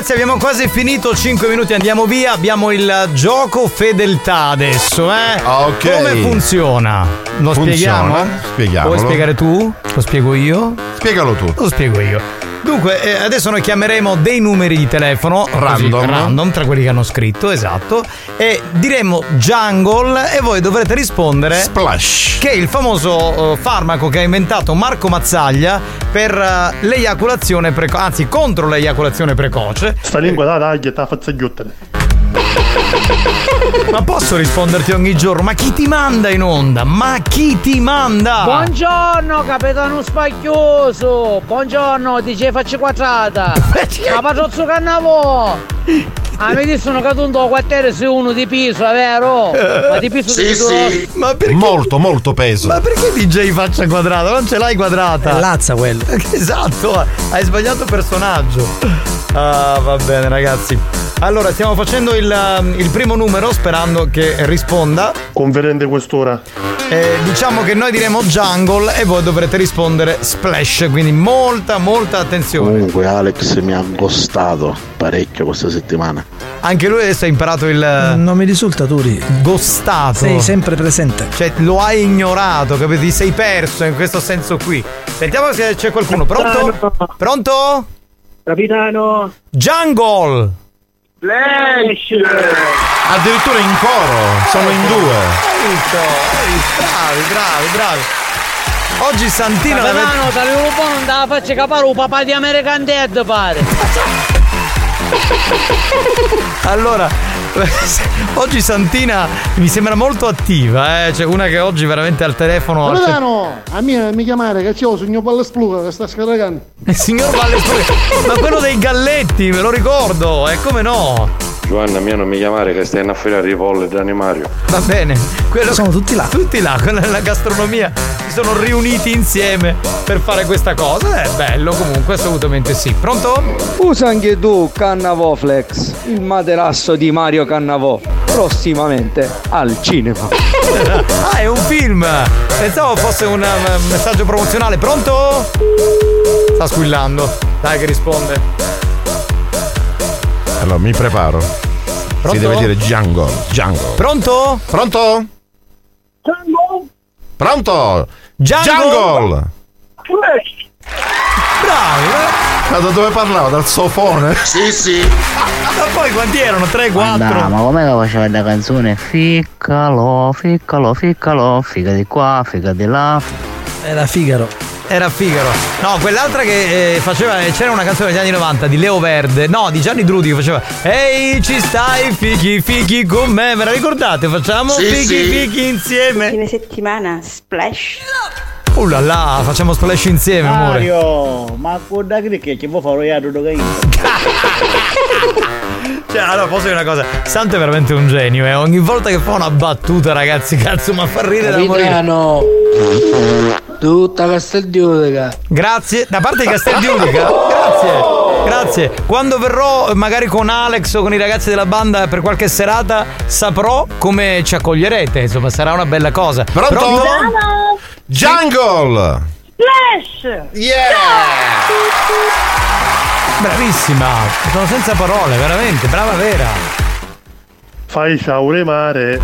Ragazzi, abbiamo quasi finito, cinque minuti, andiamo via. Abbiamo il gioco fedeltà adesso, eh? Ok. Come funziona? Lo Funziona? spieghiamo? Spieghiamolo. Vuoi spiegare tu? Lo spiego io? Spiegalo tu. Lo spiego io. Dunque, eh, adesso noi chiameremo dei numeri di telefono Random. così, random tra quelli che hanno scritto, esatto, e diremo jungle e voi dovrete rispondere Splash, che è il famoso uh, farmaco che ha inventato Marco Mazzaglia per uh, l'eiaculazione precoce, anzi contro l'eiaculazione precoce. Sta lingua da taglia, ta faccia giutte. Ma posso risponderti ogni giorno? Ma chi ti manda in onda? Ma chi ti manda? Buongiorno capitano Spacchioso. Buongiorno D J Faccia Quattrata. Ma Patrozzo Cannavò. Ah, mi sono caduto a quartiere su uno di Piso, vero? Ma di Piso Sì, di sì. Ma perché? Molto, molto peso. Ma perché D J Faccia Quadrata? Non ce l'hai quadrata? È Lazza quello. Esatto, hai sbagliato personaggio. Ah, va bene ragazzi. Allora, stiamo facendo il, il primo numero sperando che risponda. Conferente quest'ora. Eh, diciamo che noi diremo jungle e voi dovrete rispondere splash, quindi molta molta attenzione. Comunque Alex mi ha gostato parecchio questa settimana. Anche lui adesso ha imparato il... Non mi risulta, Turi. Gostato. Sei sempre presente. Cioè lo hai ignorato, capito? Ti sei perso in questo senso qui. Sentiamo se c'è qualcuno. Pronto? Pronto? Capitano. Jungle. Flash. Addirittura in coro, sono in due. Hai visto? Hai visto? Bravi, bravi, bravi. Oggi Santina Capitano, te l'avevo un po' non te la faccio capare un papà di American Dad, pare. Allora, oggi Santina mi sembra molto attiva, eh? Cioè una che oggi veramente al telefono. Capitano, a me mi chiamare che c'è il signor Pallespluga che sta scaricando. Il signor Pallespluga, ma quello dei galletti, me lo ricordo, e eh, come no? Giovanna, mia non mi chiamare che stai in affidare i polli di animario. Va bene, quello sono tutti là. Tutti là, nella gastronomia si sono riuniti insieme per fare questa cosa. È bello comunque, assolutamente sì. Pronto? Usa anche tu Cannavò Flex, il materasso di Mario Cannavò, prossimamente al cinema. Ah, è un film! Pensavo fosse un um, messaggio promozionale. Pronto? Sta squillando. Dai che risponde. Allora mi preparo. Pronto? Si deve dire jungle, jungle. Pronto? Pronto? Jungle. Pronto? Jungle. Jungle. Flash. Bravi, eh? Ma da dove parlava? Dal sofone? Sì, sì. Ma poi quanti erano? tre, quattro? Ma come la faceva la canzone? Ficcalo, ficcalo, ficcalo, figa di qua, figa di là. Era Figaro. Era Figaro. No, quell'altra che eh, faceva. C'era una canzone degli anni novanta di Leo Verde. No, di Gianni Drudi che faceva ehi ci stai fichi fichi con me. Me la ricordate? Facciamo sì, fichi sì. fichi insieme. Fine settimana splash. Oh là là, facciamo splash insieme, amore. Mario, ma guarda che che vuoi fare io da Cioè, allora posso dire una cosa, Santo è veramente un genio, eh. Ogni volta che fa una battuta, ragazzi, cazzo, ma fa ridere da morire. Capitano, tutta Casteldiudica. Grazie, da parte di Casteldiudica. Grazie. Grazie. Quando verrò magari con Alex o con i ragazzi della banda per qualche serata, saprò come ci accoglierete, insomma, sarà una bella cosa. Pronto? Pronto? Jungle. Flash. Yeah. Bravissima, sono senza parole, veramente, brava vera. Fai ciaure mare.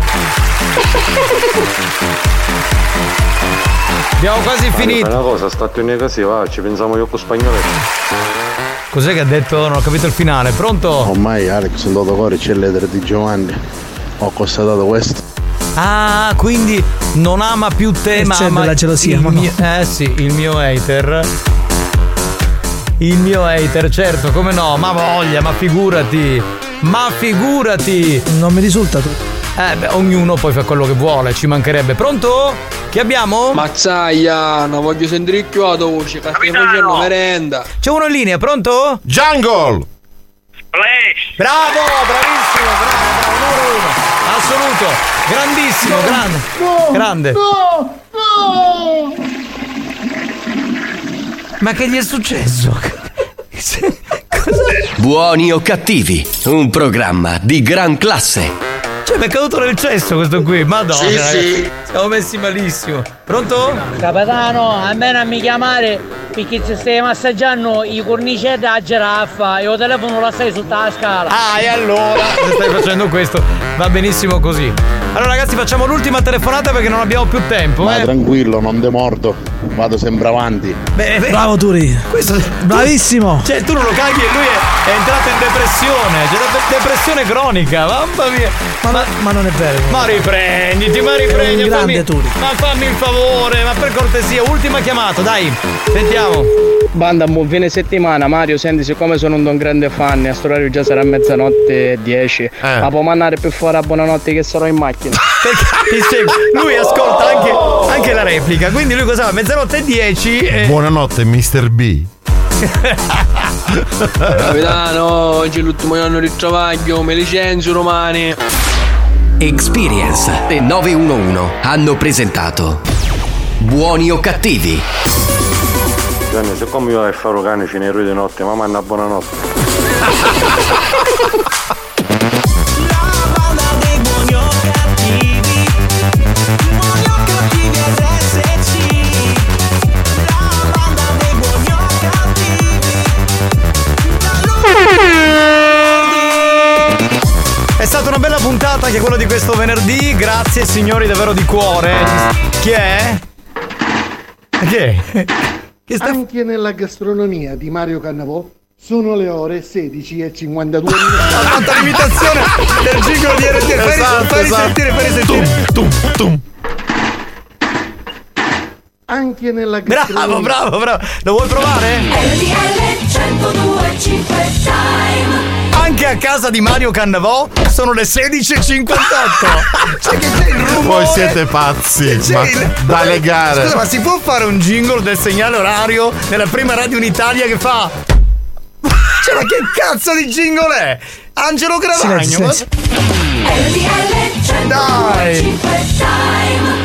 Abbiamo quasi finito. Una cosa, state in casi, va, ci pensiamo io con spagnolo. Cos'è che ha detto? Non ho capito il finale, pronto? Ormai Alex è andato fuori, c'è il leader di Giovanni. Ho constatato questo. Ah, quindi non ama più te, ma c'è ama della gelosia, il ma no. mio, eh sì, il mio hater. Il mio hater, certo, come no, ma voglia, ma figurati. Ma figurati. Non mi risulta tu. Eh beh, ognuno poi fa quello che vuole, ci mancherebbe. Pronto? Chi abbiamo? Mazzaia, non voglio sentire più la voce, che stiamo facendo merenda. C'è uno in linea, pronto? Jungle. Splash. Bravo, bravissimo, bravo, bravo, numero uno. Assoluto, grandissimo, No, grande. no, grande. No, no. Ma che gli è successo? Buoni o cattivi, un programma di gran classe. Cioè, mi è caduto nel cesso questo qui, madonna. Sì, ragazzi. sì. Siamo messi malissimo. Pronto? Capitano, a me non mi chiamare perché se stai massaggiando i cornici da giraffa e il telefono la stai sotto la scala. Ah, e allora se stai facendo questo va benissimo così. Allora ragazzi, facciamo l'ultima telefonata perché non abbiamo più tempo. Ma eh. tranquillo, non te mordo, vado sempre avanti. Beh, beh, Bravo Turi. Questo, bravissimo. Cioè tu non lo caghi e lui è, è entrato in depressione. C'è la de- depressione cronica, mamma mia. Ma, ma, ma non è vero. Ma riprenditi, ma riprendi. È un grande fammi, Turi. Ma fammi il favore, ma per cortesia, ultima chiamata, dai. Sentiamo. Banda, buon fine settimana. Mario, senti, siccome sono un grande fan e a sto orario già sarà mezzanotte e dieci, Eh. ma può mandare più fuori a buonanotte che sarò in macchina. Perché lui ascolta anche, anche la replica, quindi lui cosa fa? Mezzanotte e dieci e... Buonanotte mister B. Capitano, oggi è l'ultimo giorno di travaglio, mi licenzio romani. Experience e nove uno uno hanno presentato Buoni o cattivi? Gianni, siccome io e fare cane fino ai di notte, ma manna buonanotte. È stata una bella puntata anche quella di questo venerdì, grazie signori davvero di cuore. Chi è? Chi è? Che sta... Anche nella gastronomia di Mario Cannavò sono le ore sedici e cinquantadue minuti. Ha fatto l'imitazione del jingle di R T L. Fai, Esatto, fai esatto. risentire, fai risentire. Tum, tum, tum. Anche nella gastronomia. Bravo, bravo, bravo. Lo vuoi provare? R T L centodue e cinque Time. Anche a casa di Mario Cannavò sono le sedici e cinquantotto. Cioè che c'è il rumore. Voi siete pazzi, C'è ma il- da legare. Scusa, ma si può fare un jingle del segnale orario nella prima radio in Italia che fa? Cioè, ma che cazzo di jingle è? Angelo Gravagno. Silenzio, ma- R T L centodue e cinque Time.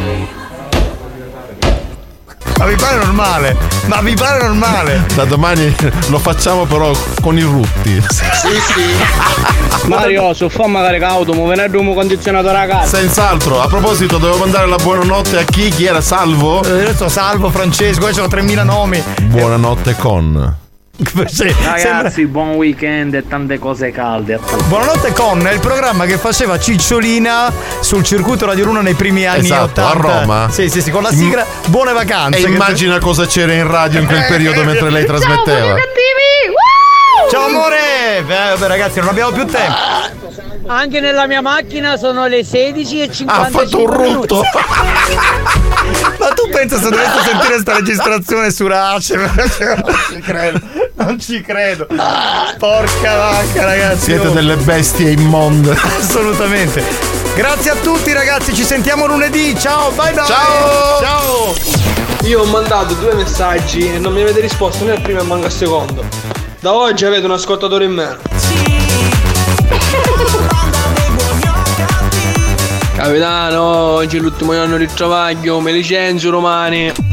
Ma mi pare normale? Ma mi pare normale? Da domani lo facciamo però con i rutti. Sì, sì. Mario, su fa magari cauto, ma venerdì un condizionato ragazzi. Senz'altro, a proposito, devo mandare la buonanotte a chi? Chi era? Salvo? Eh, Adesso Salvo, Francesco, qua c'ho tremila nomi. Buonanotte con. Sì, sembra- buon weekend e tante cose calde. Buonanotte con è il programma che faceva Cicciolina sul circuito Radio Luna nei primi anni Esatto, ottanta. a Roma. Sì, sì, sì, con la sigla Buone Vacanze. E che- immagina cosa c'era in radio in quel periodo mentre lei trasmetteva. Ciao amore! Beh, vabbè, ragazzi, non abbiamo più tempo. Anche nella mia macchina sono le sedici e cinquantacinque. Ha fatto un rutto. Ma tu pensa se dovessi sentire sta registrazione su Race? Non ci credo. Non ci credo. Porca vacca, ragazzi. Siete oh. delle bestie immonde. Assolutamente. Grazie a tutti, ragazzi. Ci sentiamo lunedì. Ciao, bye bye. Ciao. Ciao. Io ho mandato due messaggi e non mi avete risposto né al primo e manco al secondo. Da oggi avete un ascoltatore in meno. Capitano, oggi è l'ultimo giorno di travaglio, mi licenzio romani.